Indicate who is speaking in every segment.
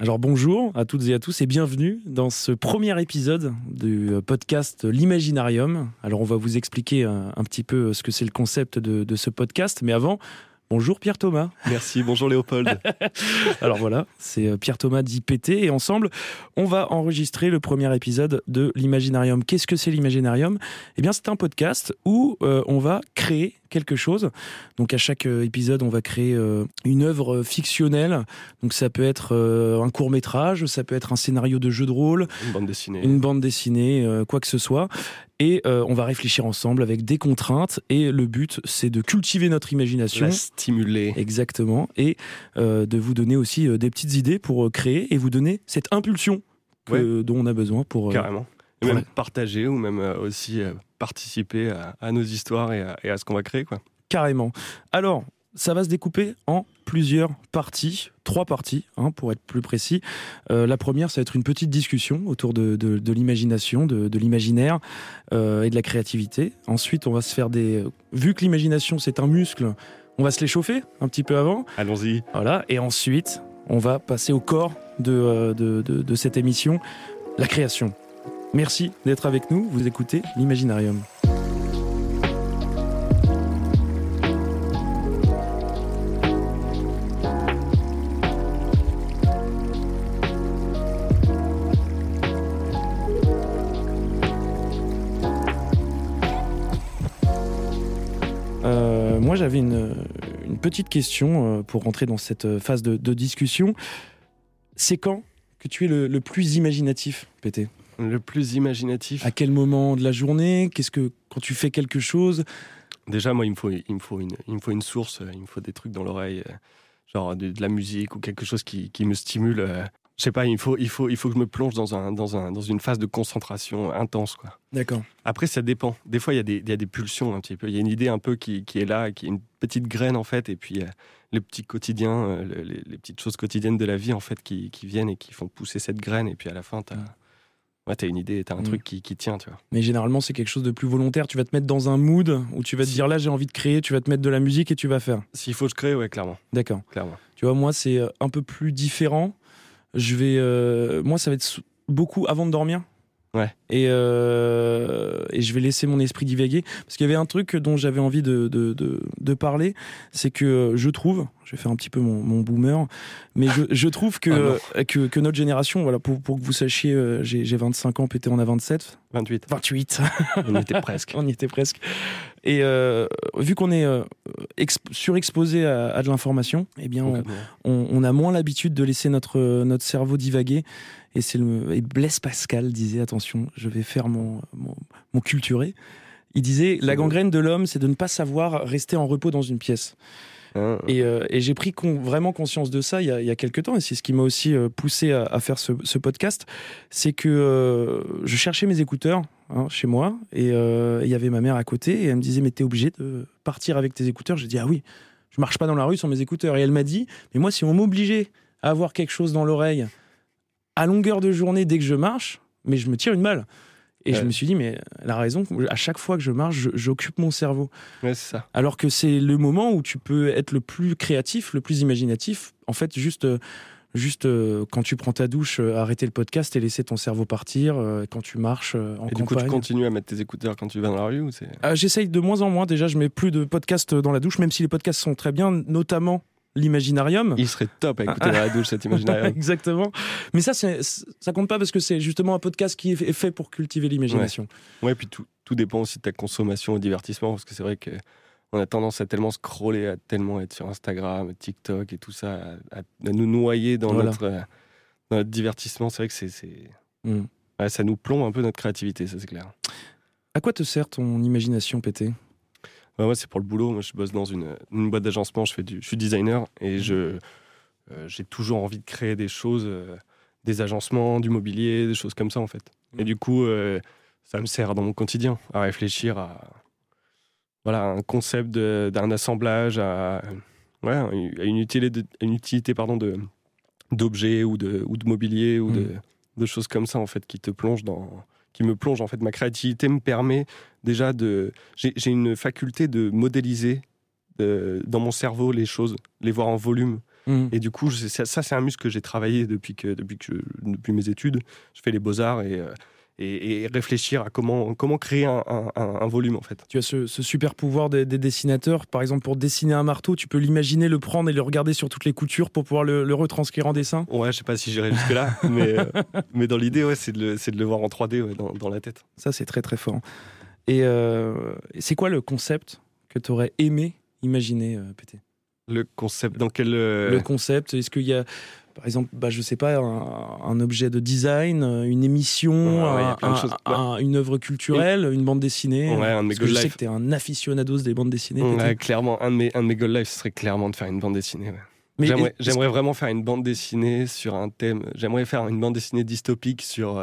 Speaker 1: Alors bonjour à toutes et à tous et bienvenue dans ce premier épisode du podcast L'Imaginarium. Alors on va vous expliquer un petit peu ce que c'est le concept de ce podcast, mais avant, bonjour Pierre Thomas.
Speaker 2: Merci, bonjour Léopold.
Speaker 1: Alors voilà, c'est Pierre Thomas dit PT et ensemble, on va enregistrer le premier épisode de l'Imaginarium. Qu'est-ce que c'est l'Imaginarium ? Eh bien c'est un podcast où on va créer quelque chose. Donc à chaque épisode, on va créer une œuvre fictionnelle. Donc ça peut être un court-métrage, ça peut être un scénario de jeu de rôle, une bande dessinée, quoi que ce soit. Et on va réfléchir ensemble avec des contraintes. Et le but, c'est de cultiver notre imagination.
Speaker 2: La stimuler.
Speaker 1: Exactement. Et de vous donner aussi des petites idées pour créer et vous donner cette impulsion dont on a besoin pour...
Speaker 2: Carrément. Et même partager ou même aussi participer à nos histoires et à ce qu'on va créer, quoi.
Speaker 1: Carrément. Alors, ça va se découper en plusieurs parties, 3 parties, pour être plus précis. La première, ça va être une petite discussion autour de l'imagination, de l'imaginaire et de la créativité. Ensuite, on va se faire vu que l'imagination, c'est un muscle, on va se l'échauffer un petit peu avant.
Speaker 2: Allons-y.
Speaker 1: Voilà. Et ensuite, on va passer au corps de cette émission, la création. Merci d'être avec nous. Vous écoutez l'Imaginarium. Moi, j'avais une petite question pour rentrer dans cette phase de discussion. C'est quand que tu es le plus imaginatif, PT ?
Speaker 2: Le plus imaginatif.
Speaker 1: À quel moment de la journée ? Quand tu fais quelque chose ?
Speaker 2: Déjà, moi, il me faut une source, il me faut des trucs dans l'oreille, genre de la musique ou quelque chose qui me stimule. Je sais pas, il faut que je me plonge dans une phase de concentration intense, quoi.
Speaker 1: D'accord.
Speaker 2: Après, ça dépend. Des fois, il y a des pulsions un petit peu. Il y a une idée un peu qui est là, qui est une petite graine, en fait, et puis les petits quotidiens, les petites choses quotidiennes de la vie, en fait, qui viennent et qui font pousser cette graine, et puis à la fin, t'as une idée, t'as un truc qui tient, tu vois. Mais
Speaker 1: généralement, c'est quelque chose de plus volontaire. Tu vas te mettre dans un mood où tu vas te dire là, j'ai envie de créer, tu vas te mettre de la musique et tu vas faire.
Speaker 2: S'il faut que je crée, ouais, clairement.
Speaker 1: D'accord.
Speaker 2: Clairement.
Speaker 1: Tu vois, moi, c'est un peu plus différent. Moi, ça va être beaucoup avant de dormir.
Speaker 2: Ouais.
Speaker 1: Et je vais laisser mon esprit divaguer. Parce qu'il y avait un truc dont j'avais envie de parler, c'est que je trouve, je vais faire un petit peu mon boomer, mais je trouve que notre génération, voilà, pour que vous sachiez, j'ai 25 ans, PT en a 27.
Speaker 2: 28.
Speaker 1: On y était presque. Et vu qu'on est surexposé à de l'information, eh bien, on a moins l'habitude de laisser notre cerveau divaguer. Et Blaise Pascal disait, attention, je vais faire mon culturé. Il disait, la gangrène de l'homme, c'est de ne pas savoir rester en repos dans une pièce. Et j'ai pris vraiment conscience de ça il y a quelques temps, et c'est ce qui m'a aussi poussé à faire ce podcast. C'est que je cherchais mes écouteurs chez moi, et il y avait ma mère à côté, et elle me disait, mais t'es obligé de partir avec tes écouteurs. J'ai dit, ah oui, je marche pas dans la rue sans mes écouteurs. Et elle m'a dit, mais moi, si on m'obligeait à avoir quelque chose dans l'oreille à longueur de journée dès que je marche, mais je me tire une balle. Et je me suis dit, mais elle a raison, à chaque fois que je marche, j'occupe mon cerveau.
Speaker 2: Ouais, c'est ça.
Speaker 1: Alors que c'est le moment où tu peux être le plus créatif, le plus imaginatif. En fait, juste quand tu prends ta douche, arrêter le podcast et laisser ton cerveau partir. Quand tu marches en campagne.
Speaker 2: Et du coup, tu continues à mettre tes écouteurs quand tu vas dans la rue ou c'est...
Speaker 1: J'essaye de moins en moins. Déjà, je mets plus de podcasts dans la douche, même si les podcasts sont très bien, notamment l'Imaginarium.
Speaker 2: Il serait top à écouter dans la douche, cet Imaginarium.
Speaker 1: Exactement. Mais ça compte pas parce que c'est justement un podcast qui est fait pour cultiver l'imagination.
Speaker 2: Ouais, puis tout dépend aussi de ta consommation au divertissement, parce que c'est vrai qu'on a tendance à tellement scroller, à tellement être sur Instagram, TikTok et tout ça, à nous noyer dans notre divertissement. C'est vrai que ça nous plombe un peu notre créativité, ça c'est clair.
Speaker 1: À quoi te sert ton imagination, PT ?
Speaker 2: Moi, c'est pour le boulot. Moi, je bosse dans une boîte d'agencement. Je suis designer et j'ai toujours envie de créer des choses, des agencements, du mobilier, des choses comme ça, en fait. Et du coup, ça me sert dans mon quotidien à réfléchir à un concept d'un assemblage, à une utilité d'objets ou de mobilier ou de choses comme ça, en fait, qui me plonge, en fait. Ma créativité me permet déjà j'ai une faculté de modéliser dans mon cerveau les choses, les voir en volume. Et du coup, ça c'est un muscle que j'ai travaillé depuis mes études. Je fais les beaux-arts et réfléchir à comment créer un volume, en fait.
Speaker 1: Tu as ce super pouvoir des dessinateurs. Par exemple, pour dessiner un marteau, tu peux l'imaginer, le prendre et le regarder sur toutes les coutures pour pouvoir le retranscrire en dessin.
Speaker 2: Ouais, je sais pas si j'irai jusque-là, mais dans l'idée, ouais, c'est de le voir en 3D, ouais, dans la tête.
Speaker 1: Ça, c'est très, très fort. Et c'est quoi le concept que tu aurais aimé imaginer, Pété ?
Speaker 2: Le concept, dans quel...
Speaker 1: Le concept, est-ce qu'il y a, par exemple, je sais pas, un objet de design, une émission, une œuvre culturelle, une bande dessinée?
Speaker 2: Ouais, un de mes
Speaker 1: Parce que je sais que tu es un aficionados des bandes dessinées.
Speaker 2: Ouais, clairement, un de mes goal life, ce serait clairement de faire une bande dessinée. Ouais. J'aimerais vraiment faire une bande dessinée sur un thème. J'aimerais faire une bande dessinée dystopique sur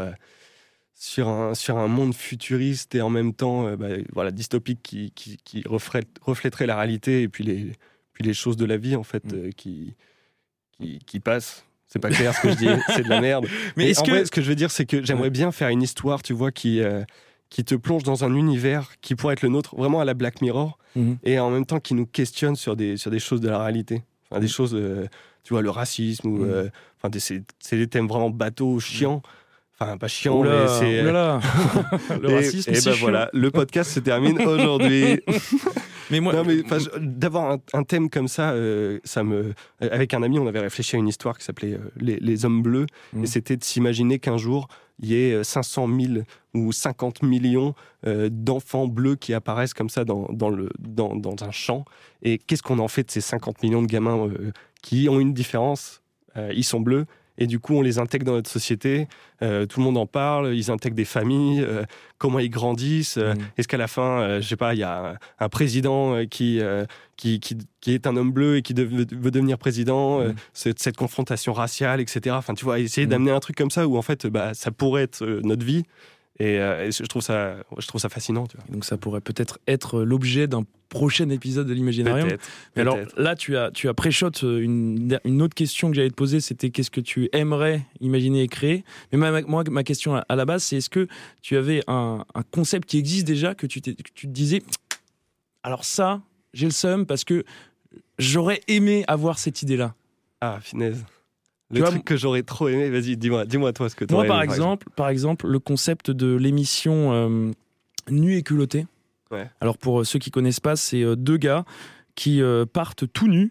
Speaker 2: un monde futuriste et en même temps dystopique qui reflèterait la réalité et puis les choses de la vie, en fait, qui passent. C'est pas clair ce que je dis, c'est de la merde. Mais vrai, ce que je veux dire, c'est que j'aimerais bien faire une histoire, tu vois, qui te plonge dans un univers qui pourrait être le nôtre, vraiment à la Black Mirror, et en même temps qui nous questionne sur des choses de la réalité. Enfin, des choses, tu vois, le racisme, c'est des thèmes vraiment bateaux, chiants. Enfin, pas chiant, mais c'est...
Speaker 1: Le racisme, c'est chiant.
Speaker 2: Voilà, le podcast se termine aujourd'hui.
Speaker 1: Mais moi...
Speaker 2: d'avoir un thème comme ça, avec un ami, on avait réfléchi à une histoire qui s'appelait les hommes bleus, et c'était de s'imaginer qu'un jour, il y ait 500 000 ou 50 millions d'enfants bleus qui apparaissent comme ça dans un champ. Et qu'est-ce qu'on en fait de ces 50 millions de gamins qui ont une différence ? Ils sont bleus. Et du coup, on les intègre dans notre société. Tout le monde en parle. Ils intègrent des familles. Comment ils grandissent. Est-ce qu'à la fin, je sais pas, il y a un président qui est un homme bleu et qui veut devenir président. Cette confrontation raciale, etc. Enfin, tu vois, essayer d'amener un truc comme ça où en fait, ça pourrait être notre vie. Et je trouve ça fascinant. Tu vois.
Speaker 1: Donc ça pourrait peut-être être l'objet d'un prochain épisode de l'Imaginarium. Mais alors là, tu as pré-shot une autre question que j'allais te poser, c'était qu'est-ce que tu aimerais imaginer et créer. Mais moi, ma question à la base, c'est est-ce que tu avais un concept qui existe déjà, que tu te disais, alors ça, j'ai le seum parce que j'aurais aimé avoir cette idée-là.
Speaker 2: Ah, finesse. Le truc que j'aurais trop aimé, vas-y, dis-moi toi ce que tu aurais
Speaker 1: aimé.
Speaker 2: Moi,
Speaker 1: par exemple, le concept de l'émission Nu et culotté.
Speaker 2: Ouais.
Speaker 1: Alors pour ceux qui connaissent pas, c'est deux gars qui partent tout nus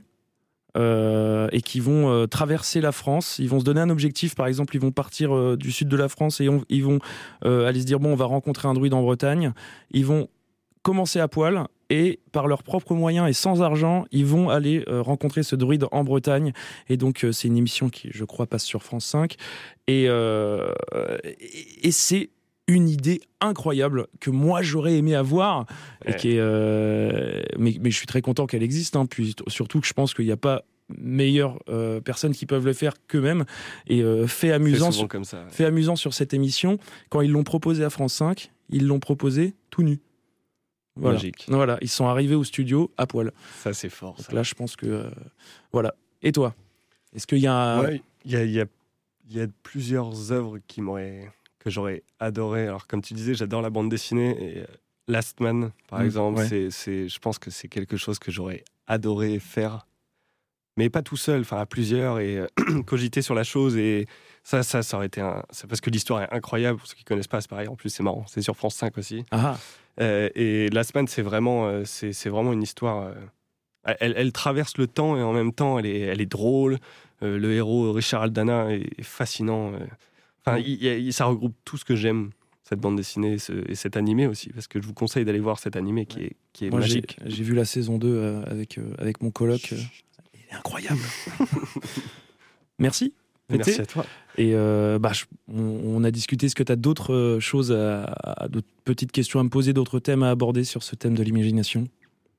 Speaker 1: et qui vont traverser la France. Ils vont se donner un objectif, par exemple, ils vont partir du sud de la France et ils vont aller se dire bon, on va rencontrer un druide en Bretagne. Ils vont commencer à poil et par leurs propres moyens et sans argent, ils vont aller rencontrer ce druide en Bretagne. Et donc, c'est une émission qui, je crois, passe sur France 5. Et c'est une idée incroyable que moi, j'aurais aimé avoir. Et qui est, mais je suis très content qu'elle existe. Puis surtout que je pense qu'il n'y a pas meilleures personnes qui peuvent le faire qu'eux-mêmes. Et fait amusant sur cette émission, quand ils l'ont proposé à France 5, ils l'ont proposé tout nu. Voilà.
Speaker 2: Magique.
Speaker 1: Voilà, ils sont arrivés au studio à poil.
Speaker 2: Ça, c'est fort.
Speaker 1: Donc là, je pense que... voilà. Et toi ? Est-ce qu'il y a...
Speaker 2: Il y a plusieurs œuvres que j'aurais adoré. Alors, comme tu disais, j'adore la bande dessinée. Et Last Man, par exemple, je pense que c'est quelque chose que j'aurais adoré faire. Mais pas tout seul, enfin à plusieurs, et cogiter sur la chose. Et ça aurait été c'est parce que l'histoire est incroyable. Pour ceux qui ne connaissent pas, c'est pareil. En plus, c'est marrant. C'est sur France 5 aussi.
Speaker 1: Ah.
Speaker 2: Et Last Man, c'est vraiment une histoire. Elle traverse le temps et en même temps, elle est drôle. Le héros Richard Aldana est fascinant. Ça regroupe tout ce que j'aime, cette bande dessinée et cet animé aussi, parce que je vous conseille d'aller voir cet animé qui est
Speaker 1: Moi,
Speaker 2: magique.
Speaker 1: J'ai vu la saison 2 avec mon coloc. Il est incroyable. Merci.
Speaker 2: Merci à toi.
Speaker 1: Et on a discuté. Est-ce que tu as d'autres choses, d'autres petites questions à me poser, d'autres thèmes à aborder sur ce thème de l'imagination ?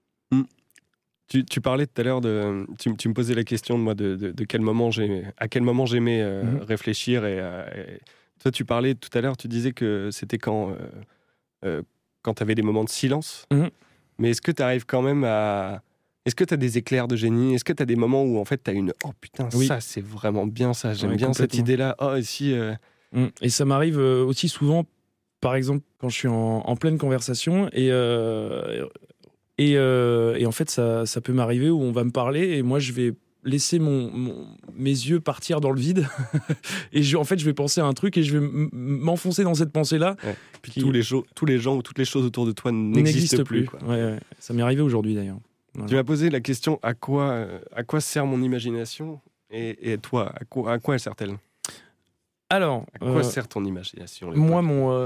Speaker 2: Tu parlais tout à l'heure tu me posais la question de moi de à quel moment j'aimais réfléchir et toi tu parlais tout à l'heure, tu disais que c'était quand tu avais des moments de silence. Mais est-ce que tu arrives quand même à... Est-ce que tu as des éclairs de génie ? Est-ce que tu as des moments où en fait tu as une oh putain, ça c'est vraiment bien ça, j'aime bien cette idée-là. Oh ici
Speaker 1: Et ça m'arrive aussi souvent, par exemple quand je suis en pleine conversation et en fait ça peut m'arriver où on va me parler et moi je vais laisser mes yeux partir dans le vide et en fait je vais penser à un truc et je vais m'enfoncer dans cette pensée-là.
Speaker 2: Ouais. Puis tous les gens ou toutes les choses autour de toi n'existent plus. Quoi.
Speaker 1: Ouais. Ça m'est arrivé aujourd'hui d'ailleurs. Voilà.
Speaker 2: Tu m'as posé la question à quoi sert mon imagination et toi, à quoi elle sert-elle?
Speaker 1: Alors,
Speaker 2: à quoi sert ton imagination?
Speaker 1: Moi,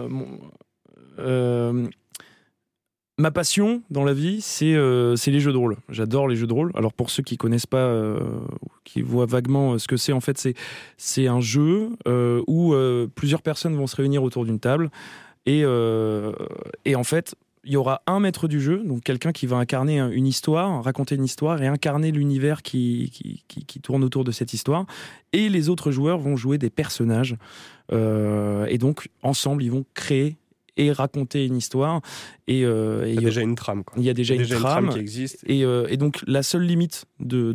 Speaker 1: ma passion dans la vie, c'est les jeux de rôle. J'adore les jeux de rôle. Alors pour ceux qui connaissent pas, qui voient vaguement ce que c'est, en fait, c'est un jeu où plusieurs personnes vont se réunir autour d'une table et en fait, il y aura un maître du jeu, donc quelqu'un qui va incarner une histoire, raconter une histoire et incarner l'univers qui tourne autour de cette histoire. Et les autres joueurs vont jouer des personnages. Et donc, ensemble, ils vont créer et raconter une histoire. Il y a
Speaker 2: déjà une trame. Quoi.
Speaker 1: Il y a déjà une trame
Speaker 2: qui existe.
Speaker 1: Et donc, la seule limite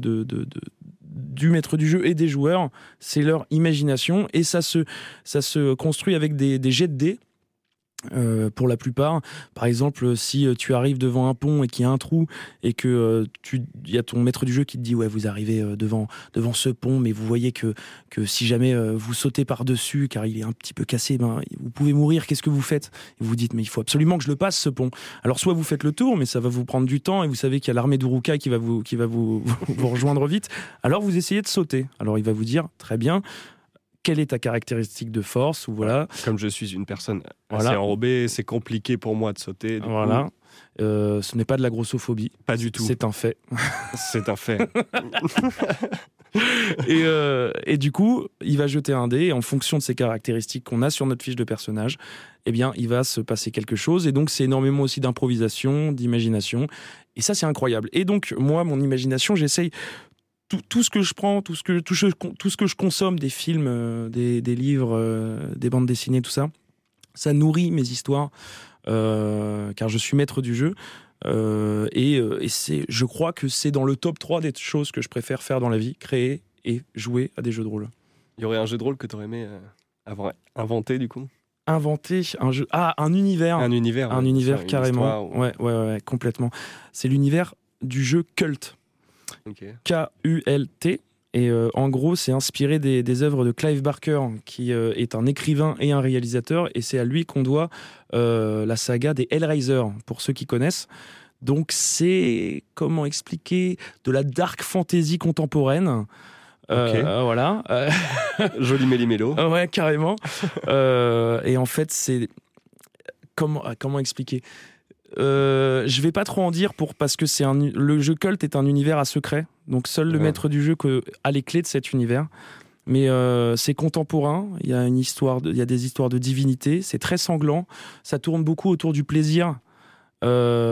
Speaker 1: du maître du jeu et des joueurs, c'est leur imagination. Et ça se construit avec des jets de dés. Pour la plupart, par exemple, si tu arrives devant un pont et qu'il y a un trou et que il y a ton maître du jeu qui te dit ouais, vous arrivez devant ce pont, mais vous voyez que si jamais vous sautez par dessus car il est un petit peu cassé, vous pouvez mourir. Qu'est-ce que vous faites? Et vous dites mais il faut absolument que je le passe ce pont. Alors soit vous faites le tour, mais ça va vous prendre du temps et vous savez qu'il y a l'armée d'Urukai qui va vous vous rejoindre vite. Alors vous essayez de sauter. Alors il va vous dire très bien. Quelle est ta caractéristique de force ou voilà.
Speaker 2: Comme je suis une personne assez enrobée, c'est compliqué pour moi de sauter.
Speaker 1: Voilà. Ce n'est pas de la grossophobie.
Speaker 2: Pas du tout.
Speaker 1: C'est un fait.
Speaker 2: C'est un fait.
Speaker 1: Et du coup, il va jeter un dé et en fonction de ces caractéristiques qu'on a sur notre fiche de personnage, eh bien, il va se passer quelque chose. Et donc, c'est énormément aussi d'improvisation, d'imagination. Et ça, c'est incroyable. Et donc, moi, mon imagination, j'essaye... Tout ce que je prends, tout ce que je consomme, des films, des livres, des bandes dessinées, tout ça, ça nourrit mes histoires, car je suis maître du jeu. Et je crois que c'est dans le top 3 des choses que je préfère faire dans la vie, créer et jouer à des jeux de rôle.
Speaker 2: Il y aurait un jeu de rôle que tu aurais aimé avoir inventé, du coup?
Speaker 1: Inventer un jeu... Ah, un univers.
Speaker 2: Un univers,
Speaker 1: carrément. Ouais, complètement. C'est l'univers du jeu Kult.
Speaker 2: Okay.
Speaker 1: K-U-L-T. Et en gros, c'est inspiré des œuvres de Clive Barker, qui est un écrivain et un réalisateur. Et c'est à lui qu'on doit la saga des Hellraiser, pour ceux qui connaissent. Donc c'est, comment expliquer, de la dark fantasy contemporaine. Voilà.
Speaker 2: Joli méli-mélo.
Speaker 1: Ouais, carrément. Et en fait, c'est... Comment expliquer ? Je vais pas trop en dire parce que le jeu Kult est un univers à secret, donc seul le maître du jeu a les clés de cet univers. Mais c'est contemporain, il y a il y a des histoires de divinité, c'est très sanglant, ça tourne beaucoup autour du plaisir et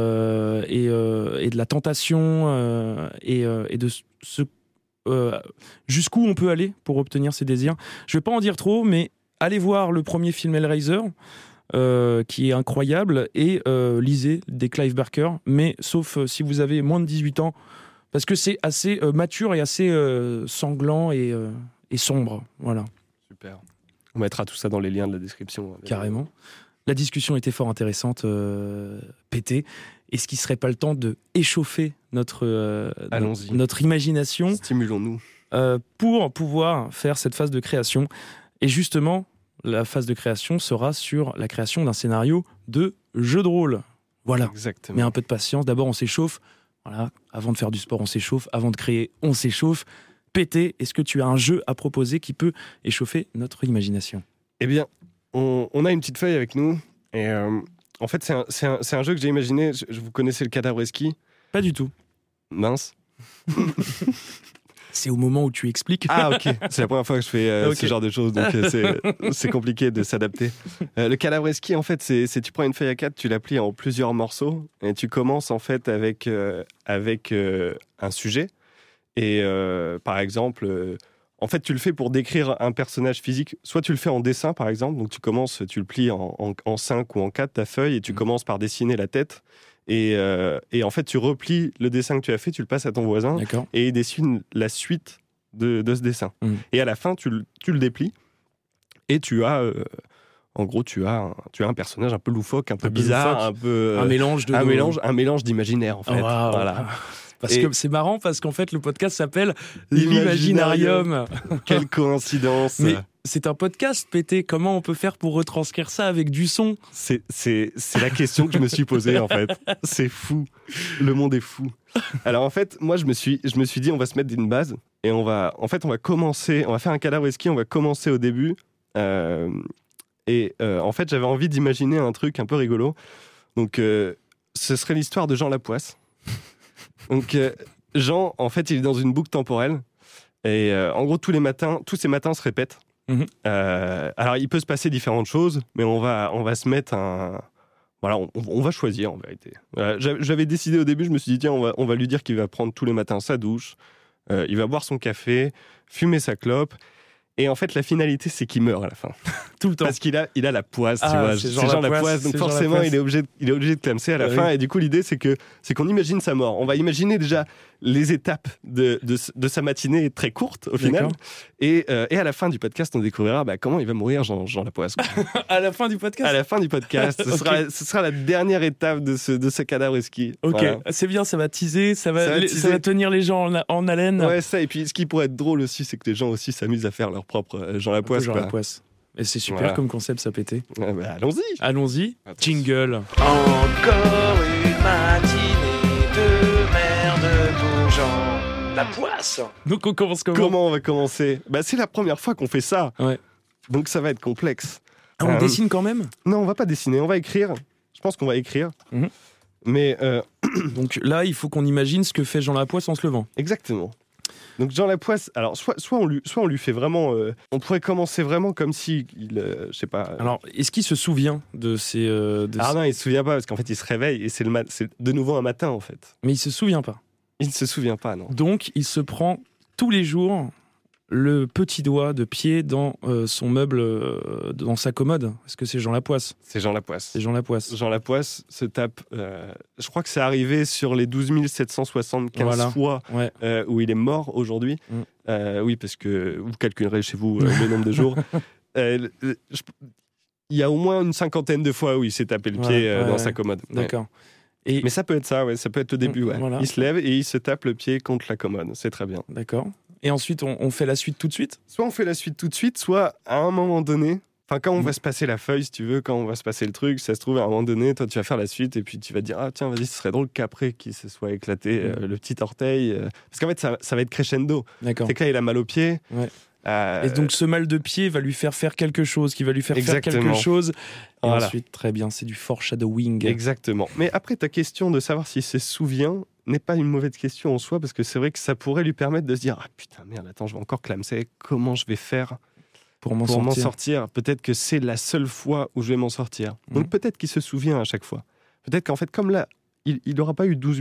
Speaker 1: de la tentation et de jusqu'où on peut aller pour obtenir ses désirs. Je vais pas en dire trop, mais allez voir le premier film Hellraiser. Qui est incroyable, et lisez des Clive Barker, mais sauf si vous avez moins de 18 ans, parce que c'est assez mature et assez sanglant et sombre. Voilà.
Speaker 2: Super. On mettra tout ça dans les liens de la description.
Speaker 1: Carrément. La discussion était fort intéressante, pété. Est-ce qu'il ne serait pas le temps de échauffer notre imagination?
Speaker 2: Stimulons-nous.
Speaker 1: Pour pouvoir faire cette phase de création. Et justement, la phase de création sera sur la création d'un scénario de jeu de rôle. Voilà.
Speaker 2: Exactement.
Speaker 1: Mais un peu de patience. D'abord, on s'échauffe. Voilà. Avant de faire du sport, on s'échauffe. Avant de créer, on s'échauffe. Pété, est-ce que tu as un jeu à proposer qui peut échauffer notre imagination?
Speaker 2: Eh bien, on a une petite feuille avec nous. Et en fait, c'est un jeu que j'ai imaginé. Vous connaissez le cadavre esquis?
Speaker 1: Pas du tout.
Speaker 2: Mince.
Speaker 1: C'est au moment où tu expliques.
Speaker 2: Ah, ok. C'est la première fois que je fais ce genre de choses, donc c'est compliqué de s'adapter. Le cadavre esquis, en fait, c'est tu prends une feuille A4, tu la plies en plusieurs morceaux, et tu commences en fait avec un sujet. Et par exemple, en fait, tu le fais pour décrire un personnage physique. Soit tu le fais en dessin, par exemple, donc tu le plies en 5 ou en 4, ta feuille, et tu commences par dessiner la tête. Et en fait, tu replies le dessin que tu as fait, tu le passes à ton voisin.
Speaker 1: D'accord.
Speaker 2: Et il dessine la suite de ce dessin. Et à la fin, tu le déplies et tu as, en gros, tu as un personnage un peu loufoque, un peu bizarre, un mélange d'imaginaire, en fait.
Speaker 1: Oh, wow.
Speaker 2: Voilà.
Speaker 1: Parce que c'est marrant parce qu'en fait le podcast s'appelle l'Imaginarium.
Speaker 2: Quelle coïncidence.
Speaker 1: Mais c'est un podcast, pété. Comment on peut faire pour retranscrire ça avec du son ?
Speaker 2: C'est la question que je me suis posée en fait. C'est fou. Le monde est fou. Alors en fait, moi je me suis dit on va se mettre une base et on va faire un cadavre whisky, on va commencer au début. En fait, j'avais envie d'imaginer un truc un peu rigolo. Donc ce serait l'histoire de Jean Lapoisse. Donc Jean, en fait, il est dans une boucle temporelle et en gros tous ces matins se répètent. Alors il peut se passer différentes choses, mais on va se mettre voilà, on va choisir en vérité. J'avais décidé au début, je me suis dit tiens, on va lui dire qu'il va prendre tous les matins sa douche, il va boire son café, fumer sa clope. Et en fait, la finalité, c'est qu'il meurt à la fin.
Speaker 1: Tout le temps.
Speaker 2: Parce qu'il a la poisse, tu vois. C'est Jean Lapoisse. Donc forcément, il est obligé de clamser à la fin. Et du coup, l'idée, c'est qu'on imagine sa mort. On va imaginer déjà les étapes de sa matinée très courte, au final. Et à la fin du podcast, on découvrira comment il va mourir, Jean Lapoisse.
Speaker 1: À la fin du podcast ?
Speaker 2: À la fin du podcast. Ce sera la dernière étape de ce cadavre ski.
Speaker 1: Ok,
Speaker 2: voilà.
Speaker 1: C'est bien, ça va teaser, ça va tenir les gens en haleine.
Speaker 2: Ouais, ça. Et puis, ce qui pourrait être drôle aussi, c'est que les gens aussi s'amusent à faire leur propre Jean Lapoisse.
Speaker 1: Et c'est super comme concept, ça pétait. Allons-y. Jingle.
Speaker 3: Encore une matinée de merde pour Jean Lapoisse.
Speaker 1: Donc on commence
Speaker 2: Comment on va commencer ? C'est la première fois qu'on fait ça.
Speaker 1: Ouais.
Speaker 2: Donc ça va être complexe.
Speaker 1: On dessine quand même ?
Speaker 2: Non, on va pas dessiner, on va écrire. Je pense qu'on va écrire. Mm-hmm. Mais
Speaker 1: donc là, il faut qu'on imagine ce que fait Jean Lapoisse en se levant.
Speaker 2: Exactement. Donc Jean Lapoisse, alors soit on lui fait vraiment, on pourrait commencer vraiment comme si je sais pas.
Speaker 1: Alors est-ce qu'il se souvient de ces
Speaker 2: non, il se souvient pas parce qu'en fait il se réveille et c'est de nouveau un matin en fait.
Speaker 1: Mais il se souvient pas.
Speaker 2: Il ne se souvient pas, non.
Speaker 1: Donc il se prend tous les jours le petit doigt de pied dans son meuble, dans sa commode. Est-ce que c'est Jean Lapoisse ?
Speaker 2: C'est Jean Lapoisse.
Speaker 1: C'est Jean Lapoisse.
Speaker 2: Jean Lapoisse se tape, je crois que c'est arrivé sur les 12 775 fois où il est mort aujourd'hui. Oui, parce que vous calculerez chez vous le nombre de jours. Il y a au moins une cinquantaine de fois où il s'est tapé le pied dans sa commode.
Speaker 1: D'accord.
Speaker 2: Mais ça peut être ça, ça peut être au début.
Speaker 1: Voilà.
Speaker 2: Il se lève et il se tape le pied contre la commode. C'est très bien.
Speaker 1: D'accord. Et ensuite, on fait la suite tout de suite ?
Speaker 2: Soit on fait la suite tout de suite, soit à un moment donné, quand on va se passer la feuille, si tu veux, quand on va se passer le truc, ça se trouve, à un moment donné, toi, tu vas faire la suite et puis tu vas te dire, ah tiens, vas-y, ce serait drôle qu'après qu'il se soit éclaté le petit orteil. Parce qu'en fait, ça va être crescendo.
Speaker 1: D'accord.
Speaker 2: C'est que là, il a mal au pied.
Speaker 1: Ouais. Et donc, ce mal de pied va lui faire quelque chose, qui va lui faire faire quelque chose. Et ensuite, très bien, c'est du foreshadowing.
Speaker 2: Exactement. Mais après, ta question de savoir s'il se souvient n'est pas une mauvaise question en soi, parce que c'est vrai que ça pourrait lui permettre de se dire, ah putain, merde, attends, je vais encore clamser, comment je vais faire pour m'en sortir. Peut-être que c'est la seule fois où je vais m'en sortir. Donc peut-être qu'il se souvient à chaque fois. Peut-être qu'en fait, comme là, il n'aura pas eu 12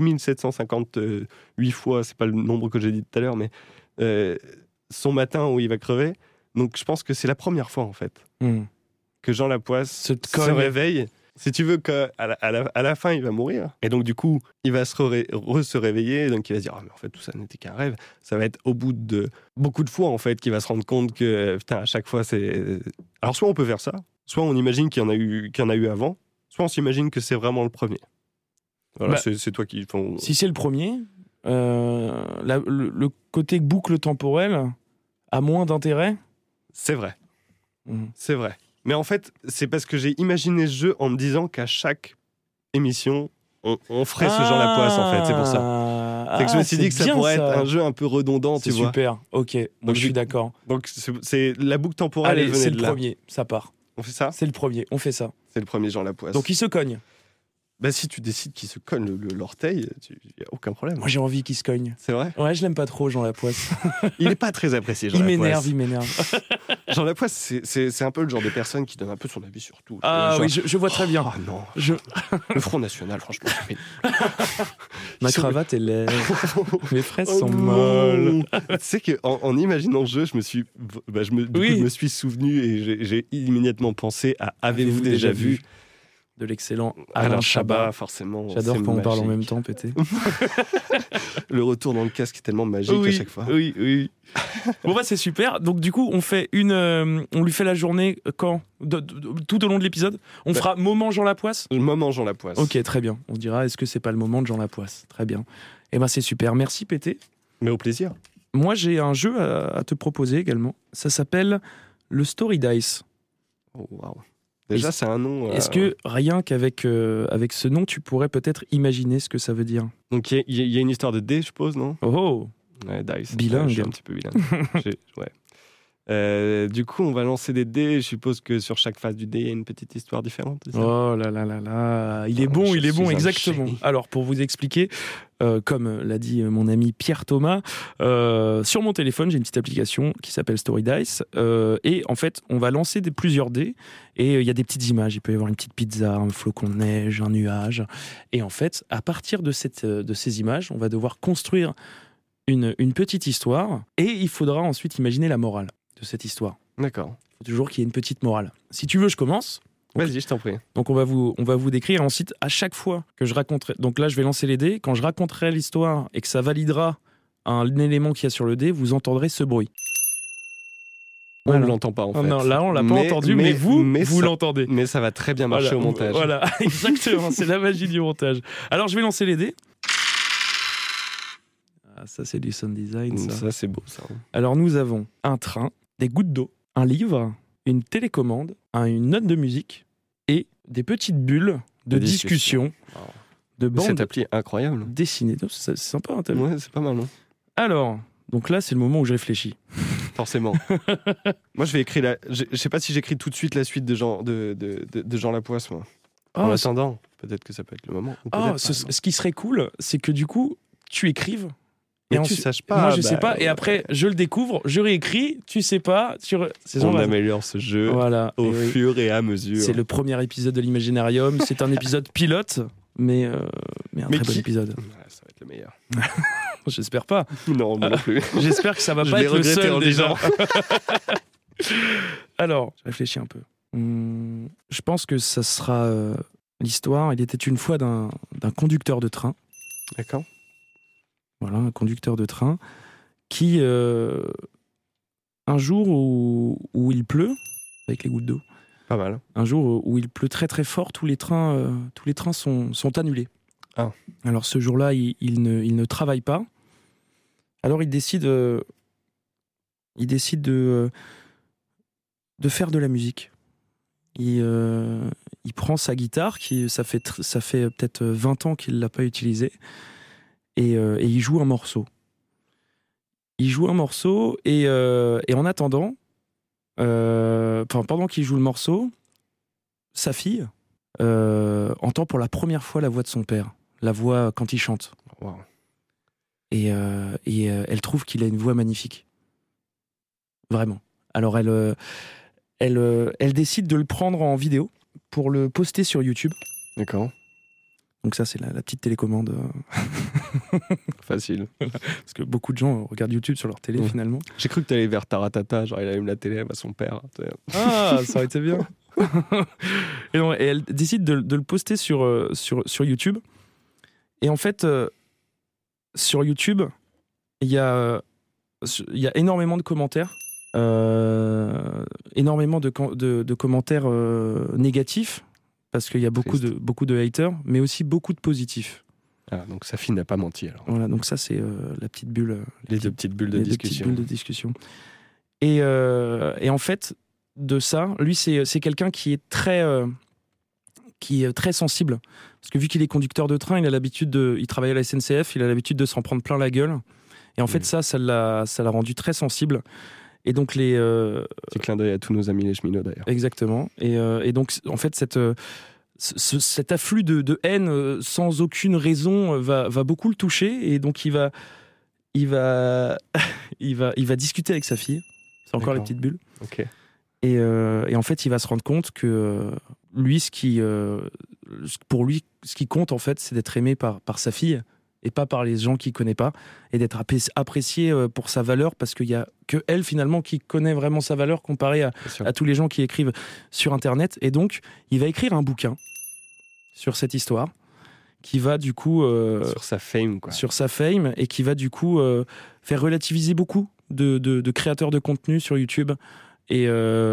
Speaker 2: 758 fois, c'est pas le nombre que j'ai dit tout à l'heure, mais son matin où il va crever. Donc je pense que c'est la première fois, en fait, que Jean Lapoisse se réveille. Si tu veux qu'à la fin, il va mourir. Et donc, du coup, il va se réveiller. Donc, il va se dire, mais en fait, tout ça n'était qu'un rêve. Ça va être au bout de beaucoup de fois, en fait, qu'il va se rendre compte que, putain, à chaque fois, c'est... Alors, soit on peut faire ça, soit on imagine qu'il y en a eu avant, soit on s'imagine que c'est vraiment le premier. Voilà, c'est toi qui...
Speaker 1: Si c'est le premier, le côté boucle temporelle a moins d'intérêt ?
Speaker 2: C'est vrai. C'est vrai. Mais en fait, c'est parce que j'ai imaginé ce jeu en me disant qu'à chaque émission, on ferait ce Jean Lapoisse, en fait. C'est pour ça. C'est que je me suis dit que ça pourrait être un jeu un peu redondant, tu vois.
Speaker 1: C'est super, ok. Donc je suis d'accord.
Speaker 2: Donc c'est la boucle temporelle.
Speaker 1: Allez, c'est le premier, ça part.
Speaker 2: On fait ça ?
Speaker 1: C'est le premier, on fait ça.
Speaker 2: C'est le premier Jean Lapoisse.
Speaker 1: Donc il se cogne.
Speaker 2: Si tu décides qu'il se cogne l'orteil, il n'y a aucun problème.
Speaker 1: Moi j'ai envie qu'il se cogne.
Speaker 2: C'est vrai ?
Speaker 1: Ouais, je l'aime pas trop, Jean Lapoisse.
Speaker 2: Il n'est pas très apprécié, Jean Lapoisse.
Speaker 1: Il m'énerve.
Speaker 2: Jean Lapoisse, c'est un peu le genre de personne qui donne un peu son avis sur tout.
Speaker 1: Oui, je vois très bien.
Speaker 2: Ah non. Le Front National, franchement.
Speaker 1: Ma cravate est laide. Mes fraises sont molles.
Speaker 2: Tu sais qu'en imaginant le jeu, je me suis souvenu et j'ai immédiatement pensé à Avez-vous déjà vu ?
Speaker 1: de l'excellent Alain Chabat.
Speaker 2: Forcément.
Speaker 1: J'adore quand on parle en même temps, pété.
Speaker 2: Le retour dans le casque est tellement magique à chaque fois.
Speaker 1: Oui. Bon, c'est super. Donc, du coup, on lui fait la journée quand tout au long de l'épisode. On fera moment Jean Lapoisse.
Speaker 2: Le moment Jean Lapoisse.
Speaker 1: Ok, très bien. On dira, est-ce que c'est pas le moment de Jean Lapoisse? Très bien. Et c'est super. Merci, pété.
Speaker 2: Mais au plaisir.
Speaker 1: Moi, j'ai un jeu à te proposer également. Ça s'appelle le Story Dice.
Speaker 2: Oh, waouh. Déjà, c'est un nom.
Speaker 1: Est-ce que rien qu'avec avec ce nom, tu pourrais peut-être imaginer ce que ça veut dire?
Speaker 2: Donc, il y a une histoire de dés, je suppose, non?
Speaker 1: Oh,
Speaker 2: ouais, Dice.
Speaker 1: Bilingue.
Speaker 2: Je suis un petit peu bilingue. Ouais. Du coup, on va lancer des dés. Je suppose que sur chaque phase du dé, il y a une petite histoire différente. C'est ça?
Speaker 1: Oh là là là là. Il est bon, exactement. Alors, pour vous expliquer, comme l'a dit mon ami Pierre Thomas, sur mon téléphone, j'ai une petite application qui s'appelle Story Dice. Et en fait, on va lancer plusieurs dés. Et il y a des petites images. Il peut y avoir une petite pizza, un flocon de neige, un nuage. Et en fait, à partir de ces images, on va devoir construire une petite histoire. Et il faudra ensuite imaginer la morale de cette histoire.
Speaker 2: D'accord.
Speaker 1: Il faut toujours qu'il y ait une petite morale. Si tu veux, je commence.
Speaker 2: Vas-y, je t'en prie.
Speaker 1: Donc on va vous décrire. Ensuite, à chaque fois que je raconterai... Donc là, je vais lancer les dés. Quand je raconterai l'histoire et que ça validera un élément qu'il y a sur le dé, vous entendrez ce bruit.
Speaker 2: On ne l'entend pas, en fait.
Speaker 1: Non, là, on ne l'a pas entendu, mais vous l'entendez.
Speaker 2: Mais ça va très bien marcher au montage.
Speaker 1: Voilà, exactement. C'est la magie du montage. Alors, je vais lancer les dés. Ah, ça, c'est du sound design, ça.
Speaker 2: Ça, c'est beau, ça.
Speaker 1: Alors, nous avons un train, des gouttes d'eau, un livre, une télécommande, une note de musique et des petites bulles de discussion.
Speaker 2: Wow.
Speaker 1: De bandes.
Speaker 2: Cette appli est incroyable.
Speaker 1: Dessinée. C'est sympa, hein,
Speaker 2: ouais, c'est pas mal, non?
Speaker 1: Alors, donc là, c'est le moment où je réfléchis.
Speaker 2: Forcément. Moi, je vais écrire je sais pas si j'écris tout de suite la suite de Jean Lapoisse, moi. En attendant, peut-être que ça peut être le moment.
Speaker 1: Ce qui serait cool, c'est que du coup, tu écrives.
Speaker 2: Et tu saches pas.
Speaker 1: Moi, je sais pas. Et après, je le découvre, je réécris, tu sais pas.
Speaker 2: On améliore ce jeu au fur et à mesure.
Speaker 1: C'est le premier épisode de l'Imaginarium. C'est un épisode pilote, mais un très bon épisode.
Speaker 2: Ça va être le meilleur.
Speaker 1: J'espère pas.
Speaker 2: Non, moi non plus.
Speaker 1: J'espère que ça va pas être le seul déjà. Alors, je réfléchis un peu. Je pense que ça sera l'histoire. Il était une fois d'un conducteur de train.
Speaker 2: D'accord.
Speaker 1: Voilà, un conducteur de train qui, un jour où il pleut, avec les gouttes d'eau,
Speaker 2: pas mal.
Speaker 1: Un jour où il pleut très très fort, tous les trains sont annulés.
Speaker 2: Ah.
Speaker 1: Alors ce jour-là, il ne travaille pas. Alors il décide de faire de la musique. Il prend sa guitare, ça fait peut-être 20 ans qu'il ne l'a pas utilisée, et il joue un morceau. Et en attendant, pendant qu'il joue le morceau, sa fille entend pour la première fois la voix de son père, la voix quand il chante.
Speaker 2: Wow.
Speaker 1: Et elle trouve qu'il a une voix magnifique. Vraiment. Alors elle décide de le prendre en vidéo pour le poster sur YouTube.
Speaker 2: D'accord.
Speaker 1: Donc ça, c'est la petite télécommande.
Speaker 2: Facile.
Speaker 1: Parce que beaucoup de gens regardent YouTube sur leur télé, finalement.
Speaker 2: J'ai cru que tu allais vers Taratata, genre il allume la télé à son père.
Speaker 1: Ah, ça aurait été bien. et elle décide de le poster sur YouTube. Et en fait, sur YouTube, il y a énormément de commentaires. Énormément de commentaires négatifs. Parce qu'il y a beaucoup de haters, mais aussi beaucoup de positifs.
Speaker 2: Ah, donc sa fille n'a pas menti alors.
Speaker 1: Voilà, donc ça c'est la petite bulle.
Speaker 2: Les deux petites bulles de discussion.
Speaker 1: Et en fait, de ça, lui c'est quelqu'un qui est très sensible. Parce que vu qu'il est conducteur de train, il travaille à la SNCF, il a l'habitude de s'en prendre plein la gueule. Et en fait, ça l'a rendu très sensible. Et donc
Speaker 2: petit clin d'œil à tous nos amis les cheminots d'ailleurs.
Speaker 1: Exactement. Et donc en fait cet afflux de haine sans aucune raison va beaucoup le toucher, et donc il va discuter avec sa fille. C'est encore les petites bulles.
Speaker 2: Okay.
Speaker 1: Et en fait il va se rendre compte que lui pour lui ce qui compte en fait, c'est d'être aimé par sa fille et pas par les gens qu'il connaît pas, et d'être apprécié pour sa valeur, parce qu'il y a que elle finalement qui connaît vraiment sa valeur comparée à tous les gens qui écrivent sur internet. Et donc il va écrire un bouquin sur cette histoire, qui va du coup
Speaker 2: sur sa fame, quoi.
Speaker 1: Sur sa fame, et qui va du coup faire relativiser beaucoup de créateurs de contenu sur YouTube. Et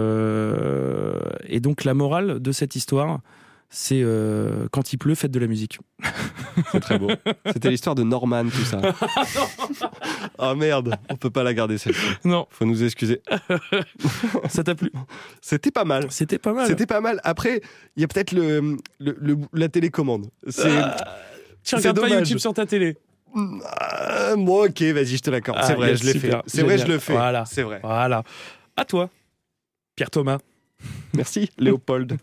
Speaker 1: donc la morale de cette histoire, c'est quand il pleut, faites de la musique.
Speaker 2: C'est très beau. C'était l'histoire de Norman, tout ça. Oh merde, on peut pas la garder celle-ci.
Speaker 1: Non.
Speaker 2: Faut nous excuser.
Speaker 1: Ça t'a plu?
Speaker 2: C'était pas mal.
Speaker 1: C'était pas mal.
Speaker 2: C'était pas mal. Après, il y a peut-être la télécommande.
Speaker 1: Tu regardes pas
Speaker 2: dommage.
Speaker 1: YouTube sur ta télé?
Speaker 2: Bon, ok, vas-y, je te l'accorde. C'est vrai, je l'ai fait. C'est vrai, je le fais.
Speaker 1: Voilà.
Speaker 2: C'est vrai.
Speaker 1: Voilà. À toi, Pierre Thomas.
Speaker 2: Merci, Léopold.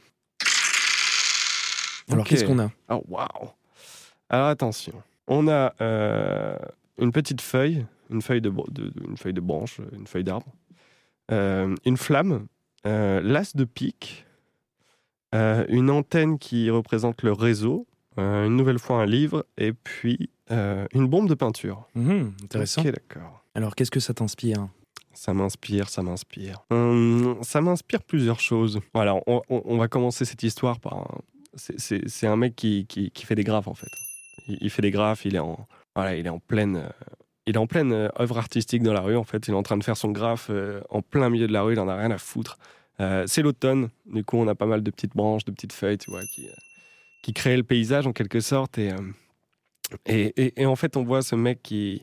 Speaker 1: Alors, qu'est-ce qu'on a?
Speaker 2: Oh, waouh. Alors, attention. On a une petite feuille, une feuille de branche, une feuille d'arbre, une flamme, l'as de pique, une antenne qui représente le réseau, une nouvelle fois un livre, et puis une bombe de peinture.
Speaker 1: Intéressant.
Speaker 2: Ok, d'accord.
Speaker 1: Alors, qu'est-ce que ça t'inspire?
Speaker 2: Ça m'inspire. Ça m'inspire plusieurs choses. Voilà, on va commencer cette histoire par... C'est un mec qui fait des graphes, en fait. Il fait des graphes, il est en pleine œuvre artistique dans la rue, en fait. Il est en train de faire son graphe en plein milieu de la rue, il en a rien à foutre. C'est l'automne, du coup on a pas mal de petites branches, de petites feuilles, tu vois, qui créent le paysage en quelque sorte. Et en fait on voit ce mec qui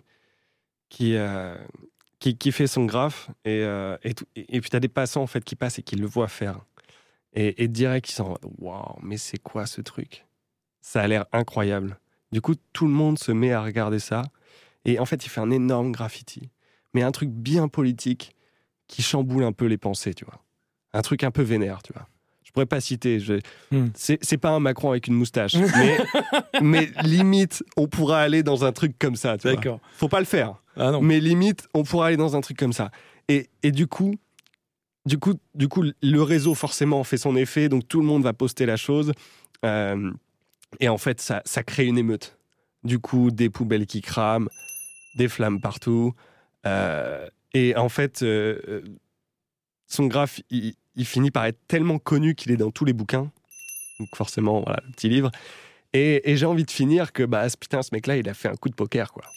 Speaker 2: fait son graphe, et puis t'as des passants en fait qui passent et qui le voient faire. Et direct ils sont waouh, mais c'est quoi ce truc? Ça a l'air incroyable. Du coup, tout le monde se met à regarder ça. Et en fait, il fait un énorme graffiti. Mais un truc bien politique qui chamboule un peu les pensées, tu vois. Un truc un peu vénère, tu vois. Je pourrais pas citer. C'est pas un Macron avec une moustache. mais limite, on pourra aller dans un truc comme ça, tu vois. Faut pas le faire.
Speaker 1: Ah non.
Speaker 2: Mais limite, on pourra aller dans un truc comme ça. Et du coup, le réseau, forcément, fait son effet. Donc, tout le monde va poster la chose. Et en fait, ça crée une émeute. Du coup, des poubelles qui crament, des flammes partout. Et en fait, son graphe, il finit par être tellement connu qu'il est dans tous les bouquins. Donc forcément, voilà, le petit livre. Et j'ai envie de finir que, ce mec-là, il a fait un coup de poker, quoi.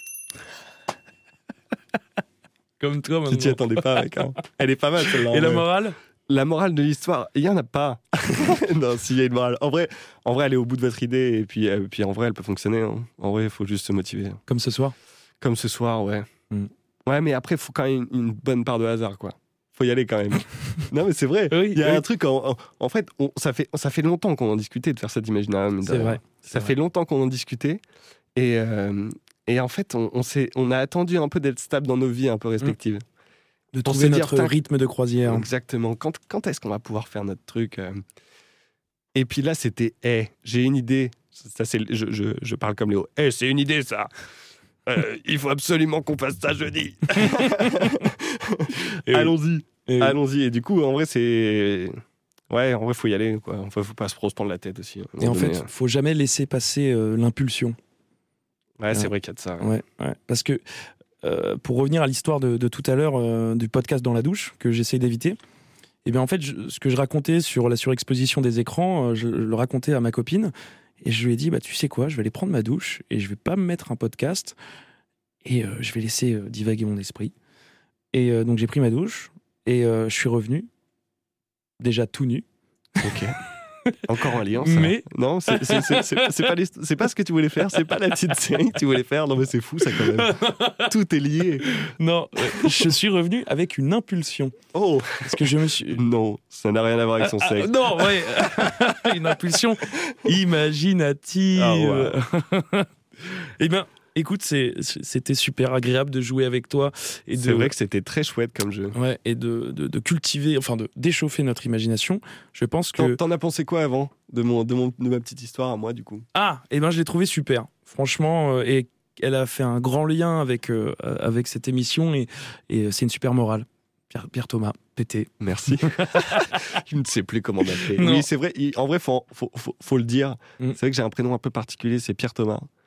Speaker 1: Comme toi, maintenant.
Speaker 2: Tu t'y attendais pas, mec. Hein. Elle est pas mal, celle-là.
Speaker 1: Et la morale?
Speaker 2: La morale de l'histoire, il y en a pas. Non, s'il y a une morale. En vrai, allez au bout de votre idée, et puis en vrai, elle peut fonctionner. Hein. En vrai, il faut juste se motiver.
Speaker 1: Comme ce soir?
Speaker 2: Comme ce soir, ouais. Ouais, mais après, il faut quand même une bonne part de hasard, quoi. Faut y aller quand même. Non, mais c'est vrai. Il y a un truc, en fait, ça fait longtemps qu'on en discutait de faire cet imaginaire.
Speaker 1: C'est vrai.
Speaker 2: Ça fait longtemps qu'on en discutait. Et en fait, on a attendu un peu d'être stable dans nos vies un peu respectives.
Speaker 1: De trouver notre rythme de croisière.
Speaker 2: Exactement. Quand est-ce qu'on va pouvoir faire notre truc Et puis là, c'était j'ai une idée. Ça, je parle comme Léo. C'est une idée, ça. Il faut absolument qu'on fasse ça jeudi. Allons-y. Allons-y. Et du coup, en vrai, c'est... Ouais, en vrai, faut y aller, quoi. Enfin, faut pas trop se prendre la tête aussi.
Speaker 1: Et en fait, faut jamais laisser passer l'impulsion.
Speaker 2: Ouais, c'est vrai qu'il y a de ça.
Speaker 1: Ouais. Parce que, pour revenir à l'histoire de tout à l'heure, du podcast dans la douche, que j'essaye d'éviter, et bien en fait, ce que je racontais sur la surexposition des écrans, je le racontais à ma copine, et je lui ai dit, tu sais quoi, je vais aller prendre ma douche, et je vais pas me mettre un podcast, et je vais laisser divaguer mon esprit. Et donc j'ai pris ma douche, et je suis revenu, déjà tout nu.
Speaker 2: Ok. Encore un lien, ça.
Speaker 1: Mais...
Speaker 2: Non, c'est pas ce que tu voulais faire, c'est pas la petite série que tu voulais faire. Non, mais c'est fou, ça, quand même. Tout est lié.
Speaker 1: Non, je suis revenu avec une impulsion.
Speaker 2: Oh.
Speaker 1: Parce que je me suis...
Speaker 2: Non, ça n'a rien à voir avec son sexe.
Speaker 1: Non, ouais. Une impulsion imaginative.
Speaker 2: Ouais.
Speaker 1: Eh bien, écoute, c'était super agréable de jouer avec toi.
Speaker 2: C'est vrai que c'était très chouette comme jeu.
Speaker 1: Ouais, et de cultiver, enfin de d'échauffer notre imagination. Je pense que...
Speaker 2: T'en as pensé quoi avant de ma petite histoire à moi, du coup?
Speaker 1: Eh ben, je l'ai trouvé super. Franchement, et elle a fait un grand lien avec cette émission, et c'est une super morale. Pierre Thomas, pété.
Speaker 2: Merci. Je ne sais plus comment m'appeler. Oui, c'est vrai. En vrai, faut le dire. C'est vrai que j'ai un prénom un peu particulier, c'est Pierre Thomas.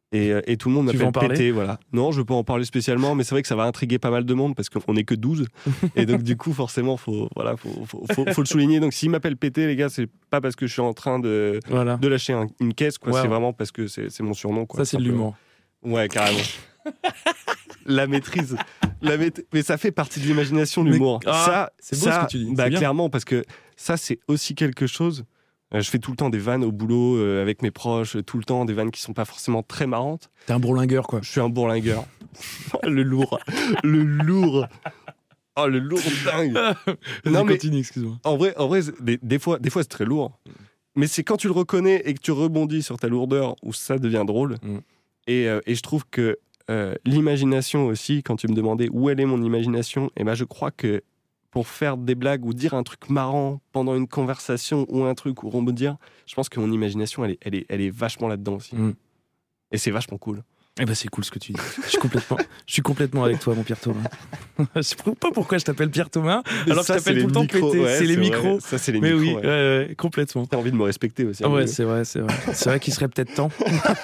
Speaker 2: Et tout le monde
Speaker 1: Tu veux en
Speaker 2: m'appelle
Speaker 1: parler ?
Speaker 2: Pété, voilà. Non, je veux pas en parler spécialement, mais c'est vrai que ça va intriguer pas mal de monde parce qu'on est que 12. Et donc, du coup, forcément, faut le souligner. Donc, s'ils m'appellent Pété, les gars, c'est pas parce que je suis en train de lâcher une caisse, quoi.
Speaker 1: Ouais,
Speaker 2: c'est vraiment parce que c'est mon surnom, quoi.
Speaker 1: Ça, c'est de l'humour.
Speaker 2: Ouais, carrément. La maîtrise. Mais ça fait partie de l'imagination, l'humour.
Speaker 1: C'est beau ce que tu dis.
Speaker 2: Bah, clairement, parce que ça, c'est aussi quelque chose. Je fais tout le temps des vannes au boulot avec mes proches, tout le temps des vannes qui sont pas forcément très marrantes.
Speaker 1: T'es un bourlingueur, quoi.
Speaker 2: Je suis un bourlingueur. Le lourd. Oh, le lourd dingue.
Speaker 1: Non, mais continue, excuse-moi.
Speaker 2: En vrai, des fois, c'est très lourd. Mais c'est quand tu le reconnais et que tu rebondis sur ta lourdeur où ça devient drôle. Et je trouve que l'imagination aussi, quand tu me demandais où elle est mon imagination, et ben je crois que pour faire des blagues ou dire un truc marrant pendant une conversation ou un truc ou rebondir, je pense que mon imagination, elle est vachement là-dedans aussi. Et c'est vachement cool.
Speaker 1: Eh ben c'est cool ce que tu dis. Je suis complètement avec toi, mon Pierre Thomas. Je sais pas pourquoi je t'appelle Pierre Thomas, alors que je t'appelle tout le temps Pété.
Speaker 2: Ouais,
Speaker 1: c'est les micros.
Speaker 2: Ça, c'est les
Speaker 1: mais
Speaker 2: micros.
Speaker 1: Oui, ouais, complètement.
Speaker 2: T'as envie de me respecter aussi.
Speaker 1: Ouais, c'est vrai. C'est vrai qu'il serait peut-être temps.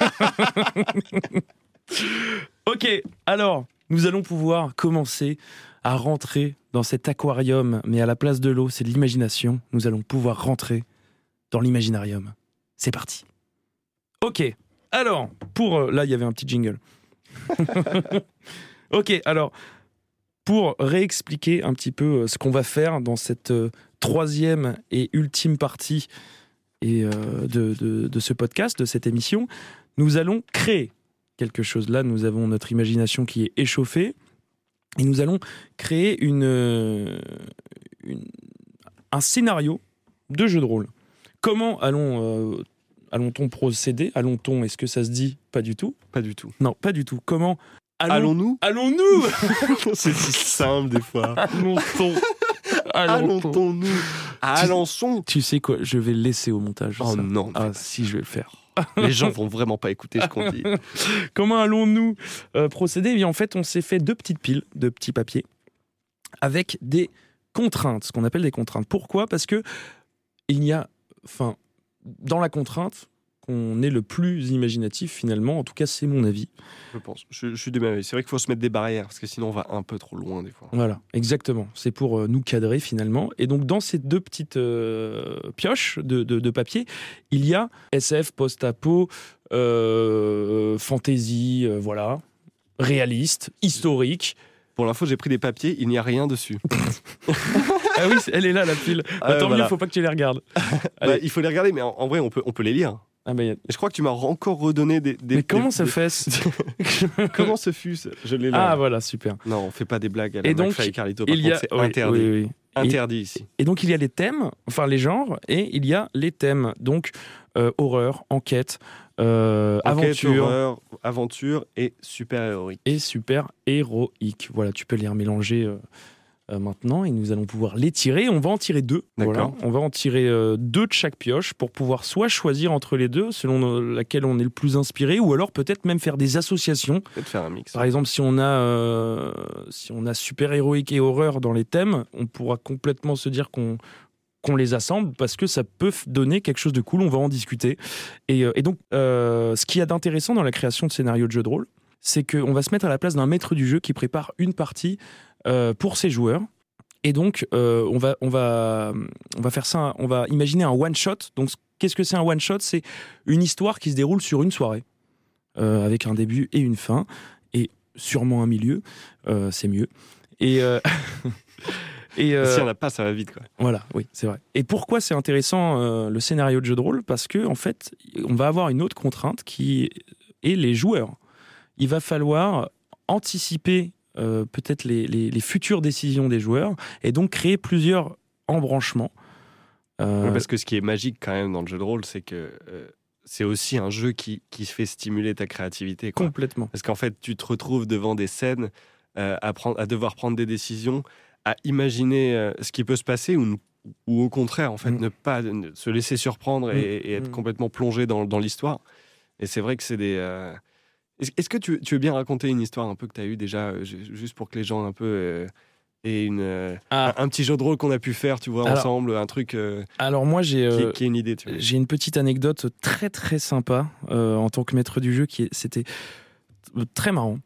Speaker 1: Ok, alors, nous allons pouvoir commencer à rentrer dans cet aquarium, mais à la place de l'eau, c'est de l'imagination. Nous allons pouvoir rentrer dans l'imaginarium. C'est parti. Ok, alors, là, il y avait un petit jingle. Ok, alors, pour réexpliquer un petit peu ce qu'on va faire dans cette troisième et ultime partie de ce podcast, de cette émission, nous allons créer quelque chose. Là, nous avons notre imagination qui est échauffée et nous allons créer un scénario de jeu de rôle. Comment allons-on procéder ? Allons-on, est-ce que ça se dit ? Pas du tout.
Speaker 2: Pas du tout.
Speaker 1: Non, pas du tout. Comment
Speaker 2: allons-nous ? C'est si simple des fois. Allons-nous ? Allons-nous ?
Speaker 1: Tu sais quoi ? Je vais le laisser au montage.
Speaker 2: Oh
Speaker 1: ça.
Speaker 2: non.
Speaker 1: Ah si, je vais le faire.
Speaker 2: Les gens vont vraiment pas écouter ce qu'on dit.
Speaker 1: Comment allons-nous procéder ? Eh bien, en fait, on s'est fait 2 petites piles de petits papiers avec des contraintes, ce qu'on appelle des contraintes. Pourquoi ? Parce que dans la contrainte, qu'on est le plus imaginatif finalement, en tout cas c'est mon avis.
Speaker 2: Je pense, je suis de même avis. C'est vrai qu'il faut se mettre des barrières, parce que sinon on va un peu trop loin des fois.
Speaker 1: Voilà, exactement. C'est pour nous cadrer finalement. Et donc dans ces 2 petites pioches de papier, il y a SF, post-apo, fantasy, voilà, réaliste, historique.
Speaker 2: Pour l'info, j'ai pris des papiers, il n'y a rien dessus.
Speaker 1: Ah oui, elle est là la pile. Tant mieux, faut pas que tu les regardes.
Speaker 2: Il faut les regarder, mais en vrai on peut les lire.
Speaker 1: Ah bah,
Speaker 2: je crois que tu m'as encore redonné des
Speaker 1: mais comment ça fait
Speaker 2: Comment ce fut Je l'ai là.
Speaker 1: Ah voilà, super.
Speaker 2: Non, on fait pas des blagues à la McFly et Carlito.
Speaker 1: Par contre,
Speaker 2: c'est interdit.
Speaker 1: Oui.
Speaker 2: Interdit ici.
Speaker 1: Et donc il y a les thèmes, enfin les genres, et il y a les thèmes. Donc horreur, enquête,
Speaker 2: aventure et super-héroïque.
Speaker 1: Et super-héroïque. Voilà, tu peux les remélanger maintenant et nous allons pouvoir les tirer. On va en tirer 2. Voilà. On va en tirer 2 de chaque pioche pour pouvoir soit choisir entre les deux selon laquelle on est le plus inspiré, ou alors peut-être même faire des associations.
Speaker 2: Peut-être faire un mix.
Speaker 1: Par exemple, si on a super-héroïque et horreur dans les thèmes, on pourra complètement se dire qu'on les assemble parce que ça peut donner quelque chose de cool. On va en discuter. Et donc, ce qu'il y a d'intéressant dans la création de scénarios de jeux de rôle, c'est qu'on va se mettre à la place d'un maître du jeu qui prépare une partie pour ses joueurs. Et donc, on va faire ça, on va imaginer un one-shot. Donc, qu'est-ce que c'est un one-shot ? C'est une histoire qui se déroule sur une soirée, avec un début et une fin, et sûrement un milieu, c'est mieux. Et si
Speaker 2: on n'a pas, ça va vite, quoi.
Speaker 1: Voilà, oui, c'est vrai. Et pourquoi c'est intéressant le scénario de jeu de rôle ? Parce que en fait, on va avoir une autre contrainte qui est les joueurs. Il va falloir anticiper peut-être les futures décisions des joueurs et donc créer plusieurs embranchements.
Speaker 2: Parce que ce qui est magique quand même dans le jeu de rôle, c'est que c'est aussi un jeu qui fait stimuler ta créativité, quoi.
Speaker 1: Complètement.
Speaker 2: Parce qu'en fait, tu te retrouves devant des scènes à devoir prendre des décisions, à imaginer ce qui peut se passer ou au contraire, en fait, ne pas se laisser surprendre et être complètement plongé dans l'histoire. Et c'est vrai que c'est des... Est-ce que tu veux bien raconter une histoire un peu que tu as eue déjà, juste pour que les gens un peu et un petit jeu de rôle qu'on a pu faire, tu vois, ensemble, un truc
Speaker 1: alors moi,
Speaker 2: qui est une idée. Tu vois.
Speaker 1: J'ai une petite anecdote très très sympa en tant que maître du jeu, c'était très marrant.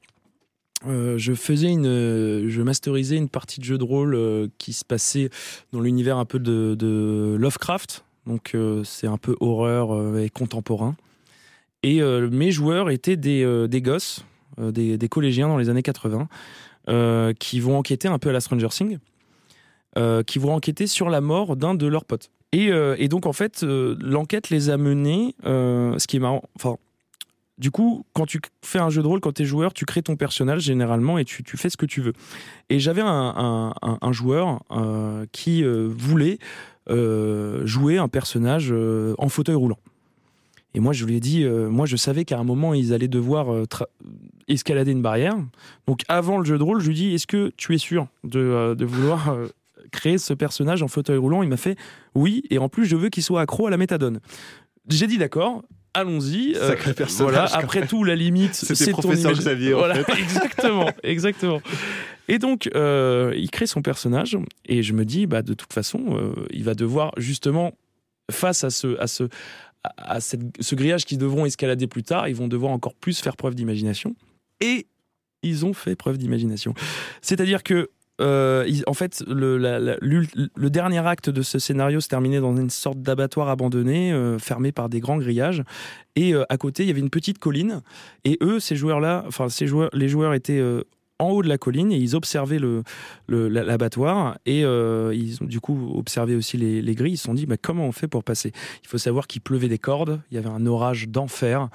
Speaker 1: Je masterisais une partie de jeu de rôle qui se passait dans l'univers un peu de Lovecraft, donc c'est un peu horreur et contemporain. Et mes joueurs étaient des gosses, des collégiens dans les années 80, qui vont enquêter un peu à la Stranger Things, qui vont enquêter sur la mort d'un de leurs potes. Et donc en fait, l'enquête les a menés, ce qui est marrant, enfin, du coup, quand tu fais un jeu de rôle, quand tu es joueur, tu crées ton personnage généralement et tu fais ce que tu veux. Et j'avais un joueur qui voulait jouer un personnage en fauteuil roulant. Et moi, je lui ai dit, moi, je savais qu'à un moment, ils allaient devoir escalader une barrière. Donc, avant le jeu de rôle, je lui ai dit, est-ce que tu es sûr de vouloir créer ce personnage en fauteuil roulant ? Il m'a fait, oui, et en plus, je veux qu'il soit accro à la méthadone. J'ai dit, d'accord. Allons-y.
Speaker 2: Sacré personnage.
Speaker 1: Voilà, après tout, la limite,
Speaker 2: c'était professeur Xavier. En fait.
Speaker 1: Exactement. Et donc, il crée son personnage, et je me dis, de toute façon, il va devoir justement, face à ce grillage qu'ils devront escalader plus tard, ils vont devoir encore plus faire preuve d'imagination. Et ils ont fait preuve d'imagination. C'est-à-dire que en fait, le dernier acte de ce scénario se terminait dans une sorte d'abattoir abandonné, fermé par des grands grillages. Et à côté, il y avait une petite colline. Et eux, les joueurs étaient en haut de la colline et ils observaient l'abattoir. Et ils ont du coup observé aussi les grilles. Ils se sont dit, comment on fait pour passer ? Il faut savoir qu'il pleuvait des cordes. Il y avait un orage d'enfer.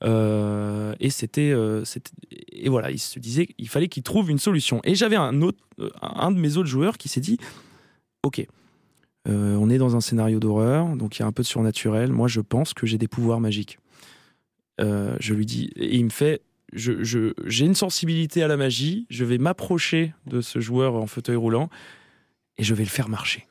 Speaker 1: Et voilà, il se disait qu'il fallait qu'il trouve une solution. Et j'avais un de mes autres joueurs qui s'est dit, ok, on est dans un scénario d'horreur, donc il y a un peu de surnaturel. Moi, je pense que j'ai des pouvoirs magiques. Je lui dis, et il me fait, j'ai une sensibilité à la magie. Je vais m'approcher de ce joueur en fauteuil roulant et je vais le faire marcher.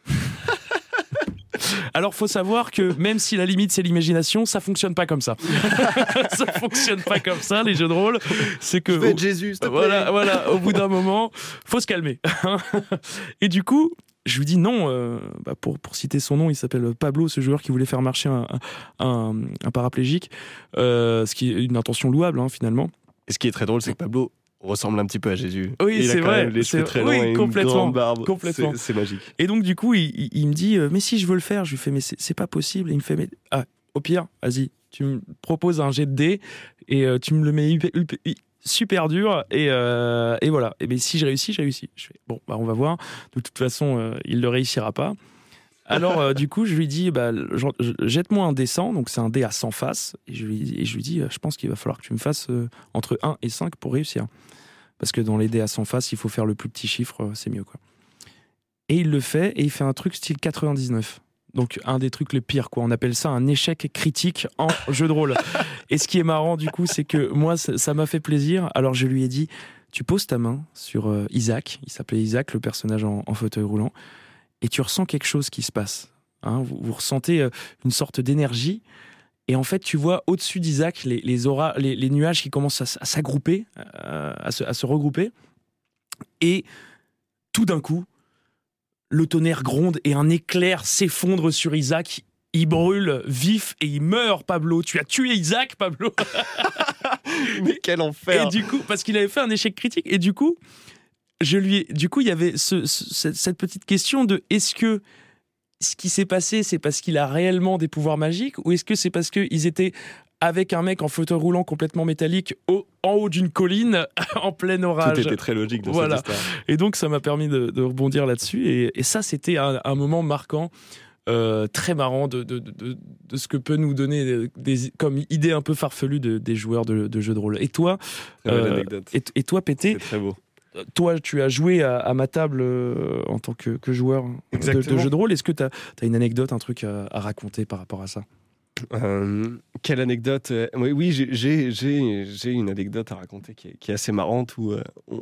Speaker 1: Alors, faut savoir que même si la limite c'est l'imagination, ça fonctionne pas comme ça. Ça fonctionne pas comme ça, les jeux de rôle. C'est que
Speaker 2: je vais être Jésus, s'il te plaît.
Speaker 1: Voilà, au bout d'un moment, faut se calmer. Et du coup, je lui dis non. Pour citer son nom, il s'appelle Pablo, ce joueur qui voulait faire marcher un paraplégique, ce qui est une intention louable finalement.
Speaker 2: Et ce qui est très drôle, c'est que Pablo ressemble un petit peu à Jésus.
Speaker 1: Oui,
Speaker 2: c'est vrai. Les cheveux très longs et une grande barbe.
Speaker 1: Complètement.
Speaker 2: C'est magique.
Speaker 1: Et donc, du coup, il me dit, mais si je veux le faire, je lui fais, mais c'est pas possible. Et il me fait, au pire, vas-y, tu me proposes un jet de dés et tu me le mets super dur et voilà. Et bien, si je réussis, j'ai réussi. Je fais, bon, on va voir. De toute façon, il le réussira pas. Alors, du coup, je lui dis, jette-moi un dé 100, donc c'est un dé à 100 faces. Et je lui dis, je pense qu'il va falloir que tu me fasses entre 1 et 5 pour réussir. Parce que dans les dés à 100 faces, il faut faire le plus petit chiffre, c'est mieux, quoi. Et il le fait, et il fait un truc style 99. Donc, un des trucs les pires, quoi. On appelle ça un échec critique en jeu de rôle. Et ce qui est marrant, du coup, c'est que moi, ça m'a fait plaisir. Alors, je lui ai dit, tu poses ta main sur Isaac. Il s'appelait Isaac, le personnage en fauteuil roulant. Et tu ressens quelque chose qui se passe. Vous ressentez une sorte d'énergie. Et en fait, tu vois au-dessus d'Isaac les nuages qui commencent à s'agrouper, à se regrouper. Et tout d'un coup, le tonnerre gronde et un éclair s'effondre sur Isaac. Il brûle vif et il meurt, Pablo. Tu as tué Isaac, Pablo.
Speaker 2: Mais quel enfer.
Speaker 1: Et du coup, parce qu'il avait fait un échec critique. Et du coup, il y avait cette petite question de est-ce que ce qui s'est passé, c'est parce qu'il a réellement des pouvoirs magiques ou est-ce que c'est parce qu'ils étaient avec un mec en fauteuil roulant complètement métallique en haut d'une colline en plein orage.
Speaker 2: Tout était très logique dans cette histoire.
Speaker 1: Et donc, ça m'a permis de rebondir là-dessus. Et ça, c'était un moment marquant, très marrant de ce que peut nous donner comme idée un peu farfelue des joueurs de jeux de rôle. Et toi, et toi, Pété,
Speaker 2: c'est très beau.
Speaker 1: Toi, tu as joué à ma table en tant que joueur de jeux de rôle. Est-ce que tu as une anecdote, un truc à raconter par rapport à ça ?
Speaker 2: Quelle anecdote ? Oui, j'ai une anecdote à raconter qui est assez marrante où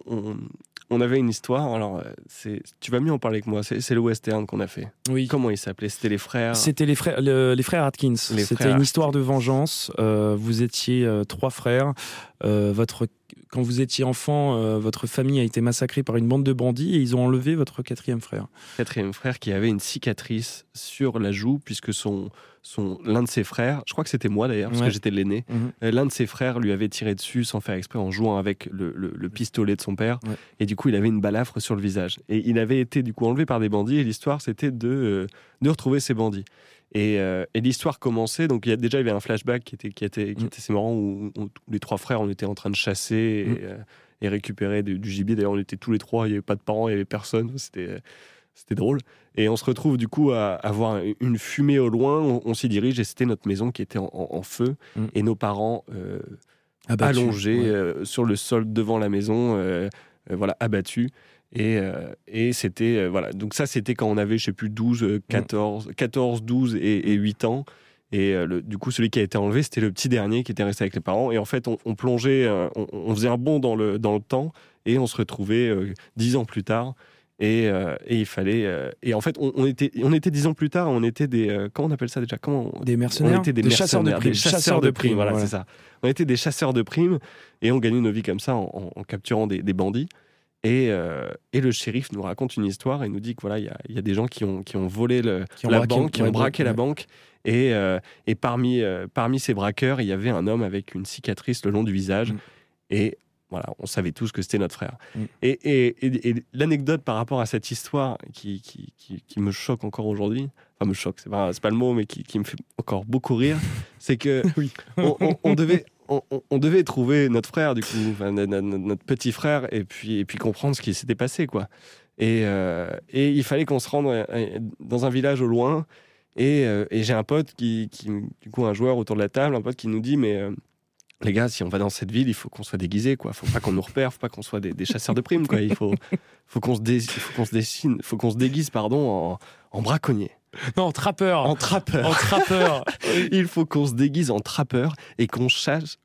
Speaker 2: on avait une histoire. Alors, tu vas mieux en parler que moi. C'est le western qu'on a fait.
Speaker 1: Oui.
Speaker 2: Comment il s'appelait ? C'était les frères.
Speaker 1: C'était les frères Atkins. C'était une histoire de vengeance. Vous étiez 3 frères quand vous étiez enfant, votre famille a été massacrée par une bande de bandits et ils ont enlevé votre quatrième frère.
Speaker 2: Quatrième frère qui avait une cicatrice sur la joue, puisque l'un de ses frères, je crois que c'était moi d'ailleurs, parce que j'étais l'aîné, l'un de ses frères lui avait tiré dessus sans faire exprès en jouant avec le pistolet de son père. Et du coup, il avait une balafre sur le visage. Et il avait été du coup enlevé par des bandits et l'histoire, c'était de retrouver ces bandits. Et l'histoire commençait, donc il y avait un flashback qui était assez marrant où les trois frères, on était en train de chasser et récupérer du gibier. D'ailleurs, on était tous les trois, il n'y avait pas de parents, il n'y avait personne, c'était drôle. Et on se retrouve du coup à voir une fumée au loin, on s'y dirige et c'était notre maison qui était en feu et nos parents allongés sur le sol devant la maison, abattus. Et c'était donc ça c'était quand on avait je sais plus 14, 12 et 8 ans et du coup celui qui a été enlevé c'était le petit dernier qui était resté avec les parents et en fait on plongeait on faisait un bond dans le temps et on se retrouvait 10 ans plus tard et il fallait et en fait on était 10 ans plus tard on était des comment on appelle ça déjà
Speaker 1: des mercenaires,
Speaker 2: on était des chasseurs de primes voilà c'est ça, on était des chasseurs de primes et on gagnait nos vies comme ça en capturant des bandits. Et le shérif nous raconte une histoire et nous dit que voilà, il y a des gens qui ont volé la banque, qui ont braqué la banque. Et parmi ces braqueurs, il y avait un homme avec une cicatrice le long du visage. Et voilà, on savait tous que c'était notre frère. Et l'anecdote par rapport à cette histoire qui me choque encore aujourd'hui, enfin me choque, c'est pas le mot, mais qui me fait encore beaucoup rire, c'est que on devait trouver notre frère, du coup, notre petit frère, et puis comprendre ce qui s'était passé, quoi. Et il fallait qu'on se rende dans un village au loin. Et j'ai un pote du coup, un joueur autour de la table, un pote qui nous dit, mais les gars, si on va dans cette ville, il faut qu'on soit déguisés, quoi. Faut pas qu'on nous repère, faut pas qu'on soit des chasseurs de primes, quoi. Il faut qu'on se déguise, pardon, en braconnier.
Speaker 1: Non, en trappeur.
Speaker 2: En trappeur. Il faut qu'on se déguise en trappeur et qu'on chasse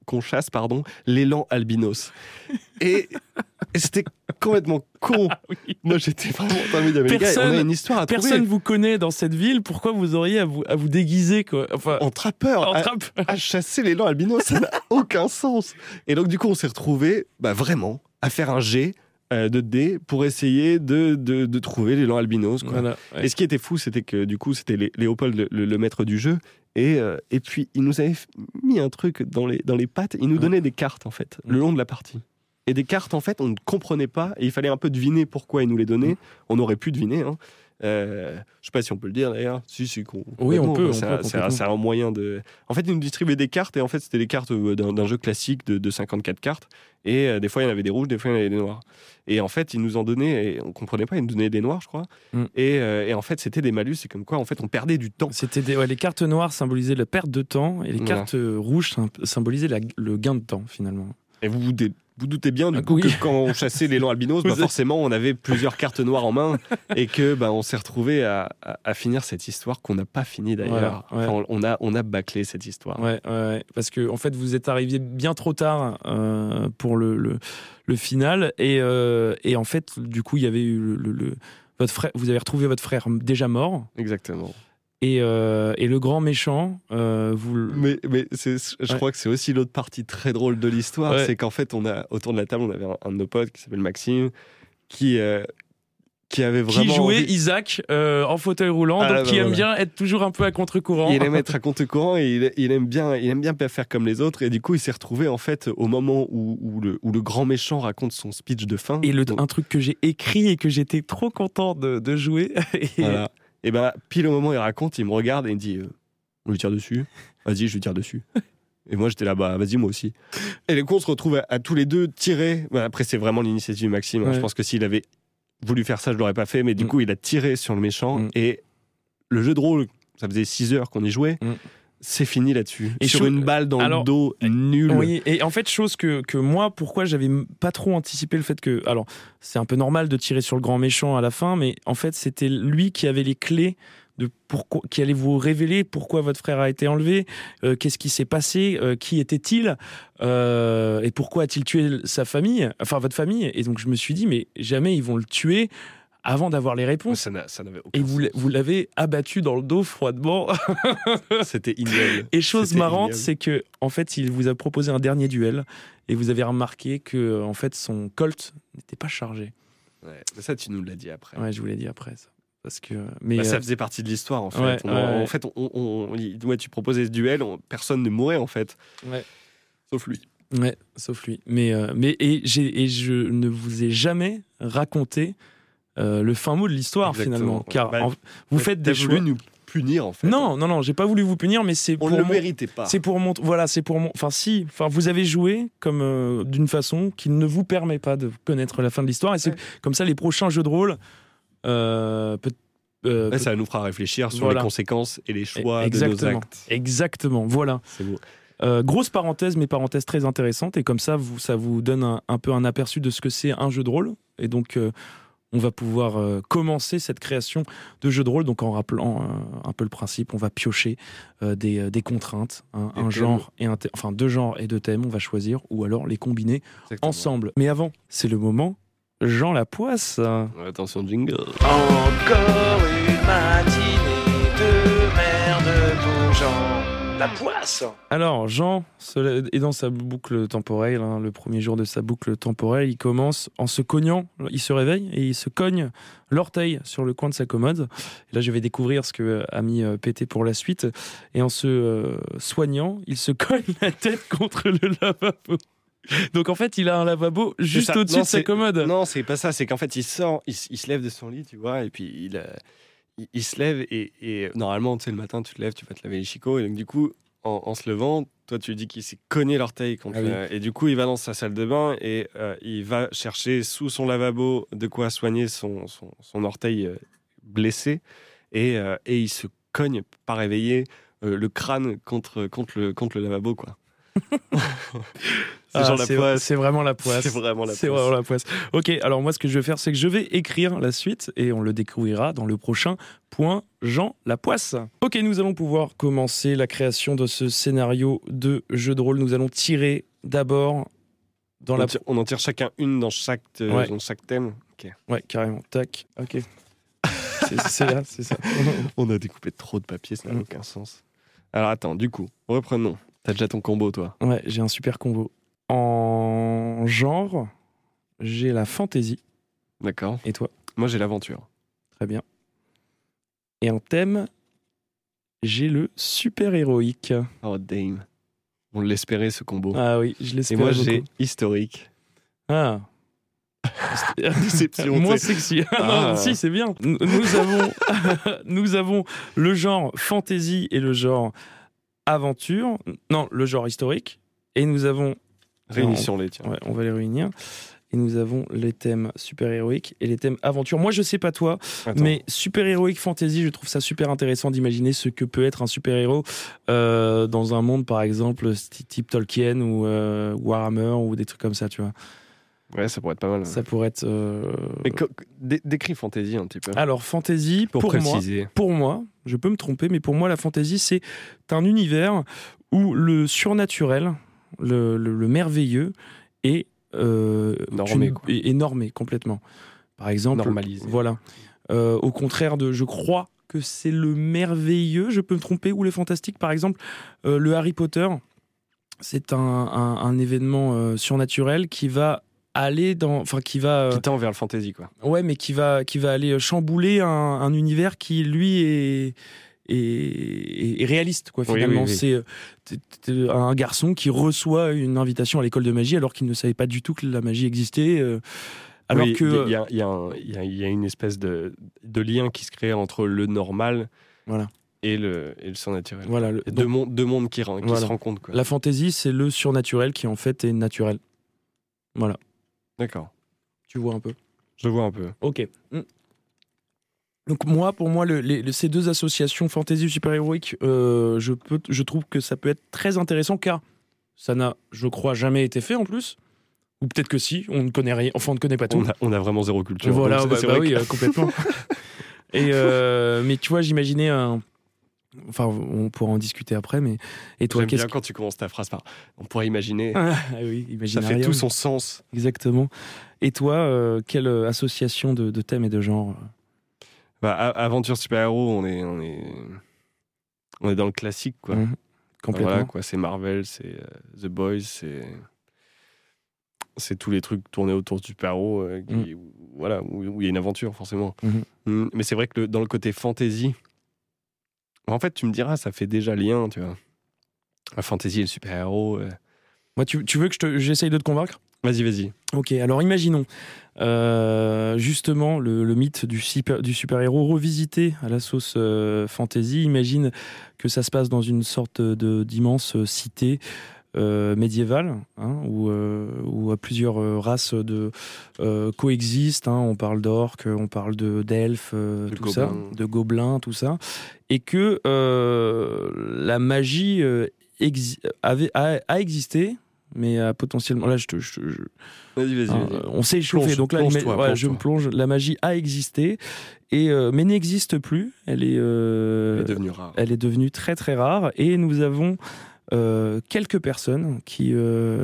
Speaker 2: l'élan albinos. Et c'était complètement con. Oui. Moi, j'étais vraiment en train de me dire, mais on a une histoire à trouver.
Speaker 1: Personne vous connaît dans cette ville. Pourquoi vous auriez à vous déguiser, quoi? Enfin,
Speaker 2: en trappeur. À chasser l'élan albinos, ça n'a aucun sens. Et donc, du coup, on s'est retrouvés, vraiment, à faire un jet de dés pour essayer de trouver l'élan albinos, quoi. Voilà, ouais. Et ce qui était fou, c'était que du coup, c'était Léopold, le maître du jeu, et puis il nous avait mis un truc dans les pattes. Il nous donnait des cartes en fait le long de la partie. Et des cartes en fait, on ne comprenait pas et il fallait un peu deviner pourquoi il nous les donnait. On aurait pu deviner. Hein. Je sais pas si on peut le dire d'ailleurs.
Speaker 1: Oui, on peut.
Speaker 2: C'est un moyen de. En fait, ils nous distribuaient des cartes et en fait, c'était des cartes d'un jeu classique de 54 cartes. Et des fois, il y en avait des rouges, des fois, il y en avait des noirs. Et en fait, ils nous en donnaient, et on comprenait pas, ils nous donnaient des noirs, je crois. Et en fait, c'était des malus, c'est comme quoi, en fait, on perdait du temps.
Speaker 1: Les cartes noires symbolisaient la perte de temps et les cartes rouges symbolisaient le gain de temps, finalement.
Speaker 2: Et vous doutez bien du coup que quand on chassait l'élan albinos, forcément on avait plusieurs cartes noires en main et que on s'est retrouvé à finir cette histoire qu'on n'a pas fini d'ailleurs. Voilà, ouais. Enfin, on a bâclé cette histoire.
Speaker 1: Ouais, parce que en fait vous êtes arrivé bien trop tard pour le final et en fait du coup il y avait eu votre frère, vous avez retrouvé votre frère déjà mort.
Speaker 2: Exactement.
Speaker 1: Et le grand méchant,
Speaker 2: Mais je crois que c'est aussi l'autre partie très drôle de l'histoire, c'est qu'en fait, autour de la table, on avait un de nos potes qui s'appelle Maxime, qui avait vraiment...
Speaker 1: Qui jouait Isaac en fauteuil roulant, donc qui aime bien être toujours un peu à contre-courant.
Speaker 2: Il aime être à contre-courant et il aime bien faire comme les autres. Et du coup, il s'est retrouvé en fait au moment où le grand méchant raconte son speech de fin.
Speaker 1: Et un truc que j'ai écrit et que j'étais trop content de jouer.
Speaker 2: Voilà. Et pile au moment où il raconte, il me regarde et il me dit on lui tire dessus. Vas-y, je lui tire dessus. Et moi, j'étais là, vas-y, moi aussi. Et du coup, on se retrouve à tous les deux tirer. Après, c'est vraiment l'initiative de Maxime. Ouais. Je pense que s'il avait voulu faire ça, je l'aurais pas fait. Mais du coup, il a tiré sur le méchant. Et le jeu de rôle, ça faisait 6 heures qu'on y jouait. C'est fini là-dessus. Et sur une balle dans le dos, nul.
Speaker 1: Oui, et en fait, chose que moi, pourquoi j'avais pas trop anticipé le fait que... Alors, c'est un peu normal de tirer sur le grand méchant à la fin, mais en fait, c'était lui qui avait les clés qui allait vous révéler pourquoi votre frère a été enlevé, qu'est-ce qui s'est passé, qui était-il, et pourquoi a-t-il tué sa famille, enfin votre famille. Et donc, je me suis dit, mais jamais ils vont le tuer avant d'avoir les réponses.
Speaker 2: Ça n'avait aucun
Speaker 1: Et
Speaker 2: sens.
Speaker 1: vous l'avez abattu dans le dos froidement.
Speaker 2: C'était ignoble.
Speaker 1: Et chose
Speaker 2: C'était
Speaker 1: marrante,
Speaker 2: ignoble.
Speaker 1: c'est que en fait, il vous a proposé un dernier duel et vous avez remarqué que en fait, son Colt n'était pas chargé.
Speaker 2: Ouais, mais ça, tu nous l'as dit après.
Speaker 1: Ouais, je vous l'ai dit après ça. Parce que, mais
Speaker 2: Ça faisait partie de l'histoire, en fait.
Speaker 1: Ouais,
Speaker 2: En fait, tu proposais ce duel, personne ne mourait, en fait.
Speaker 1: ouais.
Speaker 2: Sauf lui.
Speaker 1: Ouais, sauf lui. Mais je ne vous ai jamais raconté le fin mot de l'histoire
Speaker 2: Exactement.
Speaker 1: finalement, car
Speaker 2: Bah,
Speaker 1: vous faites
Speaker 2: T'as
Speaker 1: des
Speaker 2: voulu
Speaker 1: choix.
Speaker 2: nous punir, en fait.
Speaker 1: Non, j'ai pas voulu vous punir, mais c'est
Speaker 2: On ne le méritait pas.
Speaker 1: c'est pour montrer. Voilà, c'est pour enfin si. Enfin, vous avez joué comme d'une façon qui ne vous permet pas de connaître la fin de l'histoire, et c'est comme ça les prochains jeux de rôle.
Speaker 2: Ça nous fera réfléchir sur
Speaker 1: Voilà.
Speaker 2: les conséquences et les choix de
Speaker 1: Exactement.
Speaker 2: nos actes.
Speaker 1: Exactement. Voilà.
Speaker 2: C'est beau.
Speaker 1: Grosse parenthèse, mais parenthèse très intéressante, et comme ça, ça vous donne un peu un aperçu de ce que c'est un jeu de rôle. Et donc, on va pouvoir commencer cette création de jeu de rôle, donc en rappelant un peu le principe. On va piocher des contraintes, un genre et enfin 2 genres et 2 thèmes. On va choisir, ou alors les combiner
Speaker 2: Exactement.
Speaker 1: ensemble. Mais avant, c'est le moment Jean Lapoisse.
Speaker 2: Attention, jingle.
Speaker 3: Encore une matinée de merde pour Jean Lapoisse.
Speaker 1: Alors, Jean est dans sa boucle temporelle, le premier jour de sa boucle temporelle, il commence en se cognant, il se réveille et il se cogne l'orteil sur le coin de sa commode. Et là, je vais découvrir ce que a mis Pété pour la suite. Et en se soignant, il se cogne la tête contre le lavabo. Donc en fait, il a un lavabo juste au-dessus de sa commode.
Speaker 2: Non, c'est pas ça. C'est qu'en fait, il sort, il se lève de son lit, tu vois, et puis il se lève et normalement, tu sais, le matin, tu te lèves, tu vas te laver les chicots, et donc du coup, en se levant, toi, tu dis qu'il s'est cogné l'orteil contre. Et du coup, il va dans sa salle de bain et il va chercher sous son lavabo de quoi soigner son orteil blessé, et il se cogne par réveiller le crâne contre le lavabo, quoi.
Speaker 1: C'est vraiment la poisse.
Speaker 2: C'est vraiment la poisse.
Speaker 1: C'est vraiment la poisse. Ok, alors moi, ce que je vais faire, c'est que je vais écrire la suite et on le découvrira dans le prochain point Jean Lapoisse. Ok, nous allons pouvoir commencer la création de ce scénario de jeu de rôle. Nous allons tirer d'abord dans
Speaker 2: on en tire chacun une dans chaque thème. Ok.
Speaker 1: Ouais, carrément. Tac. Ok. c'est là, c'est ça.
Speaker 2: On a découpé trop de papier, ça n'a aucun sens. Alors attends, du coup, reprenons. T'as déjà ton combo, toi?
Speaker 1: Ouais, j'ai un super combo. En genre, j'ai la fantasy.
Speaker 2: D'accord.
Speaker 1: Et toi?
Speaker 2: Moi, j'ai l'aventure.
Speaker 1: Très bien. Et en thème, j'ai le super-héroïque.
Speaker 2: Oh, damn. On l'espérait, ce combo.
Speaker 1: Ah oui, je l'espère.
Speaker 2: Et moi,
Speaker 1: beaucoup.
Speaker 2: j'ai historique.
Speaker 1: Ah.
Speaker 2: Déception.
Speaker 1: Moins sexy. Non, si, c'est bien. Nous avons le genre fantasy et le genre aventure. Non, le genre historique. Et nous avons...
Speaker 2: Réunissons-les, tiens.
Speaker 1: Ouais, on va les réunir. Et nous avons les thèmes super-héroïques et les thèmes aventure. Moi, je sais pas toi, mais super-héroïque fantasy, je trouve ça super intéressant d'imaginer ce que peut être un super-héros dans un monde, par exemple, type Tolkien ou Warhammer ou des trucs comme ça, tu vois.
Speaker 2: Ouais, ça pourrait être pas mal.
Speaker 1: Ça pourrait être...
Speaker 2: Décris fantasy un petit peu.
Speaker 1: Alors, fantasy, pour moi, je peux me tromper, mais pour moi, la fantasy, c'est un univers où le surnaturel, le merveilleux est normé complètement. Par exemple,
Speaker 2: normalisé.
Speaker 1: Voilà. Au contraire je crois que c'est le merveilleux, je peux me tromper, ou le fantastique. Par exemple, le Harry Potter, c'est un événement surnaturel qui va aller qui
Speaker 2: tend vers le fantasy, quoi.
Speaker 1: Ouais, mais qui va aller chambouler un univers qui lui est réaliste, quoi, finalement.
Speaker 2: Oui.
Speaker 1: C'est un garçon qui reçoit une invitation à l'école de magie alors qu'il ne savait pas du tout que la magie existait. Alors que
Speaker 2: il y a une espèce de lien qui se crée entre le normal,
Speaker 1: voilà,
Speaker 2: et le surnaturel.
Speaker 1: Voilà,
Speaker 2: deux mondes qui se rencontrent, quoi.
Speaker 1: La fantaisie, c'est le surnaturel qui en fait est naturel. Voilà.
Speaker 2: D'accord.
Speaker 1: Tu vois un peu.
Speaker 2: Je vois un peu.
Speaker 1: Ok. Donc pour moi, ces deux associations fantasy et super-héroïque, je trouve que ça peut être très intéressant, car ça n'a, je crois, jamais été fait en plus. Ou peut-être que si, on ne connaît rien, enfin on ne connaît pas tout.
Speaker 2: On a vraiment zéro culture.
Speaker 1: Voilà,
Speaker 2: c'est vrai
Speaker 1: oui, complètement. Mais tu vois, j'imaginais Enfin, on pourra en discuter après, mais... Et toi,
Speaker 2: j'aime bien quand tu commences ta phrase par « on pourrait imaginer
Speaker 1: oui, ».
Speaker 2: Ça fait tout son sens.
Speaker 1: Exactement. Et toi, quelle association de thèmes et de genres?
Speaker 2: Aventure super-héros, on est dans le classique, quoi.
Speaker 1: Complètement.
Speaker 2: Voilà, quoi. C'est Marvel, c'est The Boys, c'est tous les trucs tournés autour du super-héros où il y a une aventure, forcément. Mais c'est vrai que dans le côté fantasy, en fait, tu me diras, ça fait déjà lien, tu vois. La fantasy et le super-héros.
Speaker 1: Moi, tu veux que j'essaye de te convaincre?
Speaker 2: Vas-y.
Speaker 1: Ok, alors imaginons justement le mythe du super-héros revisité à la sauce fantasy. Imagine que ça se passe dans une sorte d'immense cité médiévale, où plusieurs races coexistent. On parle d'orques, on parle d'elfes, de gobelins, tout ça. Et que la magie a existé, mais potentiellement... Là,
Speaker 2: Vas-y.
Speaker 1: On s'est échauffé, donc là, je me plonge. La magie a existé, mais n'existe plus. Elle est
Speaker 2: devenue rare.
Speaker 1: Elle est devenue très très rare, et nous avons quelques personnes qui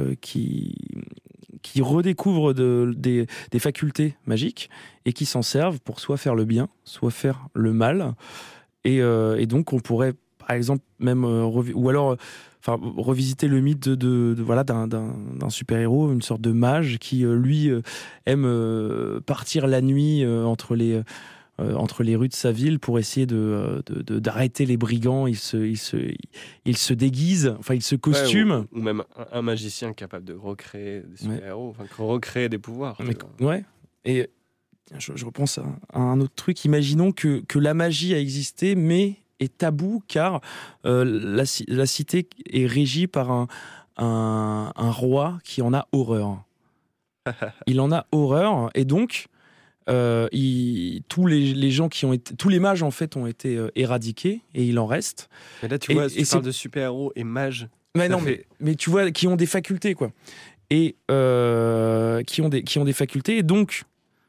Speaker 1: redécouvrent des facultés magiques et qui s'en servent pour soit faire le bien, soit faire le mal. Et donc, on pourrait, par exemple, même revisiter le mythe d'un super-héros, une sorte de mage qui, lui, aime partir la nuit entre les rues de sa ville pour essayer d'arrêter les brigands. Il se déguise, il se costume.
Speaker 2: Ou même un magicien capable de recréer des super-héros, recréer des pouvoirs.
Speaker 1: Et je repense à un autre truc. Imaginons que la magie a existé, mais est tabou, car la cité est régie par un roi qui en a horreur. Il en a horreur, et donc tous les gens tous les mages en fait ont été éradiqués, et il en reste.
Speaker 2: Mais là, tu vois, tu parles de super-héros et mages.
Speaker 1: Mais tu vois, qui ont des facultés, quoi. Et qui ont des facultés, et donc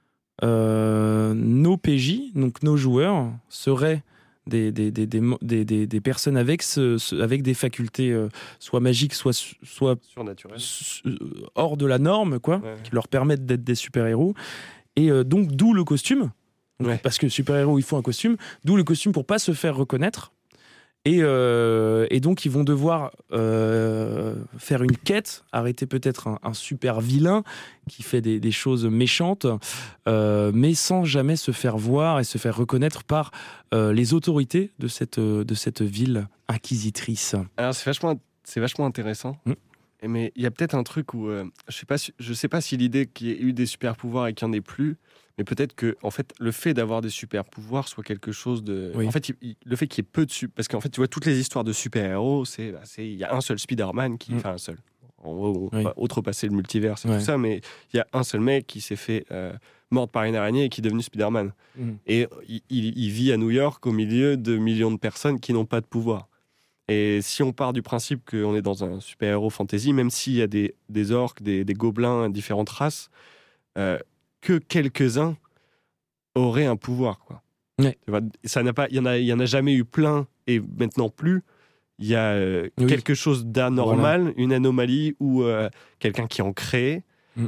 Speaker 1: nos PJ, donc nos joueurs, seraient des personnes avec des facultés soit magiques, soit
Speaker 2: surnaturelles,
Speaker 1: hors de la norme, quoi, qui leur permettent d'être des super-héros. Et donc, d'où le costume. Parce que super-héros, il faut un costume. D'où le costume pour pas se faire reconnaître. Et donc, ils vont devoir faire une quête, arrêter peut-être un super vilain qui fait des choses méchantes, mais sans jamais se faire voir et se faire reconnaître par les autorités de cette ville inquisitrice.
Speaker 2: Alors, c'est vachement intéressant. Mais il y a peut-être un truc où je sais pas si l'idée qu'il y ait eu des super pouvoirs et qu'il n'y en ait plus, mais peut-être que en fait le fait d'avoir des super pouvoirs soit quelque chose de. En fait, le fait qu'il y ait peu de parce qu'en fait tu vois toutes les histoires de super héros, il y a un seul Spider-Man enfin un seul. On va outrepasser le multivers et tout ça, mais il y a un seul mec qui s'est fait mordre par une araignée et qui est devenu Spider-Man. Et il vit à New York au milieu de millions de personnes qui n'ont pas de pouvoir. Et si on part du principe qu'on est dans un super-héros fantasy, même s'il y a des orques, des gobelins, différentes races, que quelques-uns auraient un pouvoir, quoi.
Speaker 1: Ouais.
Speaker 2: Il y en a jamais eu plein, et maintenant plus. Il y a quelque chose d'anormal, une anomalie, ou quelqu'un qui en crée.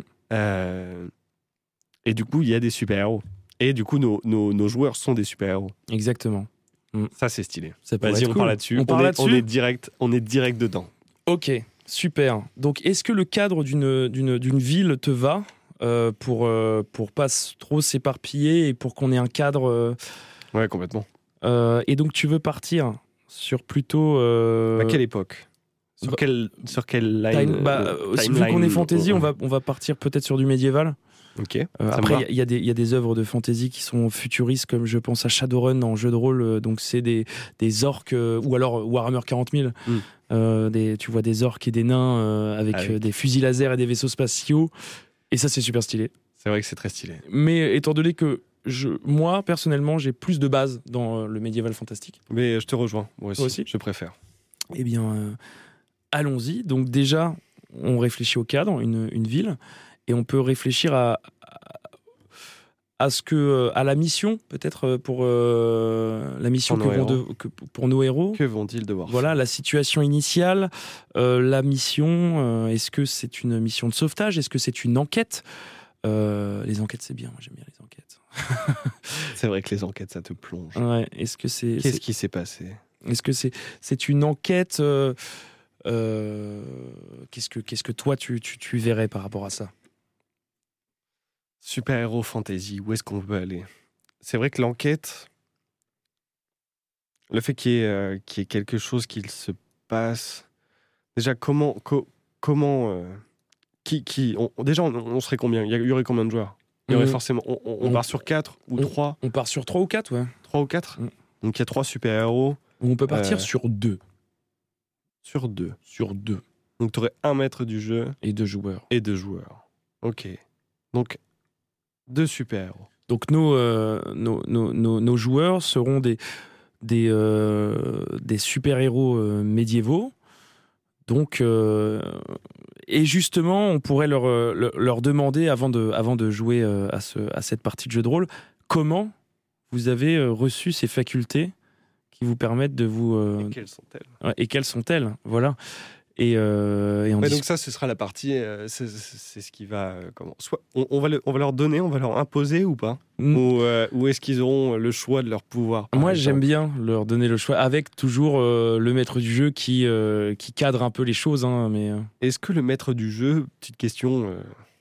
Speaker 2: Et du coup, il y a des super-héros. Et du coup, nos joueurs sont des super-héros.
Speaker 1: Exactement.
Speaker 2: Ça, c'est stylé.
Speaker 1: Vas-y,
Speaker 2: on parle là-dessus. On est direct dedans.
Speaker 1: Ok, super. Donc, est-ce que le cadre d'une ville te va pour pas trop s'éparpiller et pour qu'on ait un cadre
Speaker 2: Ouais, complètement.
Speaker 1: Et donc, tu veux partir sur plutôt...
Speaker 2: À quelle époque ? Sur quelle line
Speaker 1: vu qu'on est fantasy, on va partir peut-être sur du médiéval.
Speaker 2: Okay,
Speaker 1: après, il y a des œuvres de fantasy qui sont futuristes, comme je pense à Shadowrun en jeu de rôle. Donc, c'est des orques, ou alors Warhammer 40 000. Tu vois des orques et des nains avec des fusils laser et des vaisseaux spatiaux. Et ça, c'est super stylé.
Speaker 2: C'est vrai que c'est très stylé.
Speaker 1: Mais étant donné que moi, personnellement, j'ai plus de base dans le médiéval fantastique.
Speaker 2: Mais je te rejoins. Moi aussi. Je préfère.
Speaker 1: Eh bien, allons-y. Donc, déjà, on réfléchit au cadre, une ville. Et on peut réfléchir à à la mission, peut-être pour la mission pour nos héros.
Speaker 2: Que vont-ils devoir faire ?
Speaker 1: Voilà, la situation initiale, la mission. Est-ce que c'est une mission de sauvetage ? Est-ce que c'est une enquête ? Les enquêtes, c'est bien. Moi, j'aime bien les enquêtes.
Speaker 2: C'est vrai que les enquêtes, ça te plonge.
Speaker 1: Ouais. Est-ce que
Speaker 2: Qu'est-ce qui s'est passé ?
Speaker 1: Est-ce que c'est une enquête qu'est-ce que toi tu verrais par rapport à ça ?
Speaker 2: Super-héros fantasy, où est-ce qu'on veut aller ? C'est vrai que l'enquête, le fait qu'il y ait quelque chose qui se passe, déjà déjà on serait combien ? Il y aurait combien de joueurs ? Il y aurait forcément, on part sur 4 ou 3 ?
Speaker 1: On part sur 3 ou 4, ouais.
Speaker 2: 3 ou 4 ? Donc il y a 3 super-héros.
Speaker 1: On peut partir sur 2.
Speaker 2: Sur 2.
Speaker 1: Sur 2.
Speaker 2: Donc tu aurais un maître du jeu.
Speaker 1: Et 2 joueurs.
Speaker 2: Et 2 joueurs. Ok. Donc 2 super-héros.
Speaker 1: Donc nos joueurs seront des super-héros médiévaux. Donc, et justement, on pourrait leur demander, avant de jouer à cette partie de jeu de rôle, comment vous avez reçu ces facultés qui vous permettent de vous...
Speaker 2: Et quelles sont-elles ?
Speaker 1: Ouais, et quelles sont-elles ? Voilà. Et
Speaker 2: donc ça, ce sera la partie... c'est ce qui va... soit on va leur donner, on va leur imposer ou pas ? Ou est-ce qu'ils auront le choix de leur pouvoir ?
Speaker 1: Moi, j'aime bien leur donner le choix, avec toujours le maître du jeu qui cadre un peu les choses. Hein, mais...
Speaker 2: Est-ce que le maître du jeu... Petite question.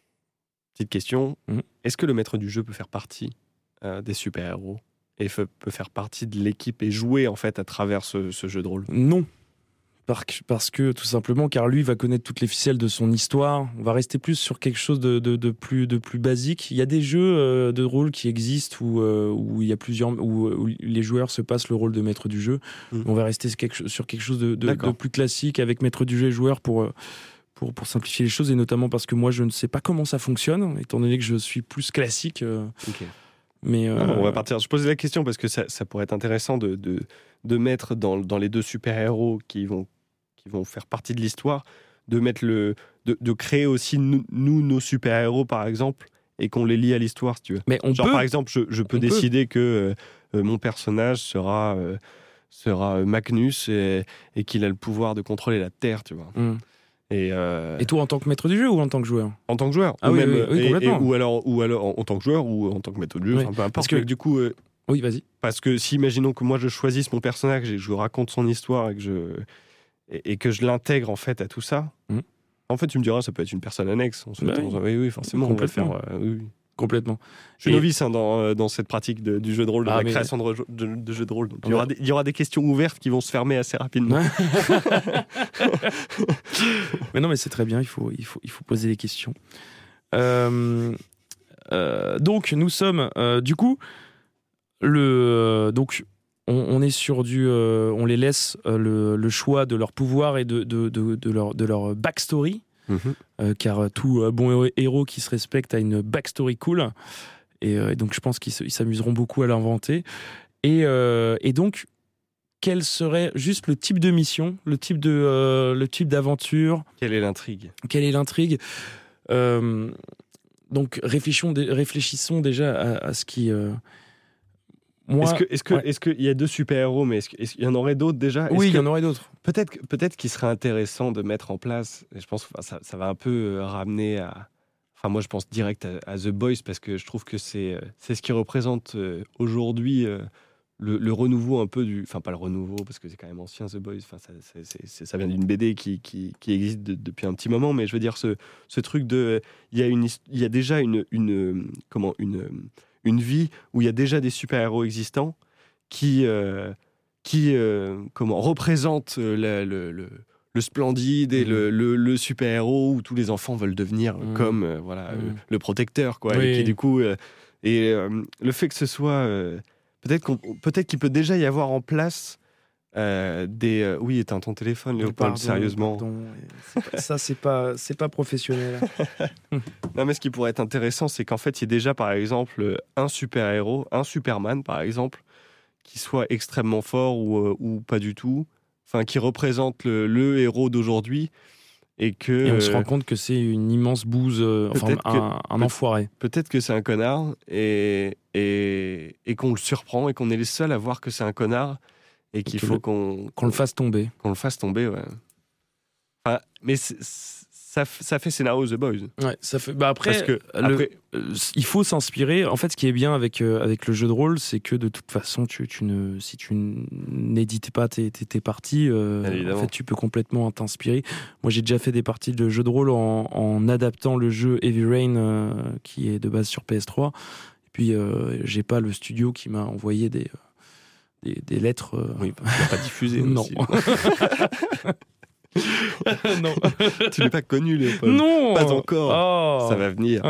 Speaker 2: Est-ce que le maître du jeu peut faire partie des super-héros et peut faire partie de l'équipe et jouer en fait à travers ce jeu de rôle ?
Speaker 1: Non. Parce que, tout simplement, car lui va connaître toutes les ficelles de son histoire. On va rester plus sur quelque chose de plus basique. Il y a des jeux de rôle qui existent où il y a où les joueurs se passent le rôle de maître du jeu. On va rester sur quelque chose de plus classique avec maître du jeu et joueur pour simplifier les choses, et notamment parce que moi je ne sais pas comment ça fonctionne, étant donné que je suis plus classique.
Speaker 2: Ok.
Speaker 1: Mais
Speaker 2: on va partir. Je posais la question parce que ça pourrait être intéressant de mettre dans les 2 super-héros qui vont faire partie de l'histoire, de créer aussi nos super-héros par exemple, et qu'on les lie à l'histoire, si tu veux.
Speaker 1: Mais
Speaker 2: par exemple, je peux décider que mon personnage sera Magnus et qu'il a le pouvoir de contrôler la Terre, tu vois. Et
Speaker 1: toi, en tant que maître du jeu ou en tant que joueur ?
Speaker 2: En tant que joueur.
Speaker 1: Ah oui, complètement.
Speaker 2: Ou alors en tant que joueur ou en tant que maître du jeu, peu importe.
Speaker 1: Parce que
Speaker 2: du coup...
Speaker 1: oui, vas-y.
Speaker 2: Parce que si, imaginons que moi je choisisse mon personnage et que je raconte son histoire et que je l'intègre en fait à tout ça, en fait tu me diras ça peut être une personne annexe. Oui, forcément.
Speaker 1: Complètement.
Speaker 2: On va faire, oui.
Speaker 1: Complètement.
Speaker 2: Je suis novice dans cette pratique du jeu de rôle, de la création de jeux de rôle. Donc il y aura des questions ouvertes qui vont se fermer assez rapidement.
Speaker 1: Mais non, mais c'est très bien, il faut poser les questions. Donc nous sommes du coup donc on est sur on les laisse le choix de leur pouvoir et de leur backstory. Car tout bon héros qui se respecte a une backstory cool, et donc je pense qu'ils s'amuseront beaucoup à l'inventer, et donc quel serait juste le type de mission, le type d'aventure,
Speaker 2: quelle est l'intrigue
Speaker 1: donc réfléchissons déjà à ce qui
Speaker 2: Est-ce qu'il y a 2 super-héros, mais est-ce qu'il y en aurait d'autres déjà ?
Speaker 1: Oui, il y en aurait d'autres.
Speaker 2: Peut-être qu'il serait intéressant de mettre en place, et je pense que ça va un peu ramener à... Enfin, moi, je pense direct à The Boys, parce que je trouve que c'est ce qui représente aujourd'hui le renouveau un peu du... Enfin, pas le renouveau, parce que c'est quand même ancien, The Boys. Enfin, ça vient d'une BD qui existe depuis un petit moment, mais je veux dire, ce truc de... Il y a déjà une vie où il y a déjà des super-héros existants qui représentent le splendide et le super-héros où tous les enfants veulent devenir comme le protecteur, quoi. Oui. Et qui, du coup, le fait que ce soit... peut-être qu'il peut déjà y avoir en place des... Oui, éteins ton téléphone, Léopold, sérieusement.
Speaker 1: Ça, c'est pas professionnel.
Speaker 2: Non, mais ce qui pourrait être intéressant, c'est qu'en fait, il y ait déjà, par exemple, un super-héros, un Superman, par exemple, qui soit extrêmement fort ou pas du tout, enfin, qui représente le héros d'aujourd'hui, Et
Speaker 1: on se rend compte que c'est une immense bouse, un enfoiré.
Speaker 2: Peut-être que c'est un connard et qu'on le surprend et qu'on est les seuls à voir que c'est un connard et qu'il faut qu'on
Speaker 1: le fasse tomber.
Speaker 2: Qu'on le fasse tomber, ouais. Enfin, mais ça fait scénario The Boys.
Speaker 1: Ouais, ça fait. Bah après, il faut s'inspirer. En fait, ce qui est bien avec le jeu de rôle, c'est que de toute façon, si tu n'édites pas tes parties, en fait, tu peux complètement t'inspirer. Moi, j'ai déjà fait des parties de jeu de rôle en adaptant le jeu Heavy Rain, qui est de base sur PS3. Et puis, j'ai pas le studio qui m'a envoyé des lettres.
Speaker 2: Oui, tu l'as pas diffusé.
Speaker 1: Non. Non.
Speaker 2: Tu l'as pas connu, Léopold.
Speaker 1: Non.
Speaker 2: Pas encore. Ça va venir.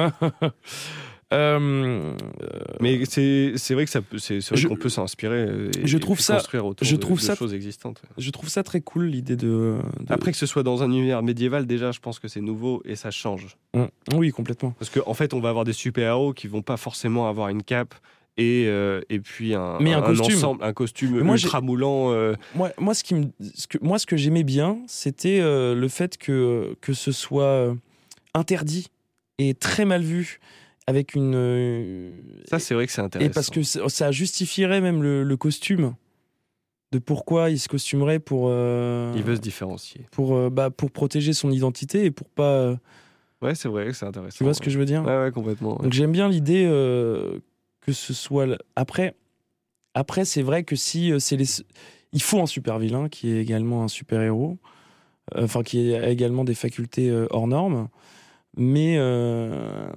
Speaker 2: Mais c'est vrai que qu'on peut s'inspirer. Construire autour de choses existantes.
Speaker 1: Je trouve ça très cool, l'idée de.
Speaker 2: Après, que ce soit dans un univers médiéval, déjà, je pense que c'est nouveau et ça change.
Speaker 1: Oui, complètement.
Speaker 2: Parce qu'en fait, on va avoir des super-héros qui vont pas forcément avoir une cape. Et puis un costume ultra moulant.
Speaker 1: Moi, ce que j'aimais bien, c'était le fait que ce soit interdit et très mal vu, avec une.
Speaker 2: Ça, c'est vrai que c'est intéressant.
Speaker 1: Et parce que ça justifierait même le costume, de pourquoi il se costumerait pour.
Speaker 2: Il veut se différencier.
Speaker 1: Pour protéger son identité et pour pas.
Speaker 2: Ouais, c'est vrai que c'est intéressant.
Speaker 1: Tu vois ce que je veux dire ?
Speaker 2: Ouais, complètement. Ouais.
Speaker 1: Donc j'aime bien l'idée. Que ce soit après c'est vrai que si il faut un super vilain qui est également un super héros, qui a également des facultés hors normes, mais alors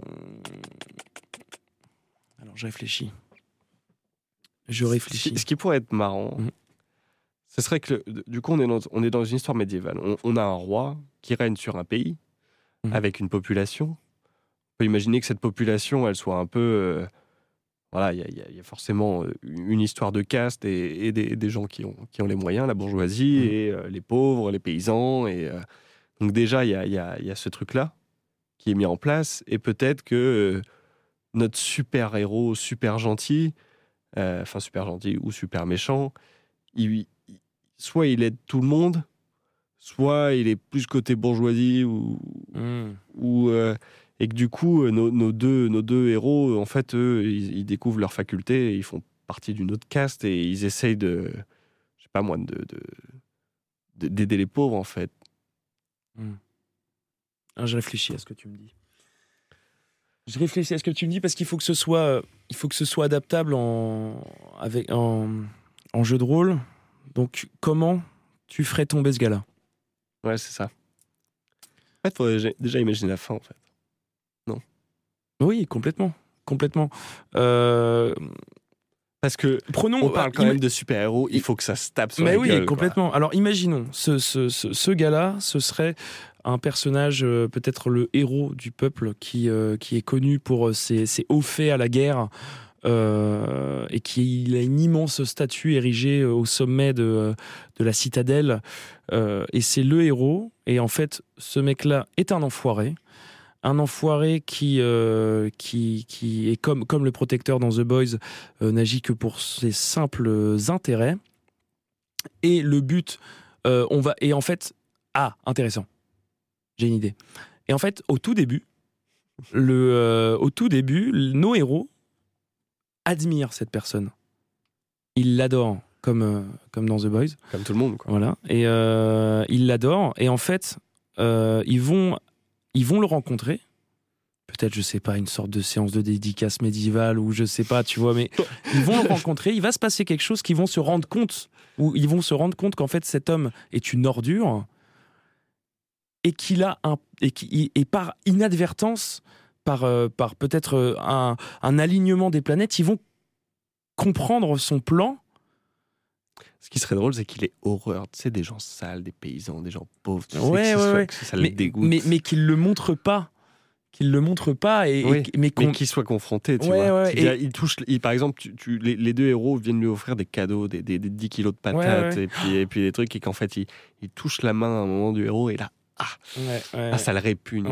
Speaker 1: je réfléchis.
Speaker 2: Ce qui pourrait être marrant, ce serait que du coup on est dans une histoire médiévale. On a un roi qui règne sur un pays avec une population. On peut imaginer que cette population, elle soit un peu voilà, il y a forcément une histoire de caste et des gens qui ont les moyens, la bourgeoisie, et les pauvres, les paysans. Donc déjà, il y a ce truc-là qui est mis en place. Et peut-être que notre super-héros, super gentil ou super méchant, soit il aide tout le monde, soit il est plus côté bourgeoisie et que du coup, nos deux héros, en fait, eux, ils découvrent leurs facultés, et ils font partie d'une autre caste et ils essayent d'aider les pauvres, en fait.
Speaker 1: Alors, je réfléchis à ce que tu me dis. Parce qu'il faut que ce soit adaptable en jeu de rôle. Donc, comment tu ferais tomber ce gars-là ?
Speaker 2: Ouais, c'est ça. En fait, il faudrait déjà imaginer la fin, en fait. Non ?
Speaker 1: Oui, complètement.
Speaker 2: Parce que on parle quand même de super-héros, il faut que ça se tape sur la gueule.
Speaker 1: Oui, complètement. Quoi. Alors, imaginons, ce gars-là, ce serait un personnage, peut-être le héros du peuple, qui est connu pour ses hauts faits à la guerre, et il a une immense statue érigée au sommet de la citadelle, et c'est le héros. Et en fait, ce mec-là est un enfoiré qui est comme le protecteur dans The Boys, n'agit que pour ses simples intérêts. Et le but, intéressant. J'ai une idée. Et en fait, au tout début, nos héros admirent cette personne. Ils l'adorent, comme dans The Boys.
Speaker 2: Comme tout le monde, quoi.
Speaker 1: Voilà. Et ils l'adorent. Et en fait, ils vont le rencontrer. Peut-être, je sais pas, une sorte de séance de dédicace médiévale, ou je sais pas, tu vois, mais ils vont le rencontrer. Il va se passer quelque chose qu'ils vont se rendre compte qu'en fait, cet homme est une ordure, et et par inadvertance, par peut-être un alignement des planètes, ils vont comprendre son plan.
Speaker 2: Ce qui serait drôle, c'est qu'il ait horreur, tu sais, des gens sales, des paysans, des gens pauvres, tu
Speaker 1: sais,
Speaker 2: que ça le dégoûte.
Speaker 1: Mais qu'il le montre pas.
Speaker 2: Mais qu'il soit confronté, tu vois. Par exemple, les deux héros viennent lui offrir des cadeaux, des 10 kilos de patates, et puis des trucs, et qu'en fait, il touche la main à un moment du héros, et là, ça le répugne.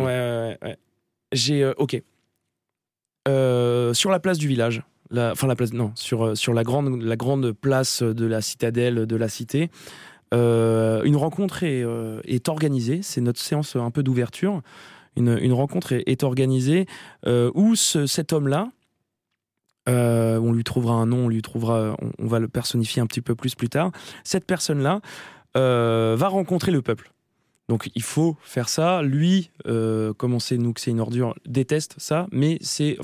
Speaker 1: Ok. Sur la place du village, sur la grande place de la citadelle de la cité, Une rencontre est organisée, c'est notre séance un peu d'ouverture. Une rencontre est organisée où cet homme-là, on lui trouvera un nom, on va le personnifier un petit peu plus tard. Cette personne-là va rencontrer le peuple. Donc il faut faire ça. Lui, comme on sait nous que c'est une ordure, déteste ça, mais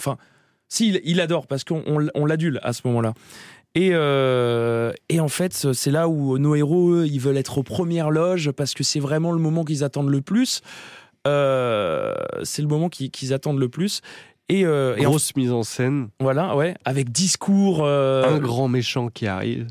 Speaker 1: il adore parce qu'on l'adule à ce moment-là. Et en fait, c'est là où nos héros, eux, ils veulent être aux premières loges parce que c'est vraiment le moment qu'ils attendent le plus. C'est le moment qu'ils attendent le plus.
Speaker 2: Grosse mise en scène.
Speaker 1: Voilà, ouais, avec discours.
Speaker 2: Un grand méchant qui arrive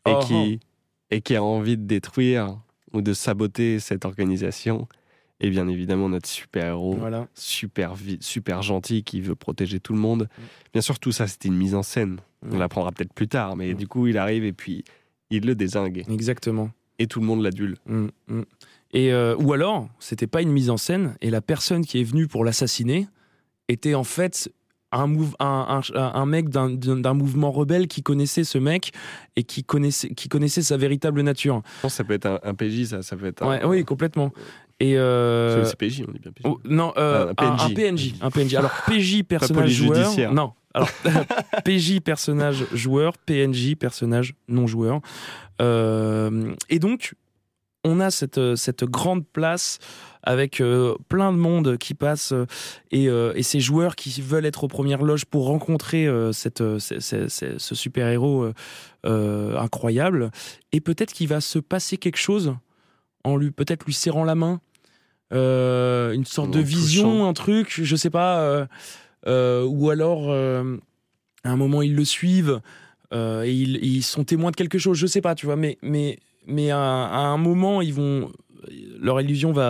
Speaker 2: et qui a envie de détruire ou de saboter cette organisation. Et bien évidemment, notre super-héros, super gentil, qui veut protéger tout le monde. Bien sûr, tout ça, c'était une mise en scène. On l'apprendra peut-être plus tard, mais du coup, il arrive et puis il le dézingue.
Speaker 1: Exactement.
Speaker 2: Et tout le monde l'adule.
Speaker 1: Et ou alors, c'était pas une mise en scène, et la personne qui est venue pour l'assassiner était en fait un mec d'un mouvement rebelle qui connaissait ce mec et qui connaissait sa véritable nature.
Speaker 2: Je pense que ça peut être un PJ, ça peut être
Speaker 1: oui, complètement. Et
Speaker 2: c'est PJ, on dit bien PJ.
Speaker 1: Non, un PNJ. Alors PJ personnage joueur. Non. Alors PJ personnage joueur, PNJ personnage non joueur. Et donc on a cette grande place avec plein de monde qui passe et ces joueurs qui veulent être aux premières loges pour rencontrer ce super-héros incroyable. Et peut-être qu'il va se passer quelque chose en lui serrant la main, une sorte de vision, touchant. Un truc, je sais pas, ou alors à un moment ils le suivent et ils sont témoins de quelque chose, je sais pas, tu vois, mais à un moment leur illusion il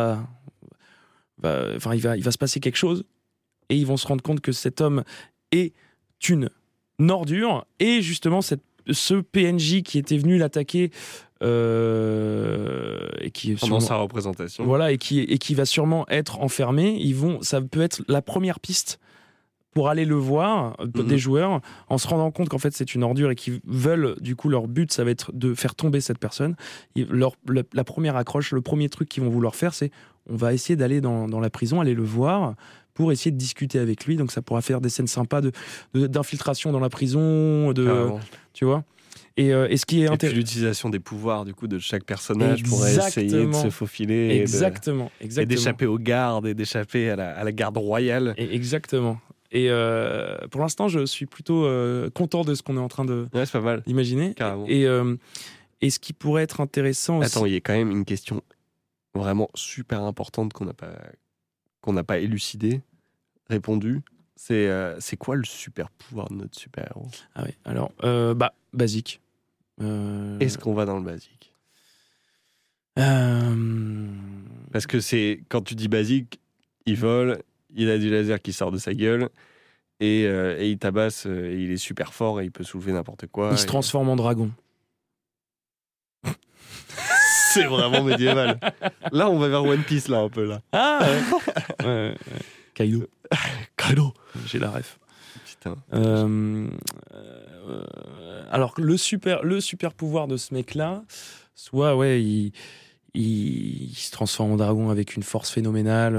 Speaker 1: va se passer quelque chose et ils vont se rendre compte que cet homme est une ordure et justement ce PNJ qui était venu l'attaquer et qui est
Speaker 2: pendant sa représentation,
Speaker 1: voilà, et qui va sûrement être enfermé. Ça peut être la première piste pour aller le voir des joueurs en se rendant compte qu'en fait c'est une ordure et qu'ils veulent, du coup leur but ça va être de faire tomber cette personne. La première accroche, le premier truc qu'ils vont vouloir faire, c'est on va essayer d'aller dans la prison, aller le voir pour essayer de discuter avec lui. Donc ça pourra faire des scènes sympas d'infiltration dans la prison, tu vois. Et ce qui est
Speaker 2: intéressant, l'utilisation des pouvoirs du coup de chaque personnage pour essayer de se faufiler
Speaker 1: exactement.
Speaker 2: Et d'échapper aux gardes et d'échapper à la garde royale.
Speaker 1: Exactement. Et pour l'instant, je suis plutôt content de ce qu'on est en train
Speaker 2: c'est pas mal.
Speaker 1: d'imaginer.
Speaker 2: Carrément.
Speaker 1: Et ce qui pourrait être intéressant aussi...
Speaker 2: Attends, il y a quand même une question vraiment super importante qu'on n'a pas élucidée, répondue. C'est quoi le super pouvoir de notre super-héros ?
Speaker 1: Ah oui, alors, basique.
Speaker 2: Est-ce qu'on va dans le basique ? Parce que quand tu dis basique, il vole, il a du laser qui sort de sa gueule et il tabasse et il est super fort et il peut soulever n'importe quoi.
Speaker 1: Il se transforme en dragon.
Speaker 2: C'est vraiment médiéval. Là, on va vers One Piece, là, un peu, là.
Speaker 1: Ah ouais. Kaido. J'ai la ref.
Speaker 2: Putain.
Speaker 1: Alors, le super pouvoir de ce mec-là, soit, il se transforme en dragon avec une force phénoménale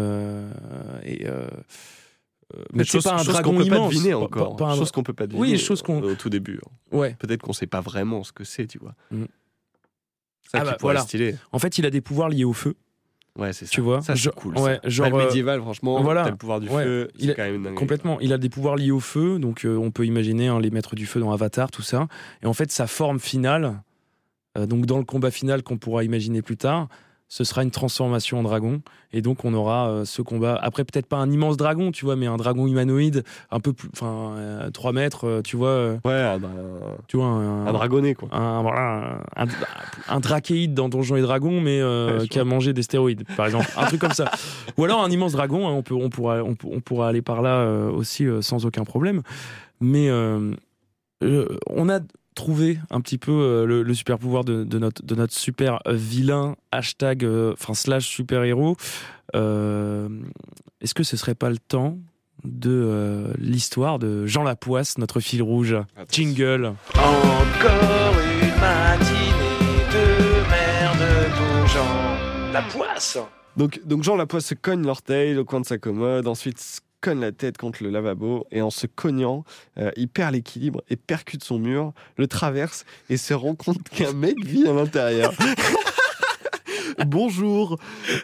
Speaker 1: mais c'est pas un dragon immense.
Speaker 2: Chose qu'on peut pas deviner.
Speaker 1: Oui, chose qu'on...
Speaker 2: au tout début.
Speaker 1: Ouais.
Speaker 2: Peut-être qu'on sait pas vraiment ce que c'est, tu vois.
Speaker 1: Ça qui pourrait être stylé. En fait, il a des pouvoirs liés au feu.
Speaker 2: Ouais, c'est ça.
Speaker 1: Tu vois,
Speaker 2: ça c'est cool.
Speaker 1: Ouais,
Speaker 2: genre le médiéval, franchement, t'as le pouvoir du feu, c'est quand même une dinguerie.
Speaker 1: Complètement. Il a des pouvoirs liés au feu, donc on peut imaginer les maîtres du feu dans Avatar, tout ça. Et en fait, sa forme finale, donc dans le combat final qu'on pourra imaginer plus tard, ce sera une transformation en dragon. Et donc, on aura ce combat. Après, peut-être pas un immense dragon, tu vois, mais un dragon humanoïde, un peu plus. 3 mètres, tu vois. Tu vois,
Speaker 2: un dragonnet, quoi.
Speaker 1: Un drachéide dans Donjons et Dragons, mais qui a mangé des stéroïdes, par exemple. Un truc comme ça. Ou alors un immense dragon, hein, on pourra aller par là aussi sans aucun problème. Mais on a trouver un petit peu le super pouvoir de notre super vilain / super héros. Est-ce que ce serait pas le temps de l'histoire de Jean Lapoisse, notre fil rouge? Jingle.
Speaker 3: Encore une matinée de merde. La poisse.
Speaker 2: Donc Jean Lapoisse se cogne l'orteil au coin de sa commode, ensuite se cogne la tête contre le lavabo, et en se cognant, il perd l'équilibre et percute son mur, le traverse et se rend compte qu'un mec vit à l'intérieur. Bonjour.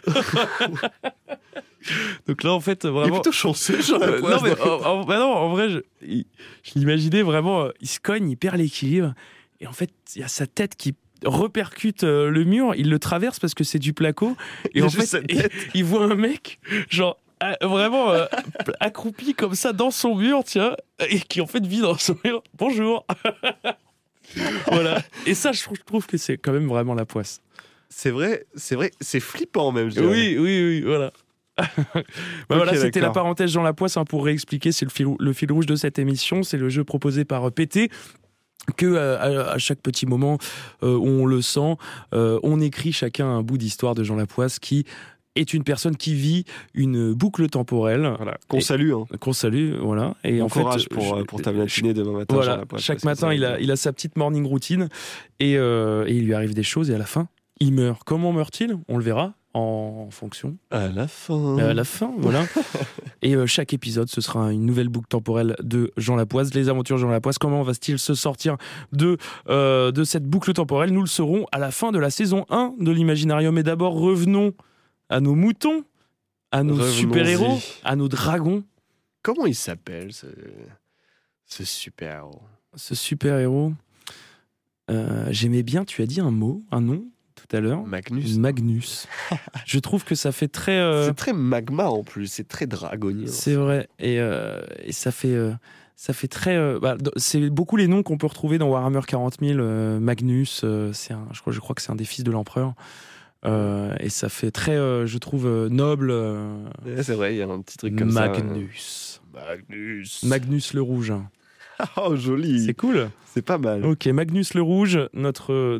Speaker 1: Donc là, en fait, vraiment.
Speaker 2: Il est plutôt chanceux, Jean Lapoisse.
Speaker 1: Non, mais en vrai, je l'imaginais vraiment. Il se cogne, il perd l'équilibre. Et en fait, il y a sa tête qui repercute le mur. Il le traverse parce que c'est du placo. Et en fait, il voit un mec, genre, vraiment accroupi comme ça dans son mur, tiens, et qui en fait vit dans son mur. Bonjour. Voilà. Et ça, je trouve que c'est quand même vraiment la poisse.
Speaker 2: C'est vrai, c'est flippant même, je dirais.
Speaker 1: Oui, voilà. Voilà, c'était la parenthèse Jean Lapoisse, pour réexpliquer, c'est le fil rouge de cette émission, c'est le jeu proposé par PT, que à chaque petit moment où on le sent, on écrit chacun un bout d'histoire de Jean Lapoisse qui est une personne qui vit une boucle temporelle.
Speaker 2: Voilà, qu'on salue.
Speaker 1: Qu'on salue, voilà. Et
Speaker 2: bon
Speaker 1: en
Speaker 2: courage
Speaker 1: fait,
Speaker 2: pour ta matinée demain matin.
Speaker 1: Voilà,
Speaker 2: Jean Lapoisse,
Speaker 1: chaque matin, il a sa petite morning routine et il lui arrive des choses et à la fin, il meurt. Comment meurt-il ? On le verra en fonction.
Speaker 2: À la fin.
Speaker 1: Voilà. Et chaque épisode, ce sera une nouvelle boucle temporelle de Jean Lapoisse. Les aventures de Jean Lapoisse. Comment va-t-il se sortir de cette boucle temporelle ? Nous le saurons à la fin de la saison 1 de l'Imaginarium. Et d'abord, revenons à nos moutons, à nos super-héros, à nos dragons.
Speaker 2: Comment il s'appelle, ce super-héros ?
Speaker 1: Ce super-héros, j'aimais bien, tu as dit un nom tout à l'heure. Magnus. Je trouve que ça fait très...
Speaker 2: C'est très magma en plus, c'est très dragonien.
Speaker 1: C'est vrai, et ça fait très... c'est beaucoup les noms qu'on peut retrouver dans Warhammer 40 000. Magnus, je crois que c'est un des fils de l'empereur. Et ça fait très, je trouve, noble.
Speaker 2: Ouais, c'est vrai, il y a un petit truc comme ça.
Speaker 1: Magnus le Rouge.
Speaker 2: Oh, joli.
Speaker 1: C'est cool.
Speaker 2: C'est pas mal.
Speaker 1: Ok, Magnus le Rouge, notre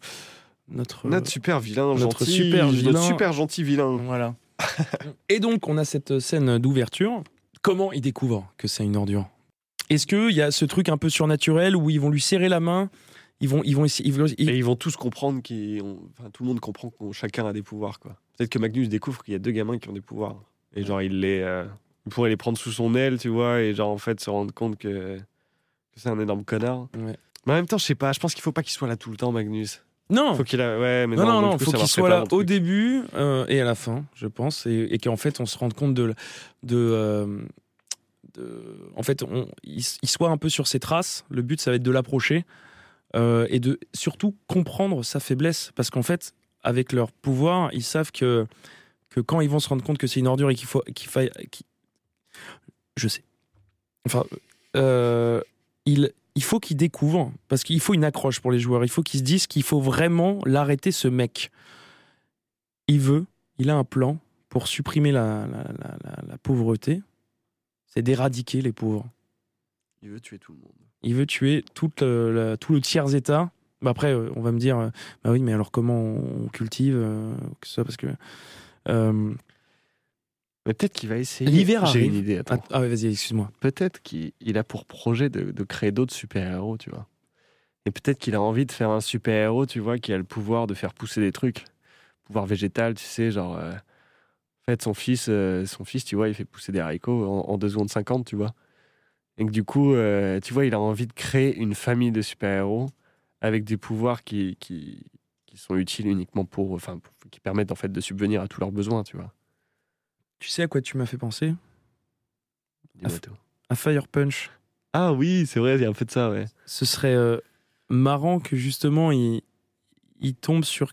Speaker 2: super vilain,
Speaker 1: notre
Speaker 2: super gentil vilain.
Speaker 1: Voilà. Et donc, on a cette scène d'ouverture. Comment il découvre que c'est une ordure ? Est-ce qu'il y a ce truc un peu surnaturel où ils vont lui serrer la main ? Ils vont tous
Speaker 2: comprendre tout le monde comprend que chacun a des pouvoirs, quoi. Peut-être que Magnus découvre qu'il y a 2 gamins qui ont des pouvoirs. Et genre, il pourrait les prendre sous son aile, tu vois, et genre, en fait, se rendre compte que c'est un énorme connard.
Speaker 1: Ouais.
Speaker 2: Mais en même temps, je sais pas, je pense qu'il faut pas qu'il soit là tout le temps, Magnus.
Speaker 1: Non.
Speaker 2: Faut qu'il
Speaker 1: non, faut qu'il soit là au début et à la fin, je pense, et qu'en fait, on se rende compte en fait, il soit un peu sur ses traces. Le but, ça va être de l'approcher. Et de surtout comprendre sa faiblesse, parce qu'en fait, avec leur pouvoir, ils savent que quand ils vont se rendre compte que c'est une ordure et je sais. Enfin, il faut qu'ils découvrent, parce qu'il faut une accroche pour les joueurs. Il faut qu'ils se disent qu'il faut vraiment l'arrêter, ce mec. Il a un plan pour supprimer la pauvreté. C'est d'éradiquer les pauvres.
Speaker 2: Il veut tuer tout le monde.
Speaker 1: Il veut tuer tout le tiers-état. Après, on va me dire, bah oui, mais alors comment on cultive ça, parce que...
Speaker 2: Mais peut-être qu'il va essayer.
Speaker 1: L'hiver arrive.
Speaker 2: J'ai une idée, attends.
Speaker 1: Ah ouais, vas-y, excuse-moi.
Speaker 2: Peut-être qu'il a pour projet de créer d'autres super-héros, tu vois. Et peut-être qu'il a envie de faire un super-héros, tu vois, qui a le pouvoir de faire pousser des trucs. Pouvoir végétal, tu sais, genre... En fait, son fils, tu vois, il fait pousser des haricots en 2 secondes 50, tu vois. Et que du coup, tu vois, il a envie de créer une famille de super-héros avec des pouvoirs qui sont utiles uniquement qui permettent en fait de subvenir à tous leurs besoins, tu vois.
Speaker 1: Tu sais à quoi tu m'as fait penser ?
Speaker 2: Dis-moi tout.
Speaker 1: À Fire Punch.
Speaker 2: Ah oui, c'est vrai, il y a un peu de ça, ouais.
Speaker 1: Ce serait marrant que justement il tombe sur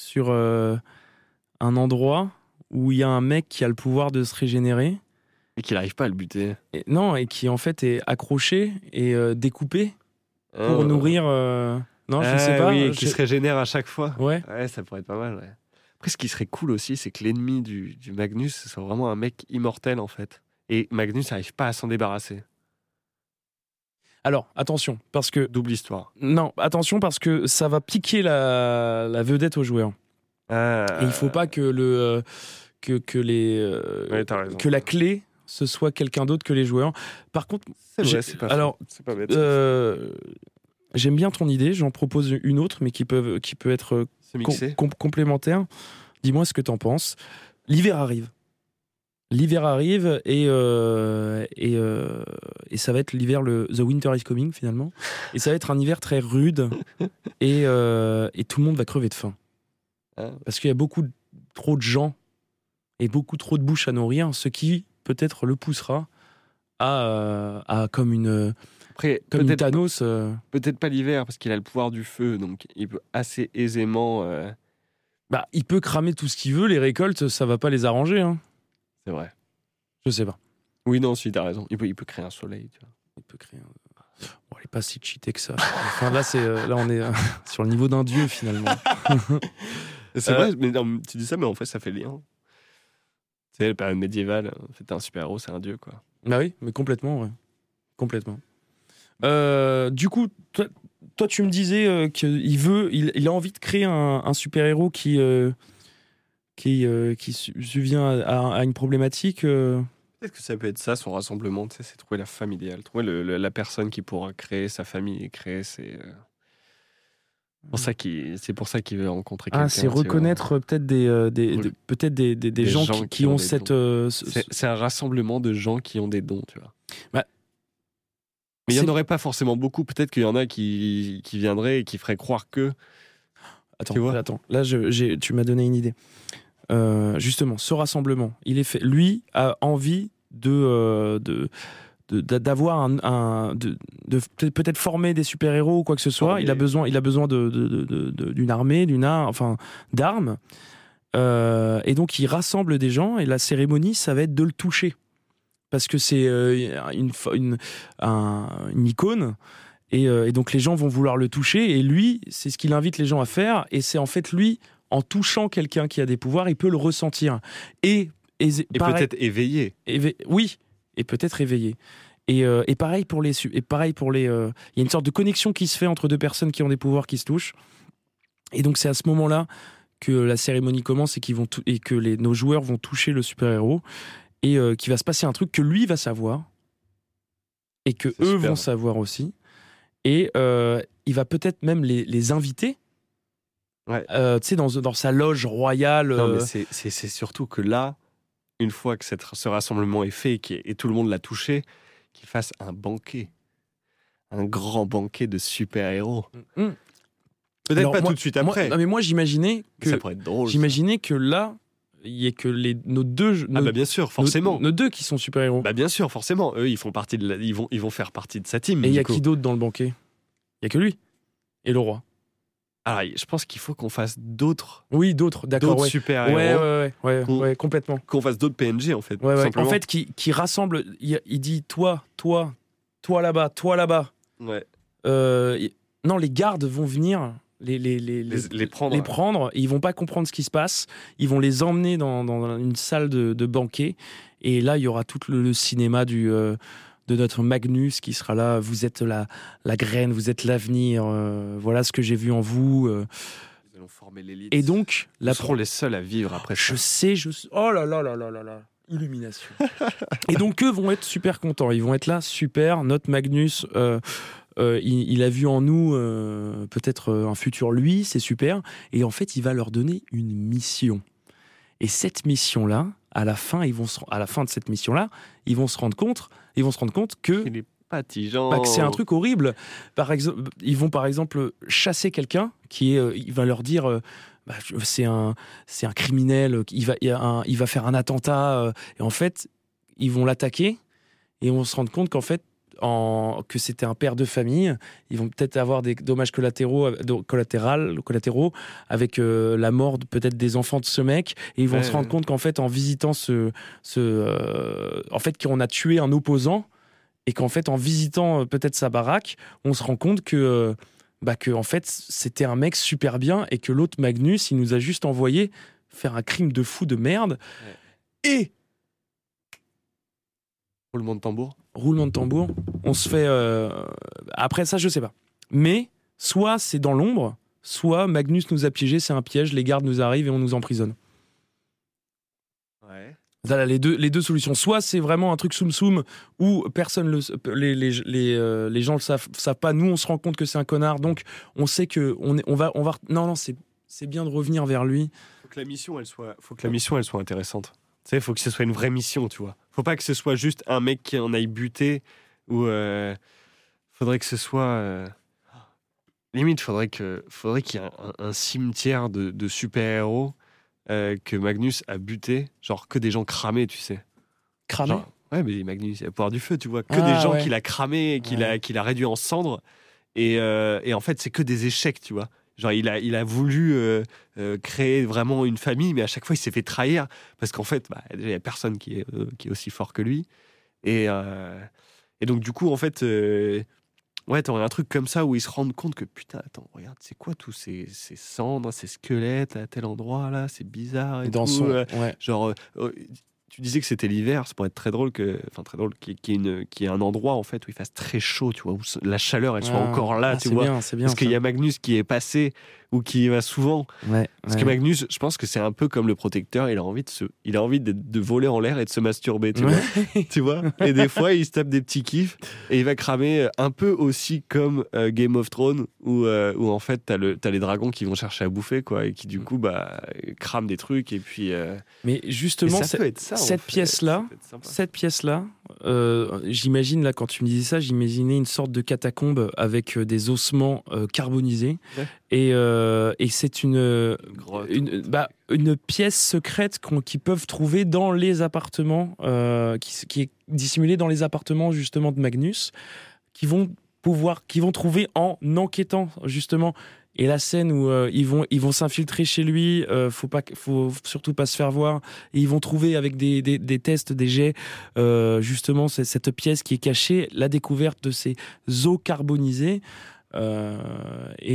Speaker 1: un endroit où il y a un mec qui a le pouvoir de se régénérer.
Speaker 2: Et qu'il n'arrive pas à le buter.
Speaker 1: Et qui en fait est accroché et découpé pour nourrir... Non, je sais pas.
Speaker 2: Oui, qui se régénère à chaque fois.
Speaker 1: Ouais,
Speaker 2: ça pourrait être pas mal, ouais. Après, ce qui serait cool aussi, c'est que l'ennemi du Magnus, ce soit vraiment un mec immortel, en fait. Et Magnus n'arrive pas à s'en débarrasser.
Speaker 1: Alors, attention, parce que...
Speaker 2: Double histoire.
Speaker 1: Non, attention, parce que ça va piquer la vedette aux joueurs. Et il faut pas que que la clé ce soit quelqu'un d'autre que les joueurs. Par contre,
Speaker 2: c'est pas bête.
Speaker 1: J'aime bien ton idée, j'en propose une autre, mais qui peut être complémentaire. Dis-moi ce que t'en penses. L'hiver arrive. L'hiver arrive et ça va être l'hiver, The Winter is Coming finalement. Et ça va être un hiver très rude et tout le monde va crever de faim. Parce qu'il y a trop de gens et beaucoup trop de bouches à nourrir, ce qui peut-être le poussera à comme une Thanos.
Speaker 2: Peut-être pas l'hiver parce qu'il a le pouvoir du feu, donc il peut assez aisément.
Speaker 1: Il peut cramer tout ce qu'il veut, les récoltes, ça va pas les arranger. Hein.
Speaker 2: C'est vrai.
Speaker 1: Je sais pas.
Speaker 2: Oui, non, si, t'as raison. Il peut créer un soleil, tu vois.
Speaker 1: Il peut créer un... Bon, il est pas si cheaté que ça. Enfin, là, on est sur le niveau d'un dieu, finalement.
Speaker 2: C'est vrai, mais non, tu dis ça, mais en fait, ça fait lien. Tu sais, la période médiévale, en fait, un super-héros, c'est un dieu, quoi.
Speaker 1: Bah oui, mais complètement, ouais. Complètement. Du coup, toi, tu me disais qu'il a envie de créer un super-héros qui subvient à une problématique.
Speaker 2: Peut-être que ça peut être ça, son rassemblement, tu sais, c'est trouver la femme idéale, trouver la personne qui pourra créer sa famille et créer ses... C'est pour ça qu'il veut rencontrer quelqu'un.
Speaker 1: C'est reconnaître peut-être des gens qui ont cette...
Speaker 2: C'est un rassemblement de gens qui ont des dons, tu vois.
Speaker 1: Bah,
Speaker 2: mais il n'y en aurait pas forcément beaucoup. Peut-être qu'il y en a qui viendraient et qui feraient croire que...
Speaker 1: Attends. Là, tu m'as donné une idée. Justement, ce rassemblement, il est fait. Lui a envie d'avoir peut-être former des super-héros ou quoi que ce soit. Il a besoin d'une armée, d'armes. Et donc, il rassemble des gens et la cérémonie, ça va être de le toucher. Parce que c'est une icône. Et donc, les gens vont vouloir le toucher. Et lui, c'est ce qu'il invite les gens à faire. Et c'est en fait, lui, en touchant quelqu'un qui a des pouvoirs, il peut le ressentir. Et
Speaker 2: peut-être éveiller.
Speaker 1: Oui. Et peut-être éveillé. Et pareil pour les. Il y a une sorte de connexion qui se fait entre deux personnes qui ont des pouvoirs qui se touchent. Et donc c'est à ce moment-là que la cérémonie commence et que nos joueurs vont toucher le super-héros et qu'il va se passer un truc que lui va savoir et que eux vont savoir aussi. Et il va peut-être même les inviter.
Speaker 2: Ouais.
Speaker 1: Tu sais, dans sa loge royale.
Speaker 2: Non, mais c'est surtout que là. Une fois que ce rassemblement est fait et tout le monde l'a touché, qu'il fasse un banquet. Un grand banquet de super-héros. Peut-être pas tout de suite après.
Speaker 1: Non, mais moi, j'imaginais que...
Speaker 2: Ça pourrait être drôle.
Speaker 1: J'imaginais que là, il y ait que nos deux...
Speaker 2: bien sûr, forcément.
Speaker 1: Nos deux qui sont super-héros.
Speaker 2: Bien sûr, forcément. Eux, ils font partie ils vont faire partie de sa team.
Speaker 1: Et il y a qui d'autre dans le banquet ? Il y a que lui. Et le roi.
Speaker 2: Alors, je pense qu'il faut qu'on fasse d'autres.
Speaker 1: Oui, d'autres, d'accord.
Speaker 2: D'autres super-héros.
Speaker 1: Ouais, complètement.
Speaker 2: Qu'on fasse d'autres PNJ, en fait.
Speaker 1: En fait, qui rassemble. Il dit toi là-bas.
Speaker 2: Ouais.
Speaker 1: Non, les gardes vont venir les prendre. Et ils vont pas comprendre ce qui se passe. Ils vont les emmener dans une salle de banquet. Et là, il y aura tout le cinéma de notre Magnus qui sera là. Vous êtes la graine, vous êtes l'avenir. Voilà ce que j'ai vu en vous.
Speaker 2: Nous allons former l'élite.
Speaker 1: Et donc,
Speaker 2: nous serons les seuls à vivre après ça.
Speaker 1: Je sais. Oh là là. Illumination. Et donc, eux vont être super contents. Ils vont être là, super. Notre Magnus, il a vu en nous peut-être un futur lui, c'est super. Et en fait, il va leur donner une mission. Et cette mission-là, à la fin de cette mission-là, ils vont se rendre compte que
Speaker 2: il est patigeant.
Speaker 1: Que c'est un truc horrible. Par exemple, ils vont par exemple chasser quelqu'un il va leur dire c'est un criminel, il va faire un attentat et en fait, ils vont l'attaquer et on se rend compte qu'en fait que c'était un père de famille. Ils vont peut-être avoir des dommages collatéraux avec la mort peut-être des enfants de ce mec, et ils vont se rendre compte qu'en fait en visitant en fait qu'on a tué un opposant, et qu'en fait en visitant peut-être sa baraque, on se rend compte que en fait c'était un mec super bien, et que l'autre Magnus, il nous a juste envoyé faire un crime de fou de merde. Et
Speaker 2: roulement de tambour,
Speaker 1: on se fait... Après ça, je sais pas. Mais, soit c'est dans l'ombre, soit Magnus nous a piégés, c'est un piège, les gardes nous arrivent et on nous emprisonne.
Speaker 2: Ouais.
Speaker 1: Voilà, les deux solutions. Soit c'est vraiment un truc soum-soum où personne les gens le savent pas. Nous, on se rend compte que c'est un connard, donc on sait que on va. Non, c'est c'est bien de revenir vers lui.
Speaker 2: Faut que la mission, elle soit intéressante. Tu sais, faut que ce soit une vraie mission, tu vois. Faut pas que ce soit juste un mec qui en aille buter ou faudrait que ce soit limite faudrait qu'il y ait un cimetière de super-héros que Magnus a buté, genre que des gens cramés, tu sais.
Speaker 1: Cramés?
Speaker 2: Ouais, mais Magnus, il a le pouvoir du feu, tu vois. Que des gens qu'il a cramés, qu'il a réduit en cendres. Et en fait, c'est que des échecs, tu vois. Genre, il a voulu créer vraiment une famille, mais à chaque fois, il s'est fait trahir. Parce qu'en fait, il n'y a personne qui est aussi fort que lui. Et donc, du coup, en fait, t'aurais un truc comme ça où ils se rendent compte que, putain, attends, regarde, c'est quoi tous ces cendres, ces squelettes à tel endroit, là, c'est bizarre. Et
Speaker 1: dans
Speaker 2: tout,
Speaker 1: son...
Speaker 2: genre... tu disais que c'était l'hiver, ça pourrait être très drôle qu'il y ait un endroit en fait où il fasse très chaud, tu vois, où la chaleur elle soit encore là, tu vois.
Speaker 1: C'est bien,
Speaker 2: parce qu'il y a Magnus qui est passé ou qui y va souvent. Parce que Magnus, je pense que c'est un peu comme le protecteur, il a envie de voler en l'air et de se masturber, tu vois. Tu vois. Et des fois, il se tape des petits kiffs et il va cramer un peu aussi comme Game of Thrones où en fait t'as les dragons qui vont chercher à bouffer quoi et qui du coup crament des trucs et puis.
Speaker 1: Mais justement, cette pièce-là, j'imagine là quand tu me disais ça, j'imaginais une sorte de catacombe avec des ossements carbonisés et c'est une pièce secrète qu'ils peuvent trouver dans les appartements, qui est dissimulée dans les appartements justement de Magnus, qui vont trouver en enquêtant justement. Et la scène où ils vont s'infiltrer chez lui, faut surtout pas se faire voir. Et ils vont trouver avec des tests, des jets, justement cette pièce qui est cachée, la découverte de ces eaux carbonisées et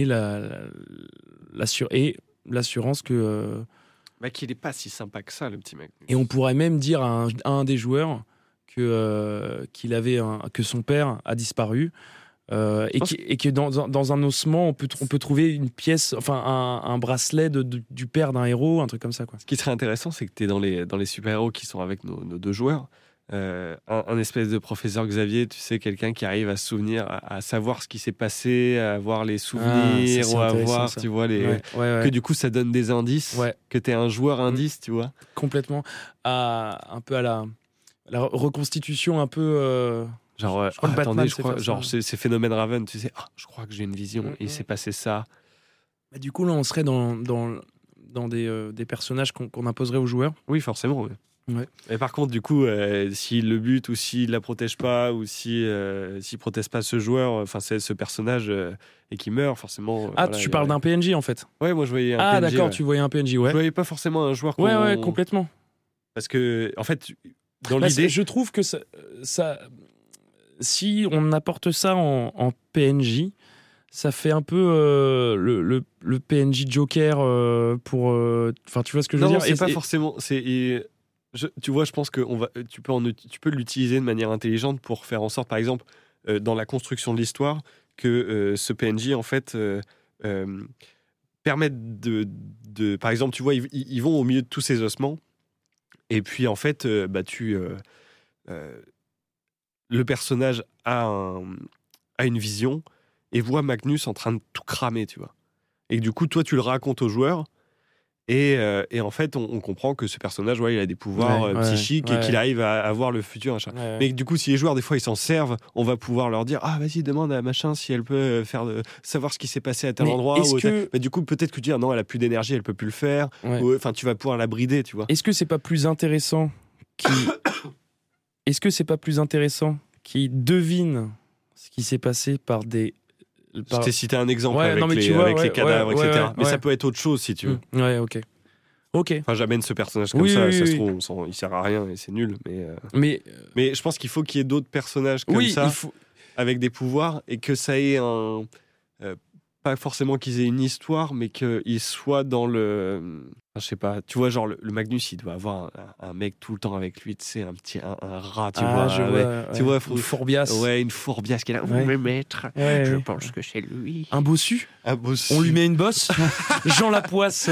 Speaker 1: l'assurance que.
Speaker 2: Qu'il n'est pas si sympa que ça, le petit mec.
Speaker 1: Et on pourrait même dire à un des joueurs que son père a disparu. Et que dans un ossement on peut trouver une pièce, enfin un bracelet du père d'un héros, un truc comme ça quoi.
Speaker 2: Ce qui serait intéressant, c'est que tu es dans les super-héros qui sont avec nos deux joueurs, un espèce de professeur Xavier, tu sais, quelqu'un qui arrive à se souvenir, à savoir ce qui s'est passé, à voir les souvenirs ou à voir, tu vois, que du coup ça donne des indices, que tu es un joueur indice, tu vois.
Speaker 1: Complètement, un peu à la reconstitution un peu...
Speaker 2: Genre, attendez, c'est Phénomène Raven, tu sais, je crois que j'ai une vision, et il s'est passé ça.
Speaker 1: Du coup, là, on serait dans des personnages qu'on imposerait aux joueurs.
Speaker 2: Oui, forcément. Ouais. Et par contre, du coup, s'il le bute ou s'il la protège pas, ou s'il protège pas ce joueur, enfin, c'est ce personnage, et qui meurt, forcément.
Speaker 1: Tu parles d'un PNJ, en fait.
Speaker 2: Ouais, moi, je voyais un PNJ. Ah,
Speaker 1: d'accord, tu voyais un PNJ, ouais.
Speaker 2: Je voyais pas forcément un joueur.
Speaker 1: Ouais, complètement.
Speaker 2: Parce que, en fait, dans l'idée.
Speaker 1: Je trouve que ça si on apporte ça en PNJ, ça fait un peu le PNJ Joker pour... Enfin, tu vois ce que je veux dire ?
Speaker 2: Non, c'est pas forcément... tu vois, je pense que tu peux l'utiliser de manière intelligente pour faire en sorte, par exemple, dans la construction de l'histoire, que ce PNJ, en fait, permette de... Par exemple, tu vois, ils vont au milieu de tous ces ossements, et puis, en fait, le personnage a une vision et voit Magnus en train de tout cramer, tu vois. Et du coup, toi, tu le racontes aux joueurs et en fait, on comprend que ce personnage, il a des pouvoirs psychiques et qu'il arrive à voir le futur. Mais du coup, si les joueurs, des fois, ils s'en servent, on va pouvoir leur dire « Ah, vas-y, demande à machin si elle peut savoir ce qui s'est passé à tel endroit. » Mais du coup, peut-être que tu dis « Non, elle a plus d'énergie, elle peut plus le faire. » Enfin, tu vas pouvoir la brider, tu vois.
Speaker 1: Est-ce que c'est pas plus intéressant qu'il devine ce qui s'est passé par des...
Speaker 2: Je t'ai cité un exemple avec les cadavres, etc. Mais ça peut être autre chose, si tu veux.
Speaker 1: Ouais, ok. Enfin,
Speaker 2: j'amène ce personnage comme ça, ça se trouve, il sert à rien et c'est nul. Mais je pense qu'il faut qu'il y ait d'autres personnages comme ça, avec des pouvoirs, et que ça ait un... pas forcément qu'ils aient une histoire, mais qu'ils soient dans le... je sais pas, tu vois, genre le Magnus, il doit avoir un mec tout le temps avec lui, tu sais, un rat, tu vois. Tu vois,
Speaker 1: une fourbiasse.
Speaker 2: Ouais, une fourbiasse qui est là. Vous me mettre. Je pense que c'est lui.
Speaker 1: Un bossu. On lui met une bosse. Jean Lapoisse.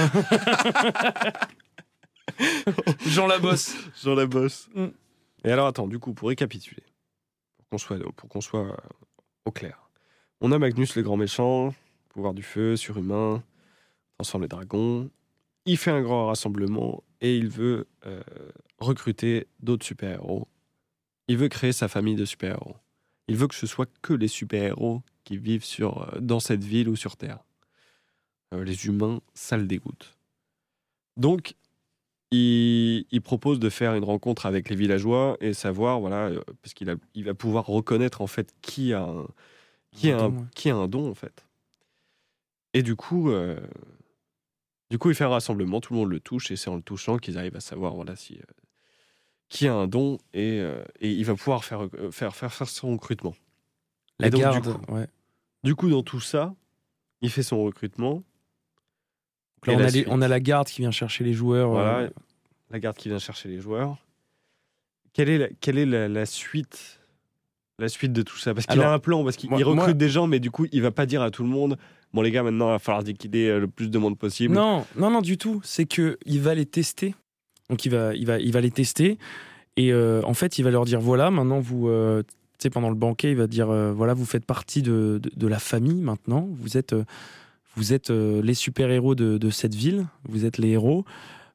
Speaker 1: Jean Labosse.
Speaker 2: Jean Labosse. Et alors, attends, du coup, pour récapituler, pour qu'on soit au clair, on a Magnus, le grand méchant, pouvoir du feu, surhumain, transforme les dragons. Il fait un grand rassemblement et il veut recruter d'autres super-héros. Il veut créer sa famille de super-héros. Il veut que ce soit que les super-héros qui vivent dans cette ville ou sur Terre. Les humains, ça le dégoûte. Donc, il propose de faire une rencontre avec les villageois et savoir, voilà, parce qu'il va pouvoir reconnaître en fait qui a un don en fait. Et du coup, il fait un rassemblement, tout le monde le touche et c'est en le touchant qu'ils arrivent à savoir, voilà, qui a un don et il va pouvoir faire son recrutement.
Speaker 1: La
Speaker 2: donc,
Speaker 1: garde,
Speaker 2: du coup, dans tout ça, il fait son recrutement.
Speaker 1: Là, on a la garde qui vient chercher les joueurs.
Speaker 2: Voilà, la garde qui vient chercher les joueurs. Quelle est la suite de tout ça? Parce qu'il a un plan, parce qu'il recrute des gens, mais du coup, il va pas dire à tout le monde, bon les gars, maintenant, il va falloir liquider le plus de monde possible.
Speaker 1: Non, du tout. C'est qu'il va les tester. Donc, il va les tester. Et en fait, il va leur dire, voilà, maintenant, vous... tu sais, pendant le banquet, il va dire, voilà, vous faites partie de la famille, maintenant. Vous êtes les super-héros de cette ville. Vous êtes les héros.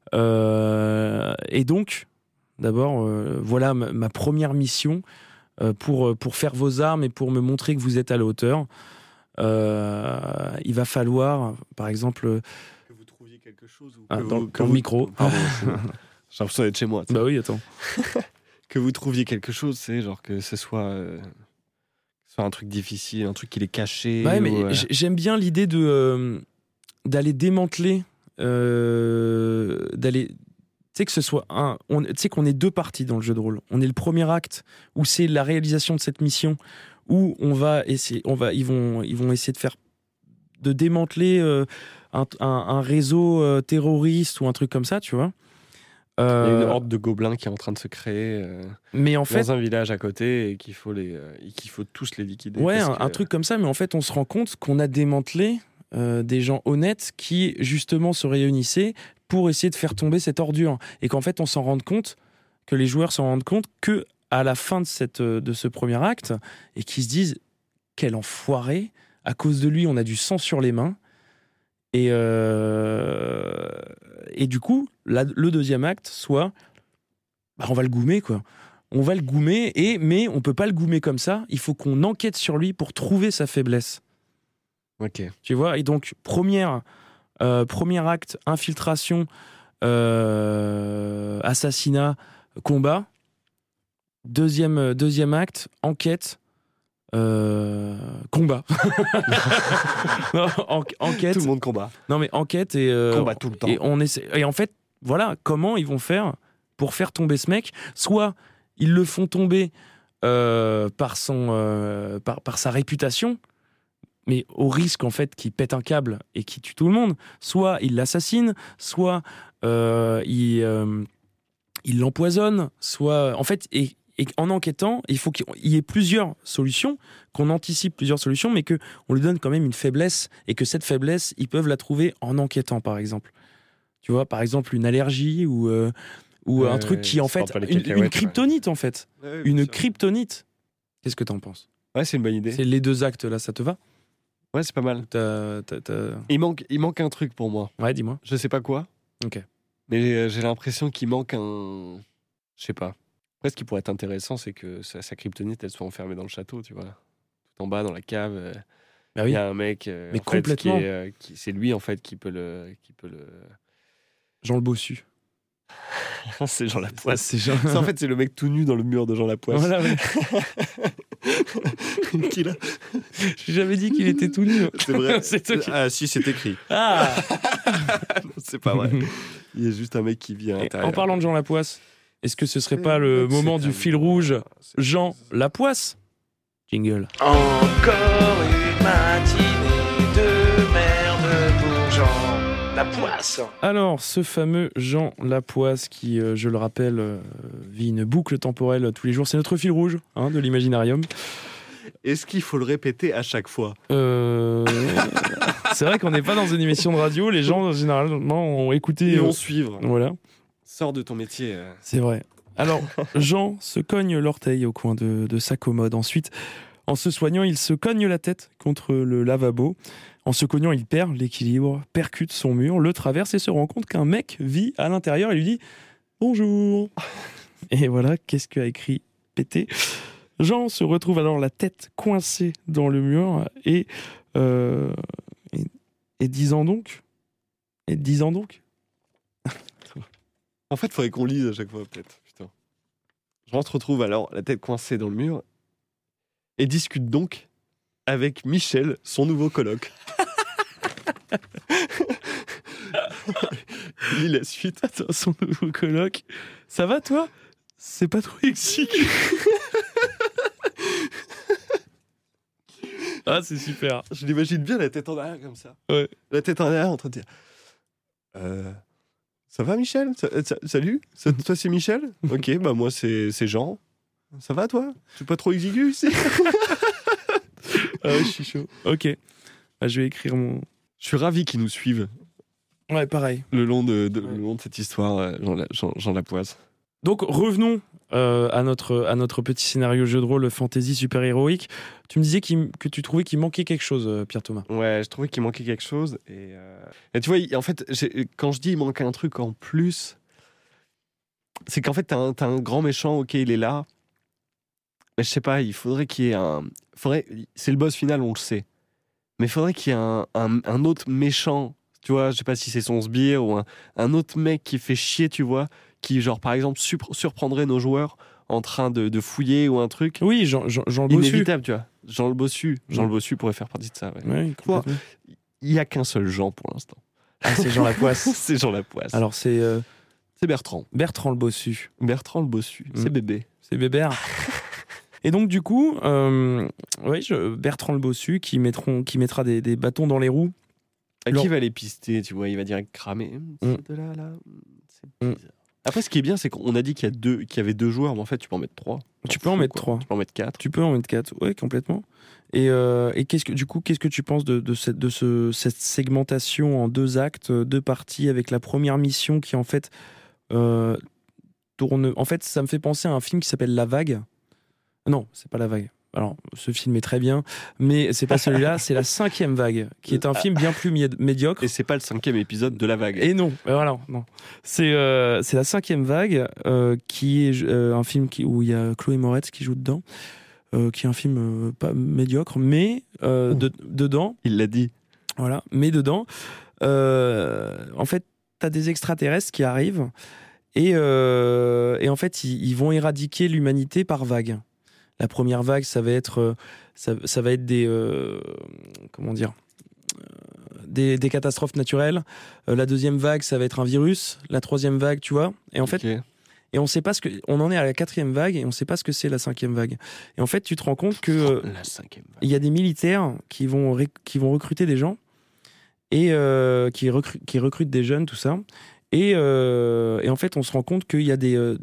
Speaker 1: Et donc, d'abord, voilà ma première mission pour faire vos armes et pour me montrer que vous êtes à la hauteur. Il va falloir, par exemple...
Speaker 2: Que vous trouviez quelque chose ou
Speaker 1: dans le micro.
Speaker 2: Pardon, j'ai l'impression d'être chez moi.
Speaker 1: Bah oui, attends.
Speaker 2: Que vous trouviez quelque chose, c'est genre que ce soit un truc difficile, un truc qui est caché.
Speaker 1: Ouais, mais j'aime bien l'idée d'aller démanteler, d'aller... Tu sais que ce soit tu sais qu'on est deux parties dans le jeu de rôle. On est le premier acte où c'est la réalisation de cette mission où ils vont essayer de démanteler un réseau terroriste ou un truc comme ça, tu vois.
Speaker 2: Il y a une horde de gobelins qui est en train de se créer
Speaker 1: mais en fait,
Speaker 2: dans un village à côté et qu'il faut tous les liquider.
Speaker 1: Ouais, un truc comme ça, mais en fait, on se rend compte qu'on a démantelé des gens honnêtes qui, justement, se réunissaient pour essayer de faire tomber cette ordure. Et qu'en fait, que les joueurs s'en rendent compte que à la fin de ce premier acte, et qu'ils se disent « Quel enfoiré, à cause de lui, on a du sang sur les mains ». Et du coup, le deuxième acte, soit on va le goumer, quoi. On va le goumer, mais on peut pas le goumer comme ça. Il faut qu'on enquête sur lui pour trouver sa faiblesse.
Speaker 2: Ok.
Speaker 1: Tu vois, et donc, premier acte, infiltration, assassinat, combat. Deuxième acte, enquête, combat. Non, enquête.
Speaker 2: Tout le monde combat.
Speaker 1: Non, mais enquête et
Speaker 2: combat tout le temps.
Speaker 1: Et en fait, voilà comment ils vont faire pour faire tomber ce mec. Soit ils le font tomber par sa réputation, mais au risque en fait qu'il pète un câble et qu'il tue tout le monde. Soit il l'assassinent, soit il l'empoisonne, soit en fait et en enquêtant, il faut qu'il y ait plusieurs solutions, qu'on anticipe plusieurs solutions, mais qu'on lui donne quand même une faiblesse, et que cette faiblesse, ils peuvent la trouver en enquêtant, par exemple. Tu vois, par exemple, une allergie ou un truc qui, en fait, une kryptonite, en fait.
Speaker 2: Ouais,
Speaker 1: une kryptonite. Qu'est-ce que t'en penses?
Speaker 2: Ouais, c'est une bonne idée.
Speaker 1: C'est les deux actes, là, ça te va?
Speaker 2: Ouais, c'est pas mal. Il manque un truc pour moi.
Speaker 1: Ouais, dis-moi.
Speaker 2: Je sais pas quoi.
Speaker 1: Ok.
Speaker 2: Mais j'ai l'impression qu'il manque un... Je sais pas. Après, ce qui pourrait être intéressant, c'est que sa kryptonite, elle soit enfermée dans le château, tu vois. Tout en bas, dans la cave.
Speaker 1: Bah oui.
Speaker 2: Il y a un mec
Speaker 1: mais complètement.
Speaker 2: c'est lui, en fait, qui peut le...
Speaker 1: Jean le Bossu.
Speaker 2: C'est Jean Lapoisse.
Speaker 1: C'est
Speaker 2: en fait, c'est le mec tout nu dans le mur de Jean Lapoisse.
Speaker 1: Voilà, ouais. J'ai jamais dit qu'il était tout nu.
Speaker 2: C'est vrai.
Speaker 1: Ah,
Speaker 2: si, c'est écrit.
Speaker 1: Ah.
Speaker 2: Non, c'est pas vrai. Il y a juste un mec qui vit à l'intérieur.
Speaker 1: En parlant de Jean Lapoisse, est-ce que ce serait pas le moment du fil rouge Jean Lapoisse? Jingle.
Speaker 3: Encore une matinée de merde pour Jean Lapoisse.
Speaker 1: Alors, ce fameux Jean Lapoisse qui, je le rappelle, vit une boucle temporelle tous les jours, c'est notre fil rouge de l'Imaginarium.
Speaker 2: Est-ce qu'il faut le répéter à chaque fois?
Speaker 1: C'est vrai qu'on n'est pas dans une émission de radio, les gens généralement ont écouté...
Speaker 2: Ils vont suivre.
Speaker 1: Voilà.
Speaker 2: Sors de ton métier.
Speaker 1: C'est vrai. Alors, Jean se cogne l'orteil au coin de sa commode. Ensuite, en se soignant, il se cogne la tête contre le lavabo. En se cognant, il perd l'équilibre, percute son mur, le traverse et se rend compte qu'un mec vit à l'intérieur et lui dit « Bonjour !» Et voilà, qu'est-ce qu'a écrit Pété ? Jean se retrouve alors la tête coincée dans le mur et disant donc.
Speaker 2: En fait, il faudrait qu'on lise à chaque fois, peut-être. Putain. Jean se retrouve alors la tête coincée dans le mur et discute donc avec Michel, son nouveau coloc. Il lit la suite.
Speaker 1: Attends, son nouveau coloc. Ça va, toi ? C'est pas trop exigu. Ah, c'est super.
Speaker 2: Je l'imagine bien la tête en arrière comme ça.
Speaker 1: Ouais.
Speaker 2: La tête en arrière en train de dire ça va, Michel ? Salut ? Toi, c'est Michel ? Ok, bah moi, c'est Jean. Ça va, toi ? C'est pas trop exigu ici ?
Speaker 1: Ah, je suis chaud. Ok. Ah, je vais écrire mon...
Speaker 2: Je suis ravi qu'ils nous suivent.
Speaker 1: Ouais, pareil.
Speaker 2: Le long de cette histoire, Jean Lapoisse.
Speaker 1: Donc, revenons à notre petit scénario jeu de rôle fantasy super-héroïque. Tu me disais que tu trouvais qu'il manquait quelque chose, Pierre Thomas.
Speaker 2: Ouais, je trouvais qu'il manquait quelque chose. Et tu vois, en fait, quand je dis il manque un truc en plus, c'est qu'en fait, t'as un grand méchant, ok, il est là. Mais je sais pas, il faudrait qu'il y ait c'est le boss final, on le sait. Mais il faudrait qu'il y ait un autre méchant, tu vois, je sais pas si c'est son sbire ou un autre mec qui fait chier, tu vois, qui, genre, par exemple, surprendrait nos joueurs en train de fouiller ou un truc.
Speaker 1: Oui, Jean le Bossu.
Speaker 2: Inévitable, tu vois. Jean le Bossu pourrait faire partie de ça. Ouais.
Speaker 1: Oui, complètement.
Speaker 2: Il n'y a qu'un seul Jean pour l'instant.
Speaker 1: Ah, c'est Jean Lapoisse.
Speaker 2: C'est Jean Lapoisse.
Speaker 1: Alors, c'est
Speaker 2: Bertrand.
Speaker 1: Bertrand le Bossu.
Speaker 2: Bertrand le Bossu. C'est bébé.
Speaker 1: C'est Bébert. Et donc, du coup, Bertrand le Bossu qui mettra des bâtons dans les roues.
Speaker 2: Qui va les pister, tu vois, il va direct cramer. C'est de là. C'est bizarre. Après, ce qui est bien, c'est qu'on a dit qu'il y avait 2 joueurs, mais en fait, tu peux en mettre 3.
Speaker 1: Tu peux en mettre 3.
Speaker 2: Tu peux en mettre 4.
Speaker 1: Tu peux en mettre 4, ouais, complètement. Et qu'est-ce que tu penses de cette segmentation en 2 actes, 2 parties, avec la première mission qui, en fait, tourne... En fait, ça me fait penser à un film qui s'appelle La Vague. Non, c'est pas La Vague. Alors, ce film est très bien, mais c'est pas celui-là, c'est La 5e Vague, qui est un film bien plus médiocre.
Speaker 2: Et c'est pas le 5e épisode de La Vague.
Speaker 1: Et non, voilà, non. C'est La 5e Vague, qui est un film où il y a Chloé Moretz qui joue dedans, qui est un film pas médiocre, mais dedans...
Speaker 2: Il l'a dit.
Speaker 1: Voilà, mais dedans, en fait, t'as des extraterrestres qui arrivent, et en fait, ils vont éradiquer l'humanité par vagues. La première vague, ça va être des comment dire, des catastrophes naturelles. La deuxième vague, ça va être un virus. La troisième vague, tu vois. Et en fait, et on sait pas on en est à la 4e vague et on sait pas ce que c'est la 5e vague. Et en fait, tu te rends compte que
Speaker 2: la 5e vague.
Speaker 1: Il y a des militaires qui vont recruter des gens et qui recrutent des jeunes, tout ça. Et en fait, on se rend compte qu'il y a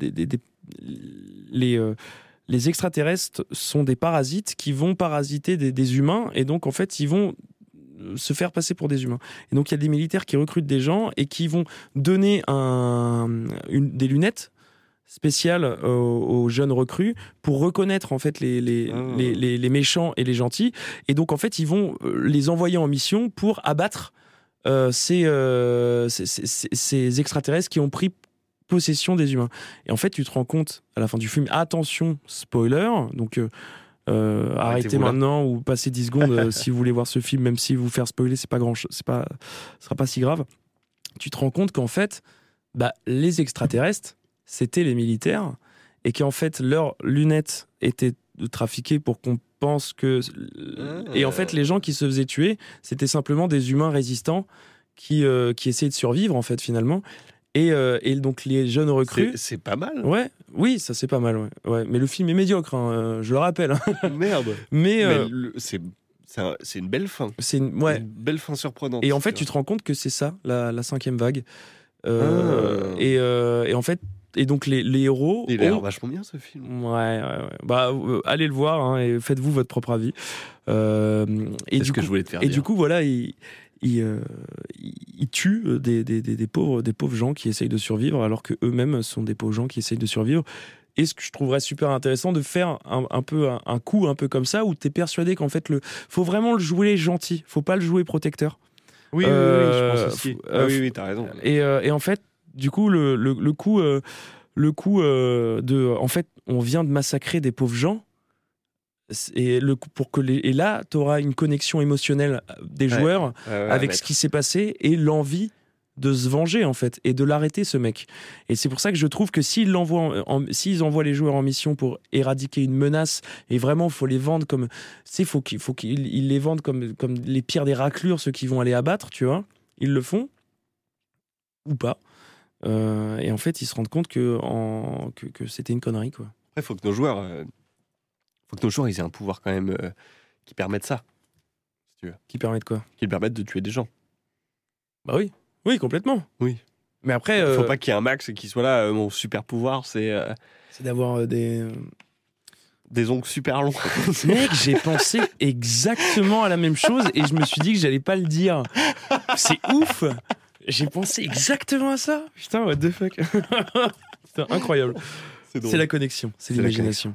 Speaker 1: les extraterrestres sont des parasites qui vont parasiter des humains, et donc en fait ils vont se faire passer pour des humains. Et donc il y a des militaires qui recrutent des gens et qui vont donner des lunettes spéciales aux jeunes recrues pour reconnaître en fait les méchants et les gentils. Et donc en fait ils vont les envoyer en mission pour abattre ces extraterrestres qui ont pris possession des humains. Et en fait, tu te rends compte à la fin du film, attention, spoiler, donc arrêtez maintenant ou passez 10 secondes si vous voulez voir ce film, même si vous faire spoiler, ce sera pas si grave. Tu te rends compte qu'en fait, les extraterrestres, c'était les militaires, et qu'en fait, leurs lunettes étaient trafiquées pour qu'on pense que... Et en fait, les gens qui se faisaient tuer, c'était simplement des humains résistants qui essayaient de survivre, en fait, finalement. Et donc les jeunes recrues...
Speaker 2: C'est pas mal.
Speaker 1: Ouais, oui, ça c'est pas mal. Ouais. Mais le film est médiocre, je le rappelle.
Speaker 2: Merde.
Speaker 1: Mais
Speaker 2: c'est une belle fin.
Speaker 1: C'est une
Speaker 2: belle fin surprenante.
Speaker 1: Et en fait, tu te rends compte que c'est ça, la 5e vague. Et en fait, et donc les héros...
Speaker 2: Il a l'air vachement bien ce film.
Speaker 1: Ouais. Allez le voir et faites-vous votre propre avis.
Speaker 2: C'est ce que je voulais te faire dire.
Speaker 1: Et du coup, voilà... Ils tuent des pauvres gens qui essayent de survivre, alors que eux-mêmes sont des pauvres gens qui essayent de survivre. Et ce que je trouverais super intéressant de faire un peu un coup un peu comme ça où t'es persuadé qu'en fait faut vraiment le jouer gentil, faut pas le jouer protecteur.
Speaker 2: Oui, je pense aussi. Oui, t'as raison.
Speaker 1: Et en fait, du coup, le coup de, en fait, on vient de massacrer des pauvres gens. Et là, t'auras une connexion émotionnelle des joueurs avec ce qui s'est passé et l'envie de se venger en fait et de l'arrêter ce mec. Et c'est pour ça que je trouve que s'ils envoient les joueurs en mission pour éradiquer une menace et vraiment faut les vendre comme faut qu'ils les vendent comme les pires des raclures, ceux qui vont aller abattre, tu vois, ils le font ou pas. Et en fait ils se rendent compte que c'était une connerie quoi.
Speaker 2: Après faut que nos joueurs ils aient un pouvoir quand même qui permette ça, si tu veux.
Speaker 1: Qui permette quoi?
Speaker 2: Qui permette de tuer des gens.
Speaker 1: Bah oui, complètement.
Speaker 2: Oui.
Speaker 1: Mais après...
Speaker 2: faut pas qu'il y ait un max et qu'il soit là, mon super pouvoir, c'est
Speaker 1: d'avoir des
Speaker 2: ongles super longs.
Speaker 1: Mec, j'ai pensé exactement à la même chose et je me suis dit que j'allais pas le dire. C'est ouf. J'ai pensé exactement à ça. Putain, what the fuck. Putain, incroyable. C'est la connexion, c'est l'imagination.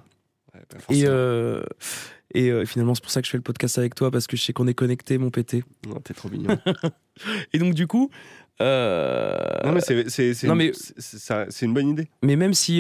Speaker 1: Et finalement, c'est pour ça que je fais le podcast avec toi, parce que je sais qu'on est connectés, mon pété.
Speaker 2: Non, t'es trop mignon.
Speaker 1: Et donc, du coup...
Speaker 2: Non, mais c'est une bonne idée.
Speaker 1: Mais même si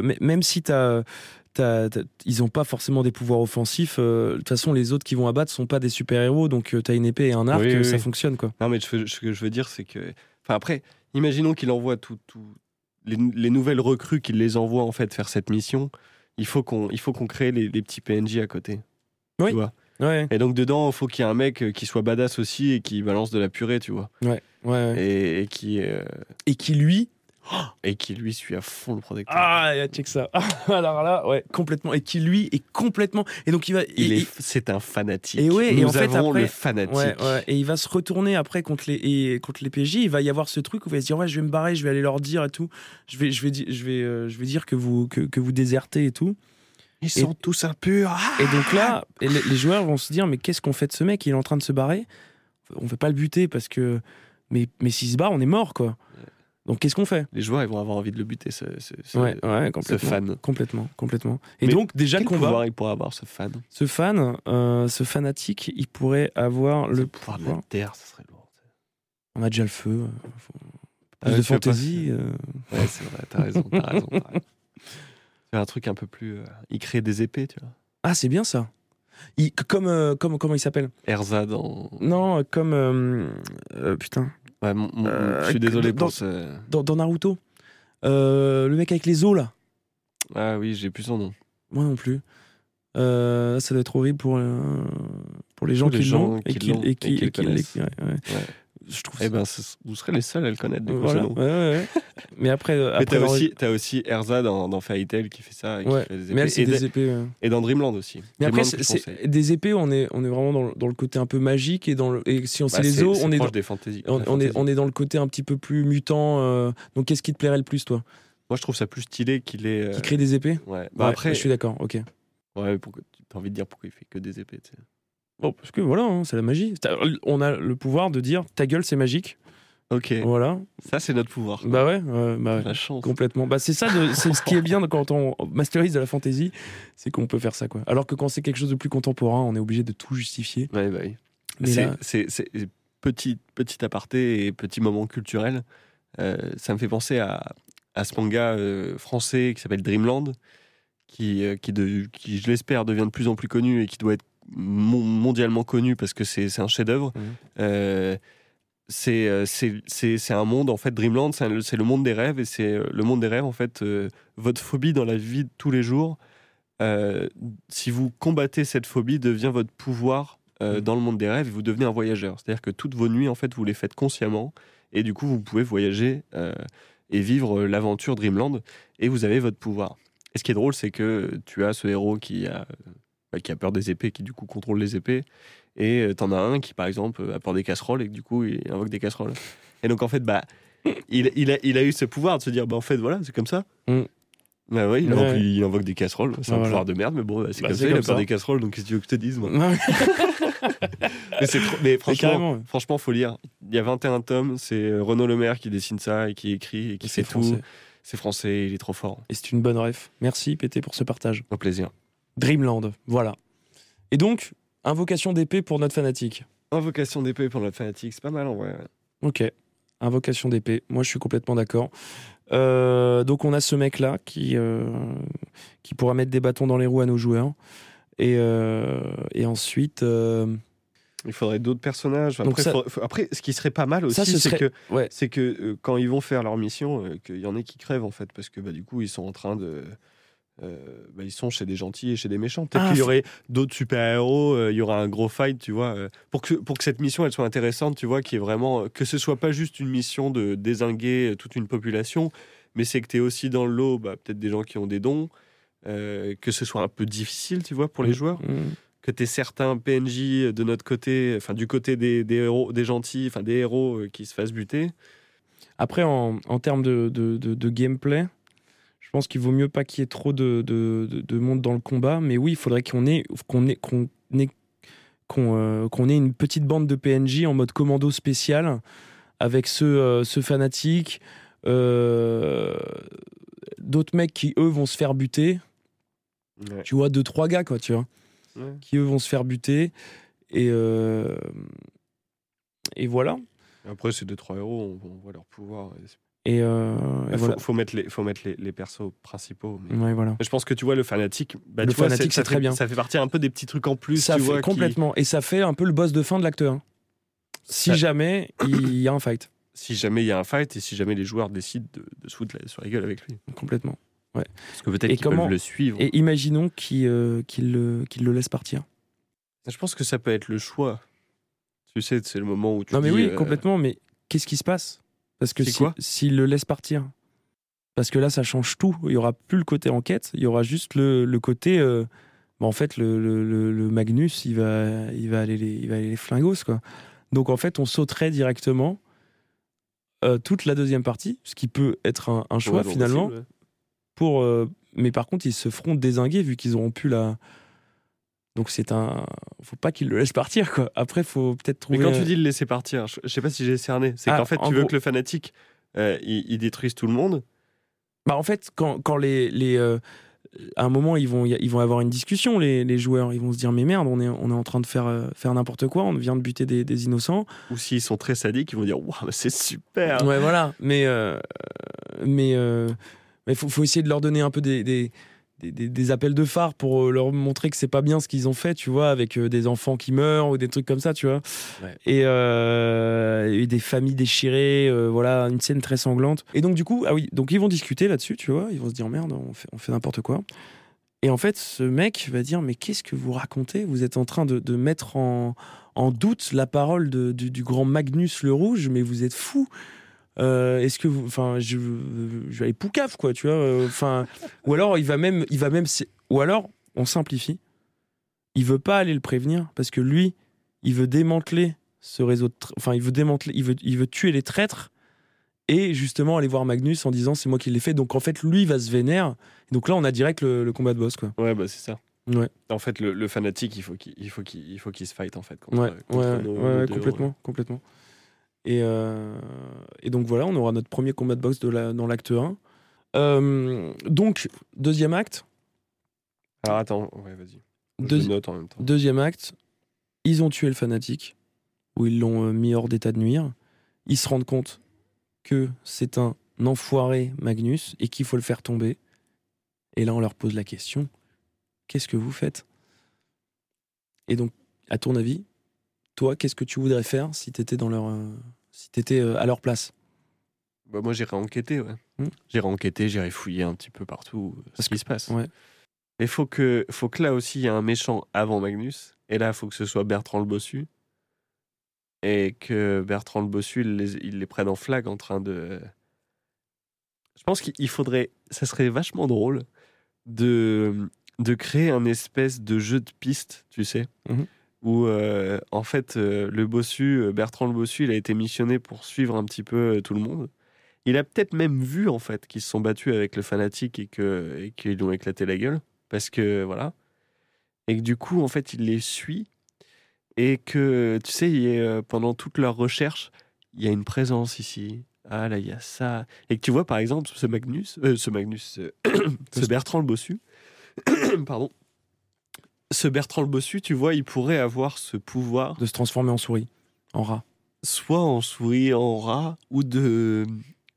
Speaker 1: ils n'ont pas forcément des pouvoirs offensifs, de toute façon, les autres qui vont abattre sont pas des super-héros, donc t'as une épée et un arc, ça fonctionne, quoi.
Speaker 2: Non, mais ce que je veux dire, c'est que... Enfin, après, imaginons qu'il envoie les nouvelles recrues, qu'il les envoie, en fait, faire cette mission. Il faut qu'on crée les petits PNJ à côté.
Speaker 1: Oui.
Speaker 2: Tu vois.
Speaker 1: Ouais.
Speaker 2: Et donc dedans, il faut qu'il y ait un mec qui soit badass aussi et qui balance de la purée, tu vois.
Speaker 1: Ouais.
Speaker 2: Et qui lui suit à fond le protecteur.
Speaker 1: Ah, check ça. Alors là, ouais, complètement. Et qui lui est complètement. Et donc
Speaker 2: c'est un fanatique.
Speaker 1: Et ouais,
Speaker 2: nous
Speaker 1: et en fait,
Speaker 2: avons
Speaker 1: après,
Speaker 2: le fanatique.
Speaker 1: Ouais. Et il va se retourner après contre les PJ. Il va y avoir ce truc où il va se dire ouais, je vais me barrer, je vais aller leur dire et tout. Je vais dire que vous désertez et tout.
Speaker 2: Ils sont tous impurs.
Speaker 1: Et donc là, les joueurs vont se dire mais qu'est-ce qu'on fait de ce mec? Il est en train de se barrer. On veut pas le buter parce que mais s'il se barre, on est mort quoi. Donc qu'est-ce qu'on fait?
Speaker 2: Les joueurs ils vont avoir envie de le buter ce fan.
Speaker 1: Complètement. Et mais donc déjà
Speaker 2: quel
Speaker 1: combat.
Speaker 2: Pouvoir il pourrait avoir ce fan?
Speaker 1: Ce fanatique, il pourrait avoir le
Speaker 2: pouvoir de la terre, ça serait lourd.
Speaker 1: On a déjà le feu. Plus de fantaisie.
Speaker 2: Ouais, c'est vrai, t'as raison. C'est un truc un peu plus. Il crée des épées, tu vois.
Speaker 1: Ah, c'est bien ça. Comment il s'appelle?
Speaker 2: Erza dans.
Speaker 1: Non, comme putain.
Speaker 2: Ouais, je suis désolé pour ce.
Speaker 1: Dans Naruto, le mec avec les os là.
Speaker 2: Ah oui, j'ai plus son nom.
Speaker 1: Moi non plus. Ça doit être horrible pour les gens qui l'ont et qui je trouve.
Speaker 2: Eh ben, vous serez les seuls à le connaître.
Speaker 1: Voilà. Ouais. Mais après
Speaker 2: t'as aussi Erza dans Fairy Tail qui fait ça. Et qui fait des épées.
Speaker 1: Mais elle, c'est des épées.
Speaker 2: Et dans Dreamland aussi.
Speaker 1: Mais après, c'est des épées. On est vraiment dans le côté un peu magique et si on sait les os, on est
Speaker 2: proche des fantaisies.
Speaker 1: On est dans le côté un petit peu plus mutant. Donc, qu'est-ce qui te plairait le plus, toi?
Speaker 2: Moi, je trouve ça plus stylé qu'il est.
Speaker 1: Qui crée des épées.
Speaker 2: Ouais.
Speaker 1: Après, je suis d'accord. Ok.
Speaker 2: Ouais. T'as envie de dire pourquoi il fait que des épées. Tu sais.
Speaker 1: Bon, parce que voilà, c'est la magie. On a le pouvoir de dire ta gueule, c'est magique.
Speaker 2: Ok.
Speaker 1: Voilà.
Speaker 2: Ça, c'est notre pouvoir.
Speaker 1: Quoi. Bah ouais.
Speaker 2: La chance.
Speaker 1: Complètement. Bah c'est ça, c'est ce qui est bien quand on masterise de la fantasy, c'est qu'on peut faire ça, quoi. Alors que quand c'est quelque chose de plus contemporain, on est obligé de tout justifier.
Speaker 2: Ouais, bah oui. Mais c'est petit aparté et petit moment culturel. Ça me fait penser à ce manga français qui s'appelle Dreamland, qui je l'espère, devient de plus en plus connu et qui doit être mondialement connu parce que c'est un chef-d'œuvre. C'est un monde, en fait, Dreamland, c'est le monde des rêves, et c'est le monde des rêves, en fait, votre phobie dans la vie de tous les jours, si vous combattez cette phobie, devient votre pouvoir dans le monde des rêves, et vous devenez un voyageur. C'est-à-dire que toutes vos nuits, en fait, vous les faites consciemment, et du coup, vous pouvez voyager et vivre l'aventure Dreamland, et vous avez votre pouvoir. Et ce qui est drôle, c'est que tu as ce héros qui a peur des épées, qui du coup contrôle les épées, et t'en as un qui par exemple a peur des casseroles et que du coup il invoque des casseroles. Et donc en fait il a eu ce pouvoir de se dire en fait voilà, c'est comme ça. Bah ouais, il invoque des casseroles, c'est un pouvoir de merde, mais bon c'est comme ça, il a peur des casseroles, donc qu'est-ce que tu veux que je te dise moi. mais franchement faut lire. Il y a 21 tomes, c'est Renaud Lemaire qui dessine ça et qui écrit et qui fait tout. C'est français, il est trop fort.
Speaker 1: Et c'est une bonne ref. Merci PT pour ce partage.
Speaker 2: Au plaisir.
Speaker 1: Dreamland, voilà. Et donc, invocation d'épée pour notre fanatique.
Speaker 2: Invocation d'épée pour notre fanatique, c'est pas mal en vrai.
Speaker 1: Ok, invocation d'épée. Moi, je suis complètement d'accord. Donc, on a ce mec-là qui pourra mettre des bâtons dans les roues à nos joueurs. Et ensuite...
Speaker 2: Il faudrait d'autres personnages. Après, après, ce qui serait pas mal aussi, c'est que quand ils vont faire leur mission, qu'il y en ait qui crèvent en fait, parce que du coup, ils sont en train de... ils sont chez des gentils et chez des méchants. Peut-être qu'il y aurait d'autres super-héros, il y aura un gros fight, tu vois, pour que cette mission elle soit intéressante, tu vois, qui est vraiment que ce soit pas juste une mission de dézinguer toute une population, mais c'est que tu es aussi dans le lot, peut-être des gens qui ont des dons, que ce soit un peu difficile, tu vois, pour les joueurs. Que tu aies certains PNJ de notre côté, enfin du côté des héros, des gentils, enfin des héros qui se fassent buter.
Speaker 1: Après, en termes de gameplay, je pense qu'il vaut mieux pas qu'il y ait trop de monde dans le combat, mais oui, il faudrait qu'on ait une petite bande de PNJ en mode commando spécial, avec ce fanatique, d'autres mecs qui, eux, vont se faire buter. Ouais. Tu vois, 2-3 gars, quoi, tu vois. Ouais. Qui eux vont se faire buter et voilà.
Speaker 2: Après c'est 2-3 héros, on voit leur pouvoir.
Speaker 1: Faut
Speaker 2: mettre les persos principaux. Mais...
Speaker 1: Ouais, voilà.
Speaker 2: Je pense que tu vois le fanatique,
Speaker 1: c'est très bien.
Speaker 2: Ça fait partie un peu des petits trucs en plus.
Speaker 1: Ça fait complètement et ça fait un peu le boss de fin de l'acte 1. Si jamais il y a un fight.
Speaker 2: Si jamais il y a un fight et si jamais les joueurs décident de se foutre sur la gueule avec lui.
Speaker 1: Complètement. Ouais.
Speaker 2: Parce que peut-être qu'ils peuvent le suivre.
Speaker 1: Et imaginons qu'il le laisse partir.
Speaker 2: Je pense que ça peut être le choix. Tu sais, c'est le moment où tu
Speaker 1: non, mais oui, complètement. Mais qu'est-ce qui se passe ? Parce que s'il le laisse partir, parce que là, ça change tout. Il n'y aura plus le côté enquête. Il y aura juste le côté... en fait, le Magnus, il va aller les flingos, quoi. Donc, en fait, on sauterait directement toute la deuxième partie, ce qui peut être un choix, finalement. Possible, ouais. Mais par contre, ils se feront dézinguer vu qu'ils auront pu la... Donc faut pas qu'ils le laissent partir, quoi. Après, faut peut-être trouver...
Speaker 2: Mais quand tu dis le laisser partir, je sais pas si j'ai cerné. C'est qu'en fait, tu veux que le fanatique, il détruise tout le monde.
Speaker 1: En fait, quand à un moment, ils vont avoir une discussion, les joueurs. Ils vont se dire, mais merde, on est en train de faire n'importe quoi, on vient de buter des innocents.
Speaker 2: Ou s'ils sont très sadiques, ils vont dire, waouh, c'est super.
Speaker 1: Ouais, voilà. Mais faut essayer de leur donner un peu des appels de phare pour leur montrer que c'est pas bien ce qu'ils ont fait, tu vois, avec des enfants qui meurent ou des trucs comme ça, tu vois. Ouais. Et des familles déchirées, voilà, une scène très sanglante. Et donc, du coup, donc ils vont discuter là-dessus, tu vois, ils vont se dire merde, on fait n'importe quoi. Et en fait, ce mec va dire mais qu'est-ce que vous racontez ? Vous êtes en train de mettre en doute la parole du grand Magnus le Rouge, mais vous êtes fous. Est-ce que je vais aller poucave, quoi, tu vois, ou alors ou alors on simplifie, il veut pas aller le prévenir parce que lui il veut démanteler ce réseau il veut tuer les traîtres et justement aller voir Magnus en disant c'est moi qui l'ai fait, donc en fait lui il va se vénère, donc là on a direct le combat de boss, quoi.
Speaker 2: Ouais, c'est ça.
Speaker 1: Ouais.
Speaker 2: En fait le fanatique il faut qu'il se fight en fait
Speaker 1: contre complètement. Et donc voilà, on aura notre premier combat de boxe dans l'acte 1. Donc, deuxième acte.
Speaker 2: Alors attends, ouais, vas-y. Je note en même temps.
Speaker 1: Deuxième acte, ils ont tué le fanatique, ou ils l'ont mis hors d'état de nuire. Ils se rendent compte que c'est un enfoiré Magnus et qu'il faut le faire tomber. Et là, on leur pose la question, qu'est-ce que vous faites ? Et donc, à ton avis, toi, qu'est-ce que tu voudrais faire si t'étais à leur place ?
Speaker 2: Moi, j'irais enquêter, ouais. J'irais enquêter, j'irais fouiller un petit peu partout ce qui se passe.
Speaker 1: Ouais.
Speaker 2: Mais faut que là aussi, il y ait un méchant avant Magnus. Et là, il faut que ce soit Bertrand le Bossu. Et que Bertrand le Bossu, il les prenne en flag en train de... Je pense qu'il faudrait... Ça serait vachement drôle de créer un espèce de jeu de piste, tu sais. Où en fait le Bossu, Bertrand le Bossu, il a été missionné pour suivre un petit peu tout le monde. Il a peut-être même vu en fait qu'ils se sont battus avec le fanatique et qu'ils lui ont éclaté la gueule, parce que voilà, et que du coup en fait il les suit et que tu sais pendant toute leur recherche il y a une présence ici, ah là, il y a ça. Et que tu vois, par exemple, ce Bertrand le Bossu, pardon, ce Bertrand le Bossu, tu vois, il pourrait avoir ce pouvoir
Speaker 1: de se transformer en souris, en rat.
Speaker 2: Soit en souris, en rat, ou de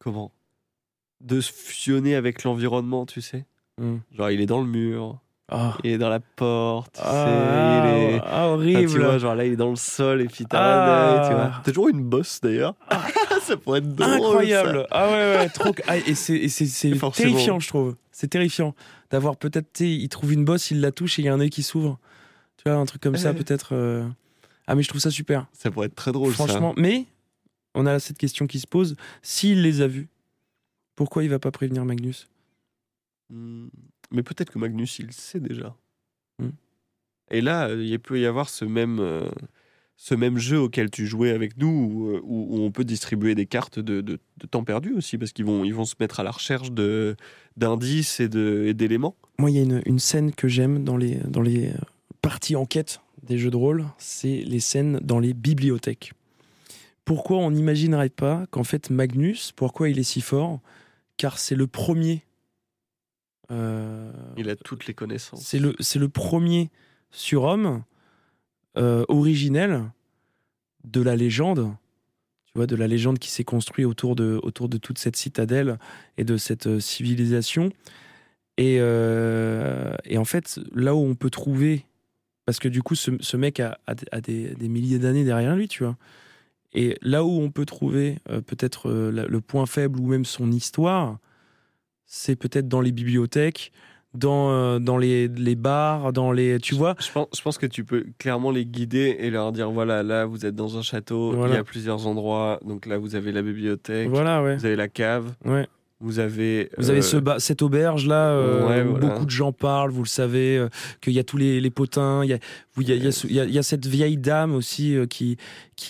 Speaker 2: se fusionner avec l'environnement, tu sais. Genre, il est dans le mur, il est dans la porte, tu sais, il est...
Speaker 1: horrible.
Speaker 2: Enfin, tu vois, genre là, il est dans le sol, et puis t'as un œil, tu vois. T'as toujours une bosse, d'ailleurs. Ça pourrait être drôle,
Speaker 1: incroyable.
Speaker 2: Ça.
Speaker 1: Ah ouais, trop... et c'est
Speaker 2: forcément...
Speaker 1: terrifiant, je trouve. C'est terrifiant d'avoir peut-être, tu sais, il trouve une bosse, il la touche, et il y a un œil qui s'ouvre. Tu vois, un truc comme ça, peut-être... Ah, mais je trouve ça super.
Speaker 2: Ça pourrait être très drôle,
Speaker 1: franchement,
Speaker 2: ça.
Speaker 1: Mais, on a cette question qui se pose. S'il les a vus, pourquoi il va pas prévenir Magnus ?
Speaker 2: Mais peut-être que Magnus, il le sait déjà. Et là, il peut y avoir ce même jeu auquel tu jouais avec nous, où on peut distribuer des cartes de temps perdu aussi, parce qu'ils vont se mettre à la recherche d'indices et d'éléments.
Speaker 1: Moi, il y a une scène que j'aime dans les parties enquête des jeux de rôle, c'est les scènes dans les bibliothèques. Pourquoi on n'imaginerait pas qu'en fait Magnus, pourquoi il est si fort ? Car c'est le premier.
Speaker 2: Il a toutes les connaissances.
Speaker 1: C'est le premier surhomme originel de la légende. Tu vois, de la légende qui s'est construite autour de toute cette citadelle et de cette civilisation. Et en fait, là où on peut trouver... Parce que du coup, ce mec a des milliers d'années derrière lui, tu vois. Et là où on peut trouver peut-être le point faible ou même son histoire, c'est peut-être dans les bibliothèques, dans les bars, tu vois.
Speaker 2: Je pense que tu peux clairement les guider et leur dire, voilà, là, vous êtes dans un château, il y a plusieurs endroits. Donc là, vous avez la bibliothèque, vous avez la cave.
Speaker 1: Ouais.
Speaker 2: Vous avez
Speaker 1: cette auberge-là où beaucoup de gens parlent, vous le savez, qu'il y a tous les potins, il y a cette vieille dame aussi qui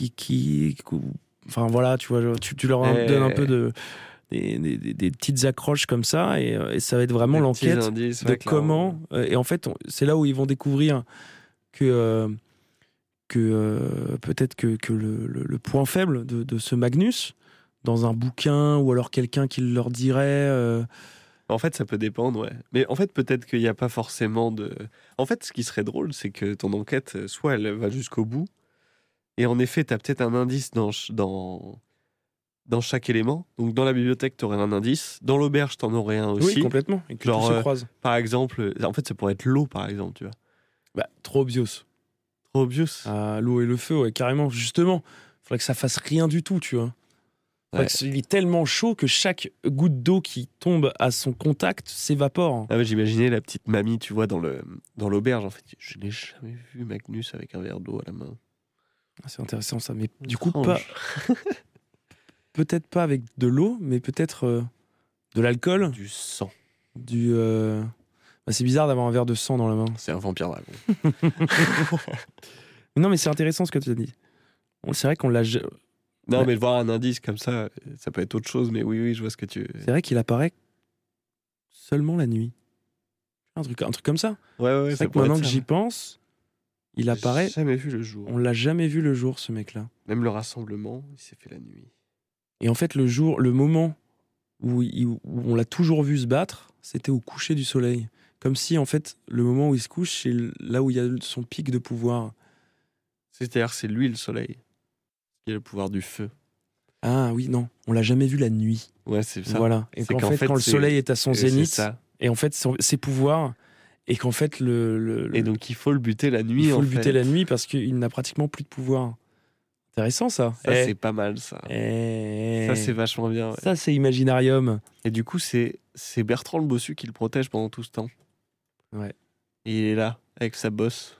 Speaker 1: enfin voilà, tu vois, tu leur donnes un peu des petites accroches comme ça, et ça va être vraiment l'enquête indices, de comment... et en fait, c'est là où ils vont découvrir que peut-être que le point faible de ce Magnus... dans un bouquin, ou alors quelqu'un qui leur dirait...
Speaker 2: En fait, ça peut dépendre, ouais. Mais en fait, peut-être qu'il n'y a pas forcément de... En fait, ce qui serait drôle, c'est que ton enquête, soit elle va jusqu'au bout, et en effet, tu as peut-être un indice dans chaque élément. Donc, dans la bibliothèque, tu aurais un indice. Dans l'auberge, tu en aurais un aussi.
Speaker 1: Oui, complètement. Et que genre, tout se croise.
Speaker 2: Par exemple, en fait, ça pourrait être l'eau, par exemple, tu vois.
Speaker 1: Bah, trop obvious.
Speaker 2: Trop obvious.
Speaker 1: L'eau et le feu, ouais, carrément. Justement, il faudrait que ça fasse rien du tout, tu vois. Ouais. Il est tellement chaud que chaque goutte d'eau qui tombe à son contact s'évapore.
Speaker 2: Ah ouais, j'imaginais la petite mamie, tu vois, dans l'auberge. En fait, je n'ai jamais vu Magnus avec un verre d'eau à la main.
Speaker 1: C'est intéressant ça, mais du coup pas. Peut-être pas avec de l'eau, mais peut-être de l'alcool,
Speaker 2: du sang,
Speaker 1: c'est bizarre d'avoir un verre de sang dans la main.
Speaker 2: C'est un vampire dragon.
Speaker 1: Non, mais c'est intéressant ce que tu as dit. C'est vrai qu'on l'a.
Speaker 2: Non, mais de voir un indice comme ça, ça peut être autre chose, mais oui, je vois ce que tu...
Speaker 1: C'est vrai qu'il apparaît seulement la nuit. Un truc comme ça.
Speaker 2: Ouais,
Speaker 1: c'est vrai que maintenant que j'y pense, il apparaît...
Speaker 2: Jamais vu le jour.
Speaker 1: On l'a jamais vu le jour, ce mec-là.
Speaker 2: Même le rassemblement, il s'est fait la nuit.
Speaker 1: Et en fait, le moment où on l'a toujours vu se battre, c'était au coucher du soleil. Comme si, en fait, le moment où il se couche, c'est là où il y a son pic de pouvoir.
Speaker 2: C'est-à-dire, c'est lui le soleil. Il a le pouvoir du feu.
Speaker 1: Ah oui, non, on l'a jamais vu la nuit.
Speaker 2: Ouais, c'est ça.
Speaker 1: Voilà. Et qu'en fait, quand le soleil est à son zénith, et en fait, ses pouvoirs, et qu'en fait,
Speaker 2: Et donc, il faut le buter la nuit.
Speaker 1: Il faut le buter la nuit parce qu'il n'a pratiquement plus de pouvoir. Intéressant, ça.
Speaker 2: Ça, c'est pas mal, ça. Ça, c'est vachement bien. Ouais.
Speaker 1: Ça, c'est Imaginarium.
Speaker 2: Et du coup, c'est Bertrand le Bossu qui le protège pendant tout ce temps.
Speaker 1: Ouais.
Speaker 2: Et il est là, avec sa bosse.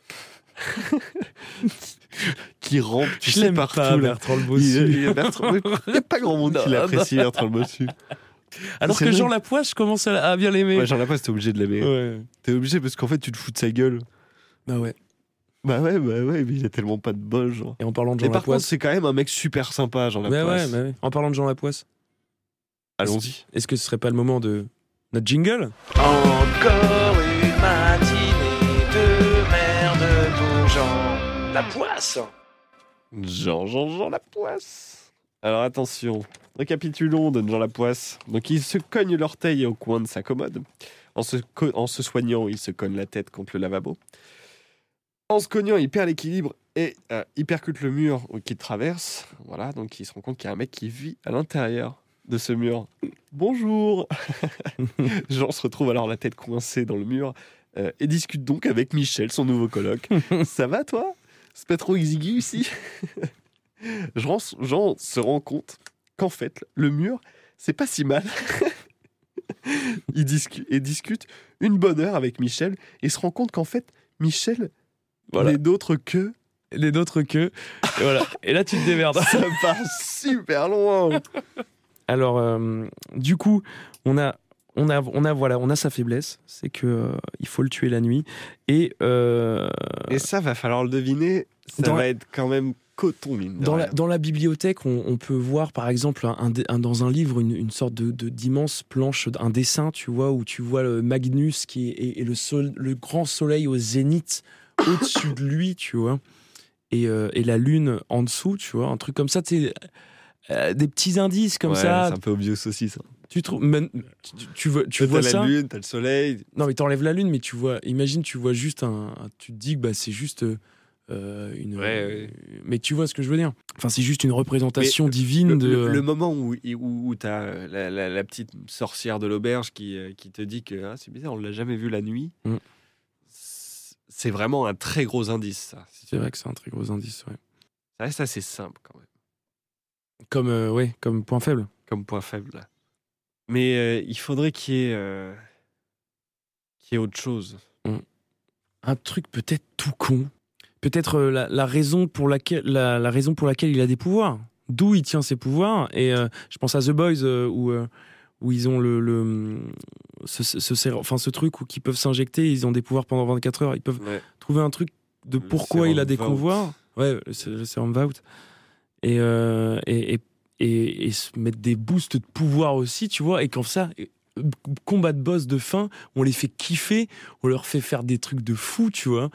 Speaker 2: Qui rampe, tu
Speaker 1: sais, partout. Pas, Bertrand le Bossu.
Speaker 2: Il n'y a pas grand monde qui l'apprécie, Bertrand le Bossu.
Speaker 1: Alors que Jean Lapoisse, je commence à bien l'aimer.
Speaker 2: Ouais, Jean Lapoisse, t'es obligé de l'aimer.
Speaker 1: Ouais.
Speaker 2: T'es obligé parce qu'en fait, tu te fous de sa gueule.
Speaker 1: Bah ouais,
Speaker 2: mais il a tellement pas de bol, genre.
Speaker 1: Et en parlant de Jean
Speaker 2: Lapoisse...
Speaker 1: par contre,
Speaker 2: c'est quand même un mec super sympa, Jean Lapoisse.
Speaker 1: Ouais. En parlant de Jean Lapoisse.
Speaker 2: Allons-y.
Speaker 1: Est-ce que ce serait pas le moment de notre jingle ?
Speaker 3: Encore une matinée de merde pour Jean Lapoisse.
Speaker 2: Jean Lapoisse. Alors attention, récapitulons de Jean Lapoisse. Donc ils se cognent l'orteil au coin de sa commode. En se soignant, il se cogne la tête contre le lavabo. En se cognant, il perd l'équilibre et il percute le mur qu'il traverse. Voilà, donc il se rend compte qu'il y a un mec qui vit à l'intérieur de ce mur. Bonjour. Jean se retrouve alors la tête coincée dans le mur et discute donc avec Michel, son nouveau coloc. Ça va toi? C'est pas trop exigu ici? Jean se rend compte qu'en fait, le mur, c'est pas si mal. Il discute une bonne heure avec Michel et se rend compte qu'en fait, Michel n'est d'autre que...
Speaker 1: Les d'autres que... Et voilà. Et là, tu te démerdes.
Speaker 2: Ça part super loin.
Speaker 1: Alors, du coup, on a sa faiblesse, c'est que il faut le tuer la nuit. Et
Speaker 2: ça, va falloir le deviner. Ça va être quand même coton, mine de rien.
Speaker 1: Dans la bibliothèque, on peut voir, par exemple, dans un livre, une sorte d'immense planche, un dessin, tu vois, où tu vois le Magnus qui est le grand soleil au zénith au-dessus de lui, tu vois, et la lune en dessous, tu vois, un truc comme ça, tu sais, des petits indices comme ça.
Speaker 2: C'est un peu obvious aussi, ça.
Speaker 1: Tu trouves, tu vois ça.
Speaker 2: T'as la lune, t'as le soleil.
Speaker 1: Non, mais t'enlèves la lune, mais tu vois, imagine, tu vois juste tu te dis que c'est juste mais tu vois ce que je veux dire. Enfin, c'est juste une représentation divine
Speaker 2: le moment où t'as la petite sorcière de l'auberge qui te dit que c'est bizarre, on l'a jamais vu la nuit. C'est vraiment un très gros indice, ça.
Speaker 1: C'est vrai que c'est un très gros indice, ouais.
Speaker 2: Ça reste assez simple quand même.
Speaker 1: Comme point faible.
Speaker 2: Comme point faible, là. Mais il faudrait qu'il y ait autre chose.
Speaker 1: Un truc peut-être tout con. Peut-être la raison pour laquelle il a des pouvoirs. D'où il tient ses pouvoirs. Et je pense à The Boys où ils ont ce truc où ils peuvent s'injecter, ils ont des pouvoirs pendant 24 heures. Ils peuvent trouver un truc de pourquoi il a des pouvoirs. Ouais, le sérum Vault. Et se mettre des boosts de pouvoir aussi, tu vois, et comme ça, combat de boss de fin, on les fait kiffer, on leur fait faire des trucs de fou, tu vois,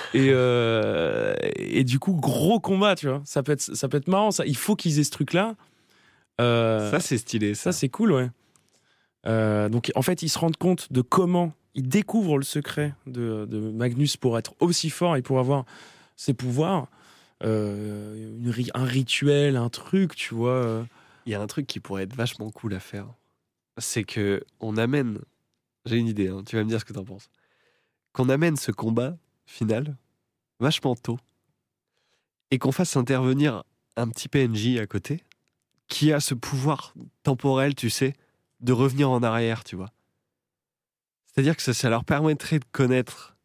Speaker 1: et du coup, gros combat, tu vois, ça peut être marrant, ça, il faut qu'ils aient ce truc-là.
Speaker 2: Ça, c'est stylé, ça.
Speaker 1: Ça, c'est cool, ouais. Donc, en fait, ils se rendent compte de comment ils découvrent le secret de Magnus pour être aussi fort et pour avoir ses pouvoirs. Un rituel, un truc, tu vois.
Speaker 2: Il y a un truc qui pourrait être vachement cool à faire. C'est que on amène... J'ai une idée, hein, tu vas me dire ce que t'en penses. Qu'on amène ce combat final vachement tôt et qu'on fasse intervenir un petit PNJ à côté qui a ce pouvoir temporel, tu sais, de revenir en arrière, tu vois. C'est-à-dire que ça leur permettrait de connaître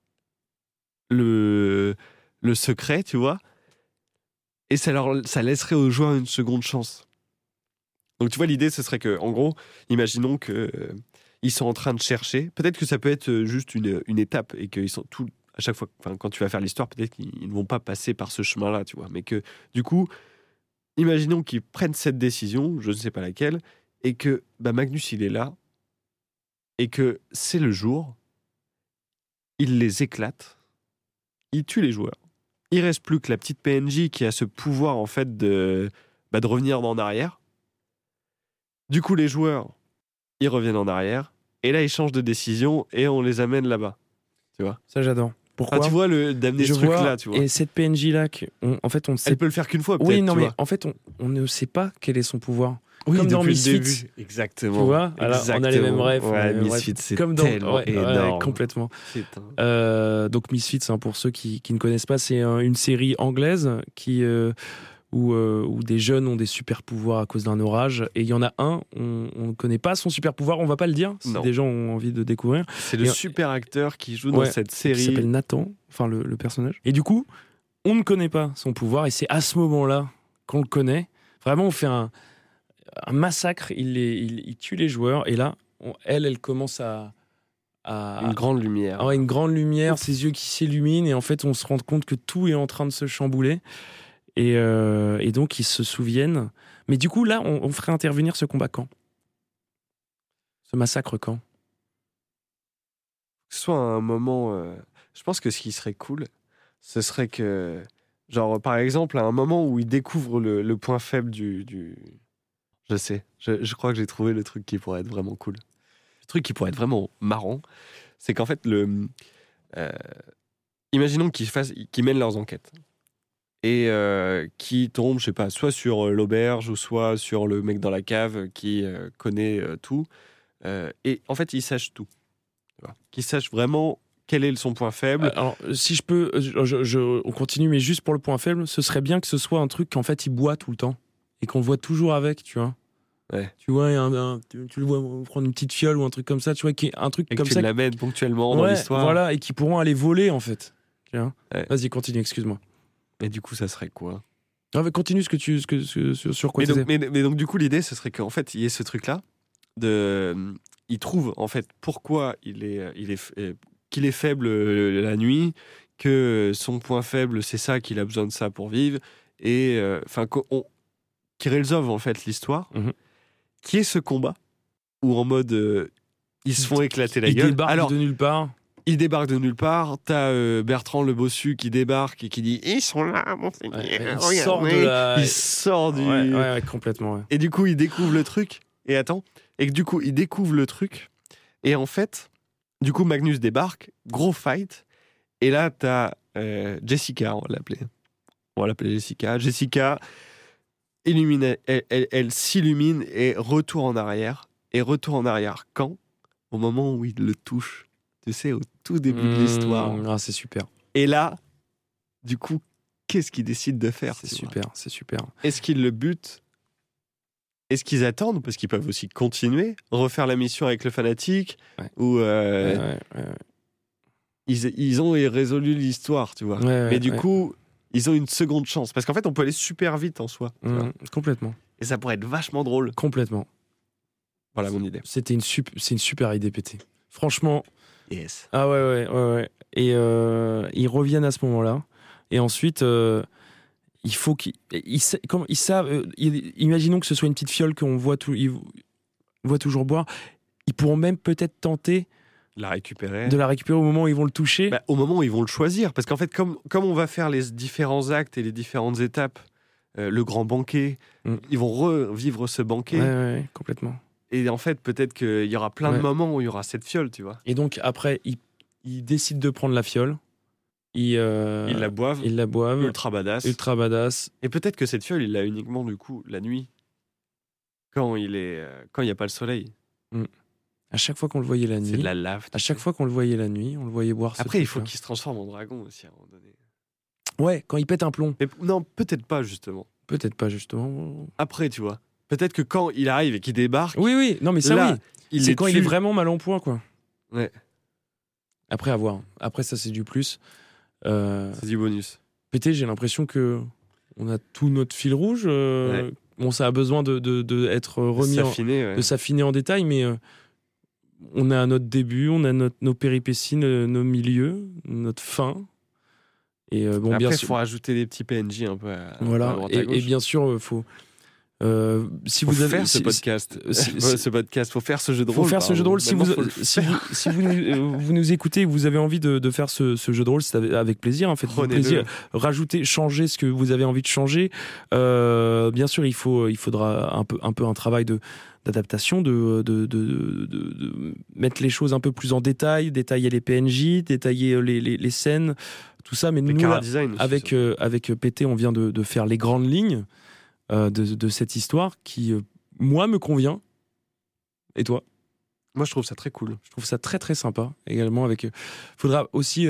Speaker 2: le secret, tu vois, et ça laisserait aux joueurs une seconde chance. Donc tu vois, l'idée, ce serait que, en gros, imaginons que ils sont en train de chercher. Peut-être que ça peut être juste une étape et qu'ils sont à chaque fois, quand tu vas faire l'histoire, peut-être qu'ils ne vont pas passer par ce chemin-là, tu vois. Mais que, du coup, imaginons qu'ils prennent cette décision, je ne sais pas laquelle, et que Magnus, il est là, et que c'est le jour, il les éclate, il tue les joueurs. Il reste plus que la petite PNJ qui a ce pouvoir, en fait, de revenir en arrière. Du coup, les joueurs, ils reviennent en arrière, et là, ils changent de décision, et on les amène là-bas. Tu vois ?
Speaker 1: Ça, j'adore. Pourquoi ?
Speaker 2: Tu vois, d'amener ce truc-là, tu vois.
Speaker 1: Et cette PNJ-là, en fait, on sait...
Speaker 2: Elle peut le faire qu'une fois, peut-être.
Speaker 1: Oui, non, mais en fait, on ne sait pas quel est son pouvoir.
Speaker 2: Oui,
Speaker 1: comme dans Misfits.
Speaker 2: Exactement.
Speaker 1: Tu vois, alors, on a les mêmes rêves.
Speaker 2: Ouais, Misfits, c'est
Speaker 1: comme
Speaker 2: tellement énorme.
Speaker 1: Ouais, complètement. Donc Misfits, pour ceux qui ne connaissent pas, c'est une série anglaise où des jeunes ont des super pouvoirs à cause d'un orage. Et il y en a un, on ne connaît pas son super pouvoir, on va pas le dire, si des gens ont envie de découvrir.
Speaker 2: C'est le super acteur qui joue dans cette série.
Speaker 1: Qui s'appelle Nathan, le personnage. Et du coup, on ne connaît pas son pouvoir, et c'est à ce moment-là qu'on le connaît. Vraiment, on fait un massacre, il tue les joueurs, et là, elle commence à
Speaker 2: une grande lumière.
Speaker 1: Une grande lumière, ses yeux qui s'illuminent, et en fait, on se rend compte que tout est en train de se chambouler. Et donc, ils se souviennent. Mais du coup, là, on ferait intervenir ce combat quand ? Ce massacre quand ?
Speaker 2: Que ce soit à un moment... je pense que ce qui serait cool, ce serait que... Genre, par exemple, à un moment où il découvre le point faible du... Je sais, je crois que j'ai trouvé le truc qui pourrait être vraiment cool. Le truc qui pourrait être vraiment marrant, c'est qu'en fait, imaginons qu'ils mènent leurs enquêtes. Et qui tombent, je sais pas, soit sur l'auberge ou soit sur le mec dans la cave qui connaît tout. Et en fait, ils sachent tout. Qu'ils sachent vraiment quel est son point faible.
Speaker 1: Alors, si je peux, on continue, mais juste pour le point faible, ce serait bien que ce soit un truc qu'en fait il boit tout le temps et qu'on le voit toujours avec, tu vois.
Speaker 2: Ouais.
Speaker 1: Tu vois, tu le vois prendre une petite fiole ou un truc comme ça, tu vois, qui est un truc
Speaker 2: et
Speaker 1: comme
Speaker 2: que
Speaker 1: ça.
Speaker 2: Tu l'amènes ponctuellement dans l'histoire.
Speaker 1: Voilà, et qui pourront aller voler en fait. Tu vois.
Speaker 2: Ouais.
Speaker 1: Vas-y, continue, excuse-moi.
Speaker 2: Et du coup, ça serait quoi ?
Speaker 1: Non, mais continue sur quoi tu disais.
Speaker 2: Mais donc, du coup, l'idée, ce serait qu'en fait, il y ait ce truc-là. Il trouve, en fait, pourquoi qu'il est faible la nuit, que son point faible, c'est ça, qu'il a besoin de ça pour vivre. Et qu'il résolve, en fait, l'histoire.
Speaker 1: Mm-hmm.
Speaker 2: Qui est ce combat où, en mode, ils se font éclater la gueule.
Speaker 1: Ils débarquent de nulle part.
Speaker 2: Il débarque de nulle part. T'as Bertrand le bossu qui débarque et qui dit ils sont là, monseigneur.
Speaker 1: Ouais,
Speaker 2: il sort du.
Speaker 1: Ouais, complètement. Ouais.
Speaker 2: Et du coup, il découvre le truc. Et du coup, il découvre le truc. Et en fait, du coup, Magnus débarque, gros fight. Et là, t'as Jessica, on va l'appeler. On va l'appeler Jessica. Jessica illumine, elle s'illumine et retourne en arrière. Et retourne en arrière quand ? Au moment où il le touche. Tu sais, au tout début de l'histoire.
Speaker 1: Ah, c'est super.
Speaker 2: Et là, du coup, qu'est-ce qu'ils décident de faire ?
Speaker 1: C'est super.
Speaker 2: Est-ce qu'ils le butent ? Est-ce qu'ils attendent ? Parce qu'ils peuvent aussi continuer, refaire la mission avec le fanatique, ou ils ont résolu l'histoire, tu vois. Mais du coup, ils ont une seconde chance. Parce qu'en fait, on peut aller super vite en soi.
Speaker 1: Complètement.
Speaker 2: Et ça pourrait être vachement drôle.
Speaker 1: Complètement.
Speaker 2: Voilà mon idée.
Speaker 1: C'est une super idée, pété. Franchement...
Speaker 2: Yes.
Speaker 1: Ah ouais. Et ils reviennent à ce moment-là. Et ensuite, il faut ils savent. Imaginons que ce soit une petite fiole qu'on voit toujours boire. Ils pourront même peut-être tenter
Speaker 2: de la récupérer
Speaker 1: au moment où ils vont le toucher.
Speaker 2: Au moment où ils vont le choisir. Parce qu'en fait, comme on va faire les différents actes et les différentes étapes, le grand banquet, ils vont revivre ce banquet.
Speaker 1: Ouais, complètement.
Speaker 2: Et en fait, peut-être qu'il y aura plein de moments où il y aura cette fiole, tu vois.
Speaker 1: Et donc, après, ils décident de prendre la fiole. Ils la boivent.
Speaker 2: Ultra badass. Et peut-être que cette fiole, il l'a uniquement, du coup, la nuit. Quand il n'y a pas le soleil.
Speaker 1: À chaque fois qu'on le voyait la nuit.
Speaker 2: C'est de la lave.
Speaker 1: À chaque fois qu'on le voyait la nuit, on le voyait boire ce
Speaker 2: Après, il faut qu'il se transforme en dragon aussi, à un moment donné.
Speaker 1: Ouais, quand il pète un plomb.
Speaker 2: Mais non, peut-être pas, justement. Après, tu vois. Peut-être que quand il arrive et qu'il débarque...
Speaker 1: Oui, non mais ça
Speaker 2: là,
Speaker 1: oui. C'est quand il est vraiment mal en point, quoi.
Speaker 2: Ouais.
Speaker 1: Après, à voir. Après, ça, c'est du plus.
Speaker 2: C'est du bonus.
Speaker 1: Pété, j'ai l'impression que on a tout notre fil rouge. Bon, ça a besoin de être remis, de s'affiner en détail, mais on a notre début, on a nos péripéties, nos milieux, notre fin. Et bon,
Speaker 2: après, il faut rajouter des petits PNJ un peu à droite à gauche.
Speaker 1: Et bien sûr, faut...
Speaker 2: si vous avez ce podcast, faut faire ce jeu de rôle.
Speaker 1: Faut faire ce jeu de rôle. Si vous nous écoutez, vous avez envie de faire ce jeu de rôle, c'est avec plaisir. En fait, plaisir. Rajoutez, changez ce que vous avez envie de changer. Bien sûr, il faudra un peu un travail d'adaptation, de mettre les choses un peu plus en détail, détailler les PNJ, détailler les scènes, tout ça. Mais nous, là, avec PT, on vient de faire les grandes lignes. De cette histoire qui, moi, me convient. Et toi ?
Speaker 2: Moi, je trouve ça très cool.
Speaker 1: Je trouve ça très, très sympa. Également, faudra aussi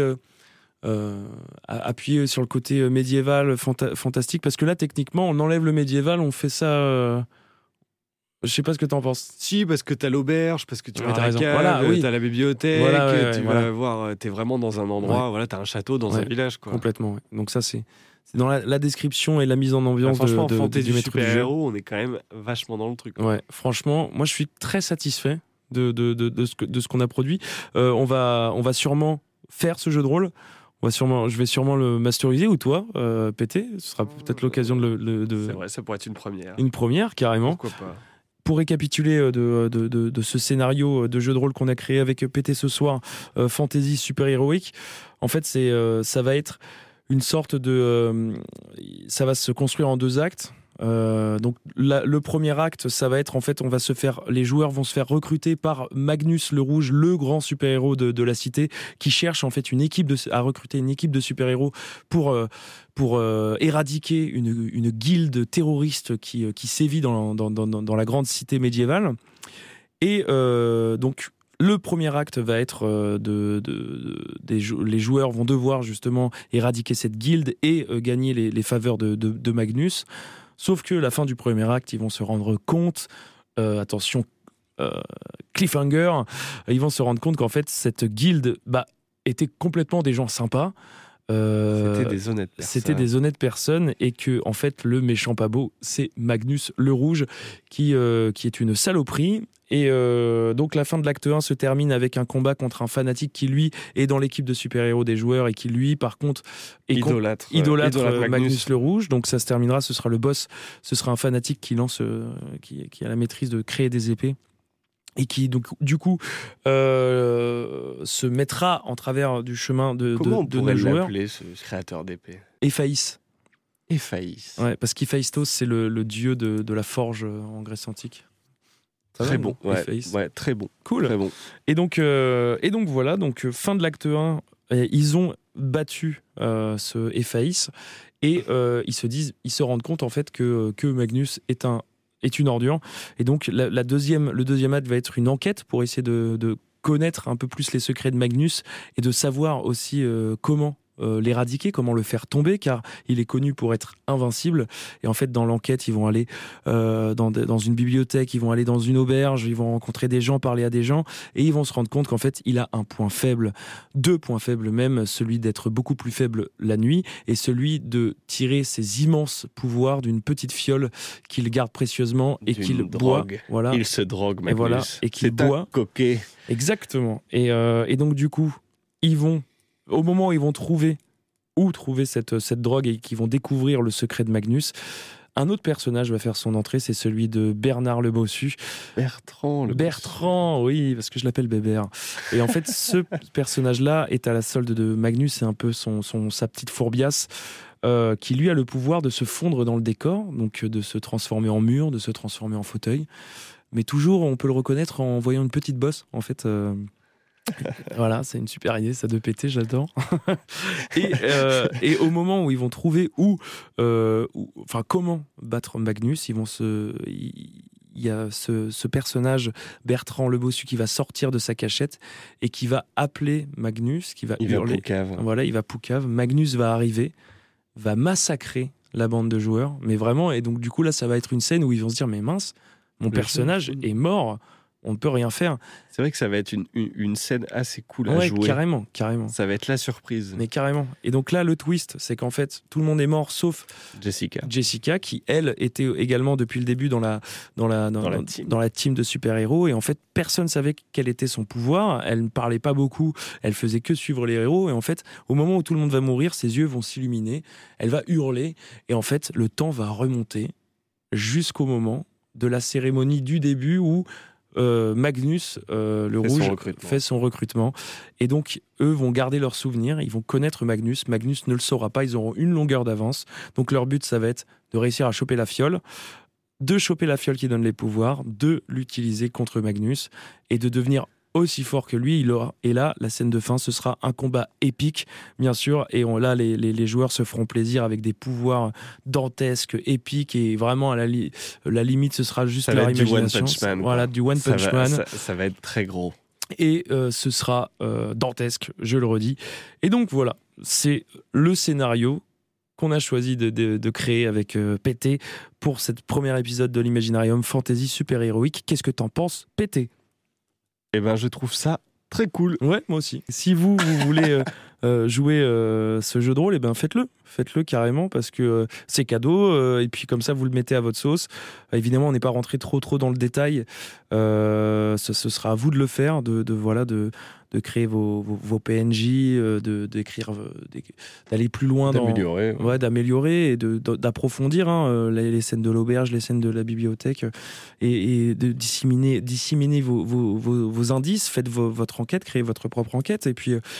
Speaker 1: appuyer sur le côté médiéval, fantastique, parce que là, techniquement, on enlève le médiéval, on fait ça... Je sais pas ce que t'en penses.
Speaker 2: Si, parce que t'as l'auberge, parce que tu vas à la cave, t'as la bibliothèque, vas voir, t'es vraiment dans un endroit, t'as un château dans un village, quoi.
Speaker 1: Complètement, Donc ça, c'est dans la description et la mise en ambiance
Speaker 2: franchement,
Speaker 1: du maître du jeu.
Speaker 2: On est quand même vachement dans le truc.
Speaker 1: Ouais, franchement, moi je suis très satisfait de ce qu'on a produit. On va sûrement faire ce jeu de rôle. Je vais sûrement le masteriser, ou toi, PT. Ce sera peut-être l'occasion de...
Speaker 2: C'est vrai, ça pourrait être une première.
Speaker 1: Une première, carrément.
Speaker 2: Pourquoi pas.
Speaker 1: Pour récapituler de ce scénario de jeu de rôle qu'on a créé avec PT ce soir, fantasy super héroïque, en fait ça va être une sorte de... ça va se construire en 2 actes. Donc le premier acte, ça va être en fait, les joueurs vont se faire recruter par Magnus le Rouge, le grand super-héros de la cité, qui cherche en fait à recruter une équipe de super-héros pour éradiquer une guilde terroriste qui sévit dans la grande cité médiévale. Et donc le premier acte va être les joueurs vont devoir justement éradiquer cette guilde et gagner les faveurs de Magnus. Sauf que la fin du premier acte, ils vont se rendre compte, attention, cliffhanger, ils vont se rendre compte qu'en fait, cette guilde était complètement des gens sympas.
Speaker 2: C'était
Speaker 1: des honnêtes personnes et que, en fait, le méchant pas beau, c'est Magnus le Rouge, qui est une saloperie. Et donc la fin de l'acte 1 se termine avec un combat contre un fanatique qui, lui, est dans l'équipe de super-héros des joueurs et qui, lui, par contre, idolâtre Magnus le Rouge. Donc ça se terminera, ce sera le boss, ce sera un fanatique qui a la maîtrise de créer des épées et qui, donc, du coup, se mettra en travers du chemin de nos joueurs.
Speaker 4: Comment on pourrait l'appeler, ce créateur d'épées ?
Speaker 1: Éphaïs.
Speaker 4: Ouais,
Speaker 1: parce qu'Héphaïstos, c'est le dieu de la forge en Grèce antique.
Speaker 4: Très bon, ouais, très bon.
Speaker 1: Cool.
Speaker 4: Très bon.
Speaker 1: Et donc voilà, fin de l'acte 1, ils ont battu ce Éphaïs et ils se rendent compte en fait que Magnus est une ordure. Et donc le deuxième acte va être une enquête pour essayer de connaître un peu plus les secrets de Magnus et de savoir aussi comment l'éradiquer, comment le faire tomber, car il est connu pour être invincible. Et en fait, dans l'enquête, ils vont aller dans une bibliothèque, ils vont aller dans une auberge, ils vont rencontrer des gens, parler à des gens, et ils vont se rendre compte qu'en fait, il a un point faible, 2 points faibles même, celui d'être beaucoup plus faible la nuit, et celui de tirer ses immenses pouvoirs d'une petite fiole qu'il garde précieusement et qu'il boit. Voilà.
Speaker 4: Il se drogue, Magnus.
Speaker 1: Et qu'il boit.
Speaker 4: Un coquet.
Speaker 1: Exactement. Et donc, du coup, au moment où ils vont trouver cette drogue et qu'ils vont découvrir le secret de Magnus, un autre personnage va faire son entrée, c'est celui de Bernard le Bossu. Bertrand, oui, parce que je l'appelle Bébert. Et en fait, ce personnage-là est à la solde de Magnus, c'est un peu sa petite fourbiasse, qui lui a le pouvoir de se fondre dans le décor, donc de se transformer en mur, de se transformer en fauteuil. Mais toujours, on peut le reconnaître en voyant une petite bosse, en fait. Voilà, c'est une super idée, ça de péter, j'adore. et au moment où ils vont trouver comment battre Magnus, il y a ce personnage Bertrand le Bossu qui va sortir de sa cachette et qui va appeler Magnus, qui va hurler. Voilà, il va poucave. Magnus va arriver, va massacrer la bande de joueurs, mais vraiment. Et donc du coup là, ça va être une scène où ils vont se dire mais mince, mon personnage est mort. On ne peut rien faire.
Speaker 4: C'est vrai que ça va être une scène assez cool à jouer.
Speaker 1: Carrément.
Speaker 4: Ça va être la surprise.
Speaker 1: Mais carrément. Et donc là, le twist, c'est qu'en fait, tout le monde est mort sauf
Speaker 4: Jessica,
Speaker 1: qui, elle, était également depuis le début dans la team de super-héros. Et en fait, personne ne savait quel était son pouvoir. Elle ne parlait pas beaucoup. Elle faisait que suivre les héros. Et en fait, au moment où tout le monde va mourir, ses yeux vont s'illuminer. Elle va hurler. Et en fait, le temps va remonter jusqu'au moment de la cérémonie du début où Magnus le Rouge fait son recrutement et donc eux vont garder leurs souvenirs, ils vont connaître Magnus ne le saura pas, ils auront une longueur d'avance, donc leur but ça va être de réussir à choper la fiole, de choper la fiole qui donne les pouvoirs, de l'utiliser contre Magnus et de devenir aussi fort que lui. Et là, la scène de fin, ce sera un combat épique, bien sûr. Et là, les joueurs se feront plaisir avec des pouvoirs dantesques, épiques. Et vraiment, à la limite, ce sera juste leur imagination. Du One Punch Man.
Speaker 4: Ça va être très gros.
Speaker 1: Et ce sera dantesque, je le redis. Et donc, voilà, c'est le scénario qu'on a choisi de créer avec Pété pour cette premier épisode de l'Imaginarium Fantasy super héroïque. Qu'est-ce que t'en penses, Pété ?
Speaker 4: Eh ben, je trouve ça très cool.
Speaker 1: Ouais, moi aussi. Si vous voulez jouer ce jeu de rôle, eh ben faites-le carrément parce que c'est cadeau et puis comme ça vous le mettez à votre sauce. Évidemment, on n'est pas rentré trop dans le détail. Ce sera à vous de le faire, de créer vos PNJ, d'écrire, d'aller plus loin, d'améliorer et d'approfondir les scènes de l'auberge, les scènes de la bibliothèque et de disséminer vos indices. Faites votre enquête, créez votre propre enquête et puis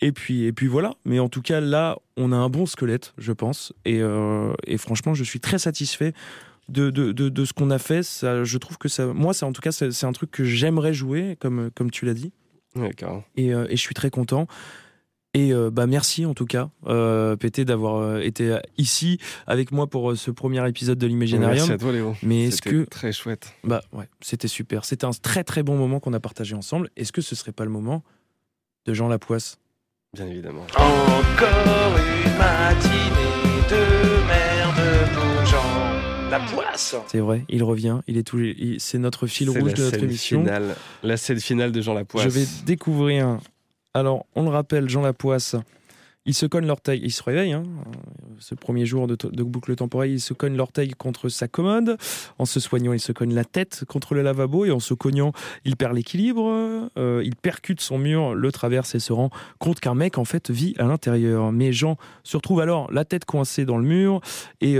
Speaker 1: Et puis voilà. Mais en tout cas, là, on a un bon squelette, je pense. Et franchement, je suis très satisfait de ce qu'on a fait. Ça, je trouve que ça, moi, ça, en tout cas, c'est un truc que j'aimerais jouer, comme tu l'as dit.
Speaker 2: Ouais, carrément.
Speaker 1: Et je suis très content. Et merci en tout cas, Pété, d'avoir été ici avec moi pour ce premier épisode de l'Imaginarium.
Speaker 2: Merci à toi, Léo.
Speaker 1: Mais
Speaker 2: c'était très chouette.
Speaker 1: Bah ouais, c'était super. C'était un très très bon moment qu'on a partagé ensemble. Est-ce que ce serait pas le moment de Jean Lapoisse?
Speaker 2: Bien évidemment.
Speaker 3: Encore une matinée de merde pour Jean Lapoisse.
Speaker 1: C'est vrai, il revient. C'est notre fil rouge de notre émission.
Speaker 2: La scène finale de Jean Lapoisse.
Speaker 1: Je vais découvrir. Alors, on le rappelle, Jean Lapoisse, il se cogne l'orteil, il se réveille, ce premier jour de boucle temporelle, il se cogne l'orteil contre sa commode, en se soignant, il se cogne la tête contre le lavabo, et en se cognant, il perd l'équilibre, il percute son mur, le traverse et se rend compte qu'un mec, en fait, vit à l'intérieur. Mais Jean se retrouve alors la tête coincée dans le mur, et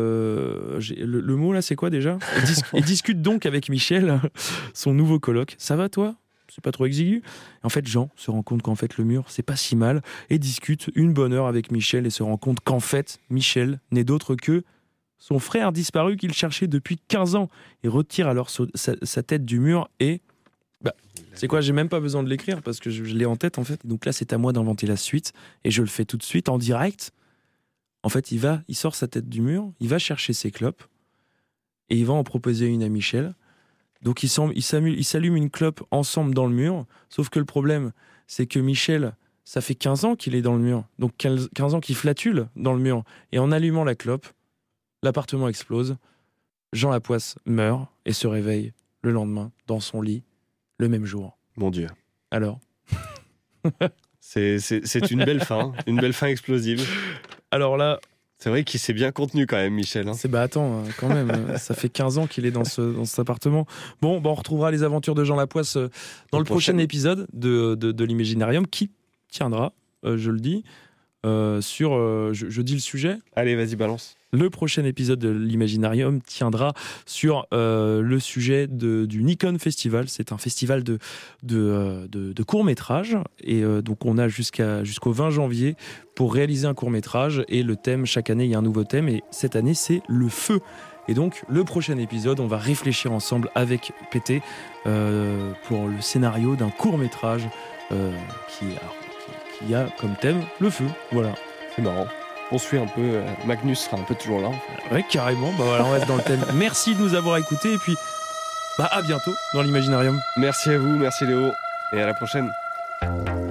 Speaker 1: le mot là, c'est quoi déjà? Il discute donc avec Michel, son nouveau coloc. Ça va, toi? C'est pas trop exigu. En fait, Jean se rend compte qu'en fait le mur, c'est pas si mal, et discute une bonne heure avec Michel et se rend compte qu'en fait, Michel n'est d'autre que son frère disparu qu'il cherchait depuis 15 ans, et retire alors sa tête du mur. Et c'est quoi, j'ai même pas besoin de l'écrire parce que je l'ai en tête en fait. Donc là, c'est à moi d'inventer la suite, et je le fais tout de suite en direct. En fait, il sort sa tête du mur, il va chercher ses clopes, et il va en proposer une à Michel. Donc ils s'allument une clope ensemble dans le mur, sauf que le problème, c'est que Michel, ça fait 15 ans qu'il est dans le mur, donc 15 ans qu'il flatule dans le mur, et en allumant la clope, l'appartement explose, Jean Lapoisse meurt et se réveille le lendemain dans son lit, le même jour.
Speaker 2: Mon Dieu.
Speaker 1: Alors
Speaker 2: c'est une belle fin, une belle fin explosive.
Speaker 1: Alors là...
Speaker 2: C'est vrai qu'il s'est bien contenu quand même, Michel.
Speaker 1: Attends, quand même, ça fait 15 ans qu'il est dans cet appartement. Bon, on retrouvera les aventures de Jean Lapoisse dans le prochain épisode de l'Imaginarium, qui tiendra, je le dis, je dis le sujet.
Speaker 2: Allez, vas-y, balance.
Speaker 1: Le prochain épisode de l'Imaginarium tiendra sur le sujet du Nikon Festival. C'est un festival de courts-métrages. Et donc, on a jusqu'au 20 janvier pour réaliser un court-métrage. Et le thème, chaque année, il y a un nouveau thème. Et cette année, c'est le feu. Et donc, le prochain épisode, on va réfléchir ensemble avec Pété pour le scénario d'un court-métrage qui a comme thème le feu. Voilà.
Speaker 2: C'est marrant. On suit un peu, Magnus sera un peu toujours là.
Speaker 1: Ouais, carrément, voilà, on reste dans le thème. Merci de nous avoir écoutés, et puis à bientôt dans l'Imaginarium.
Speaker 2: Merci à vous, merci Léo, et à la prochaine.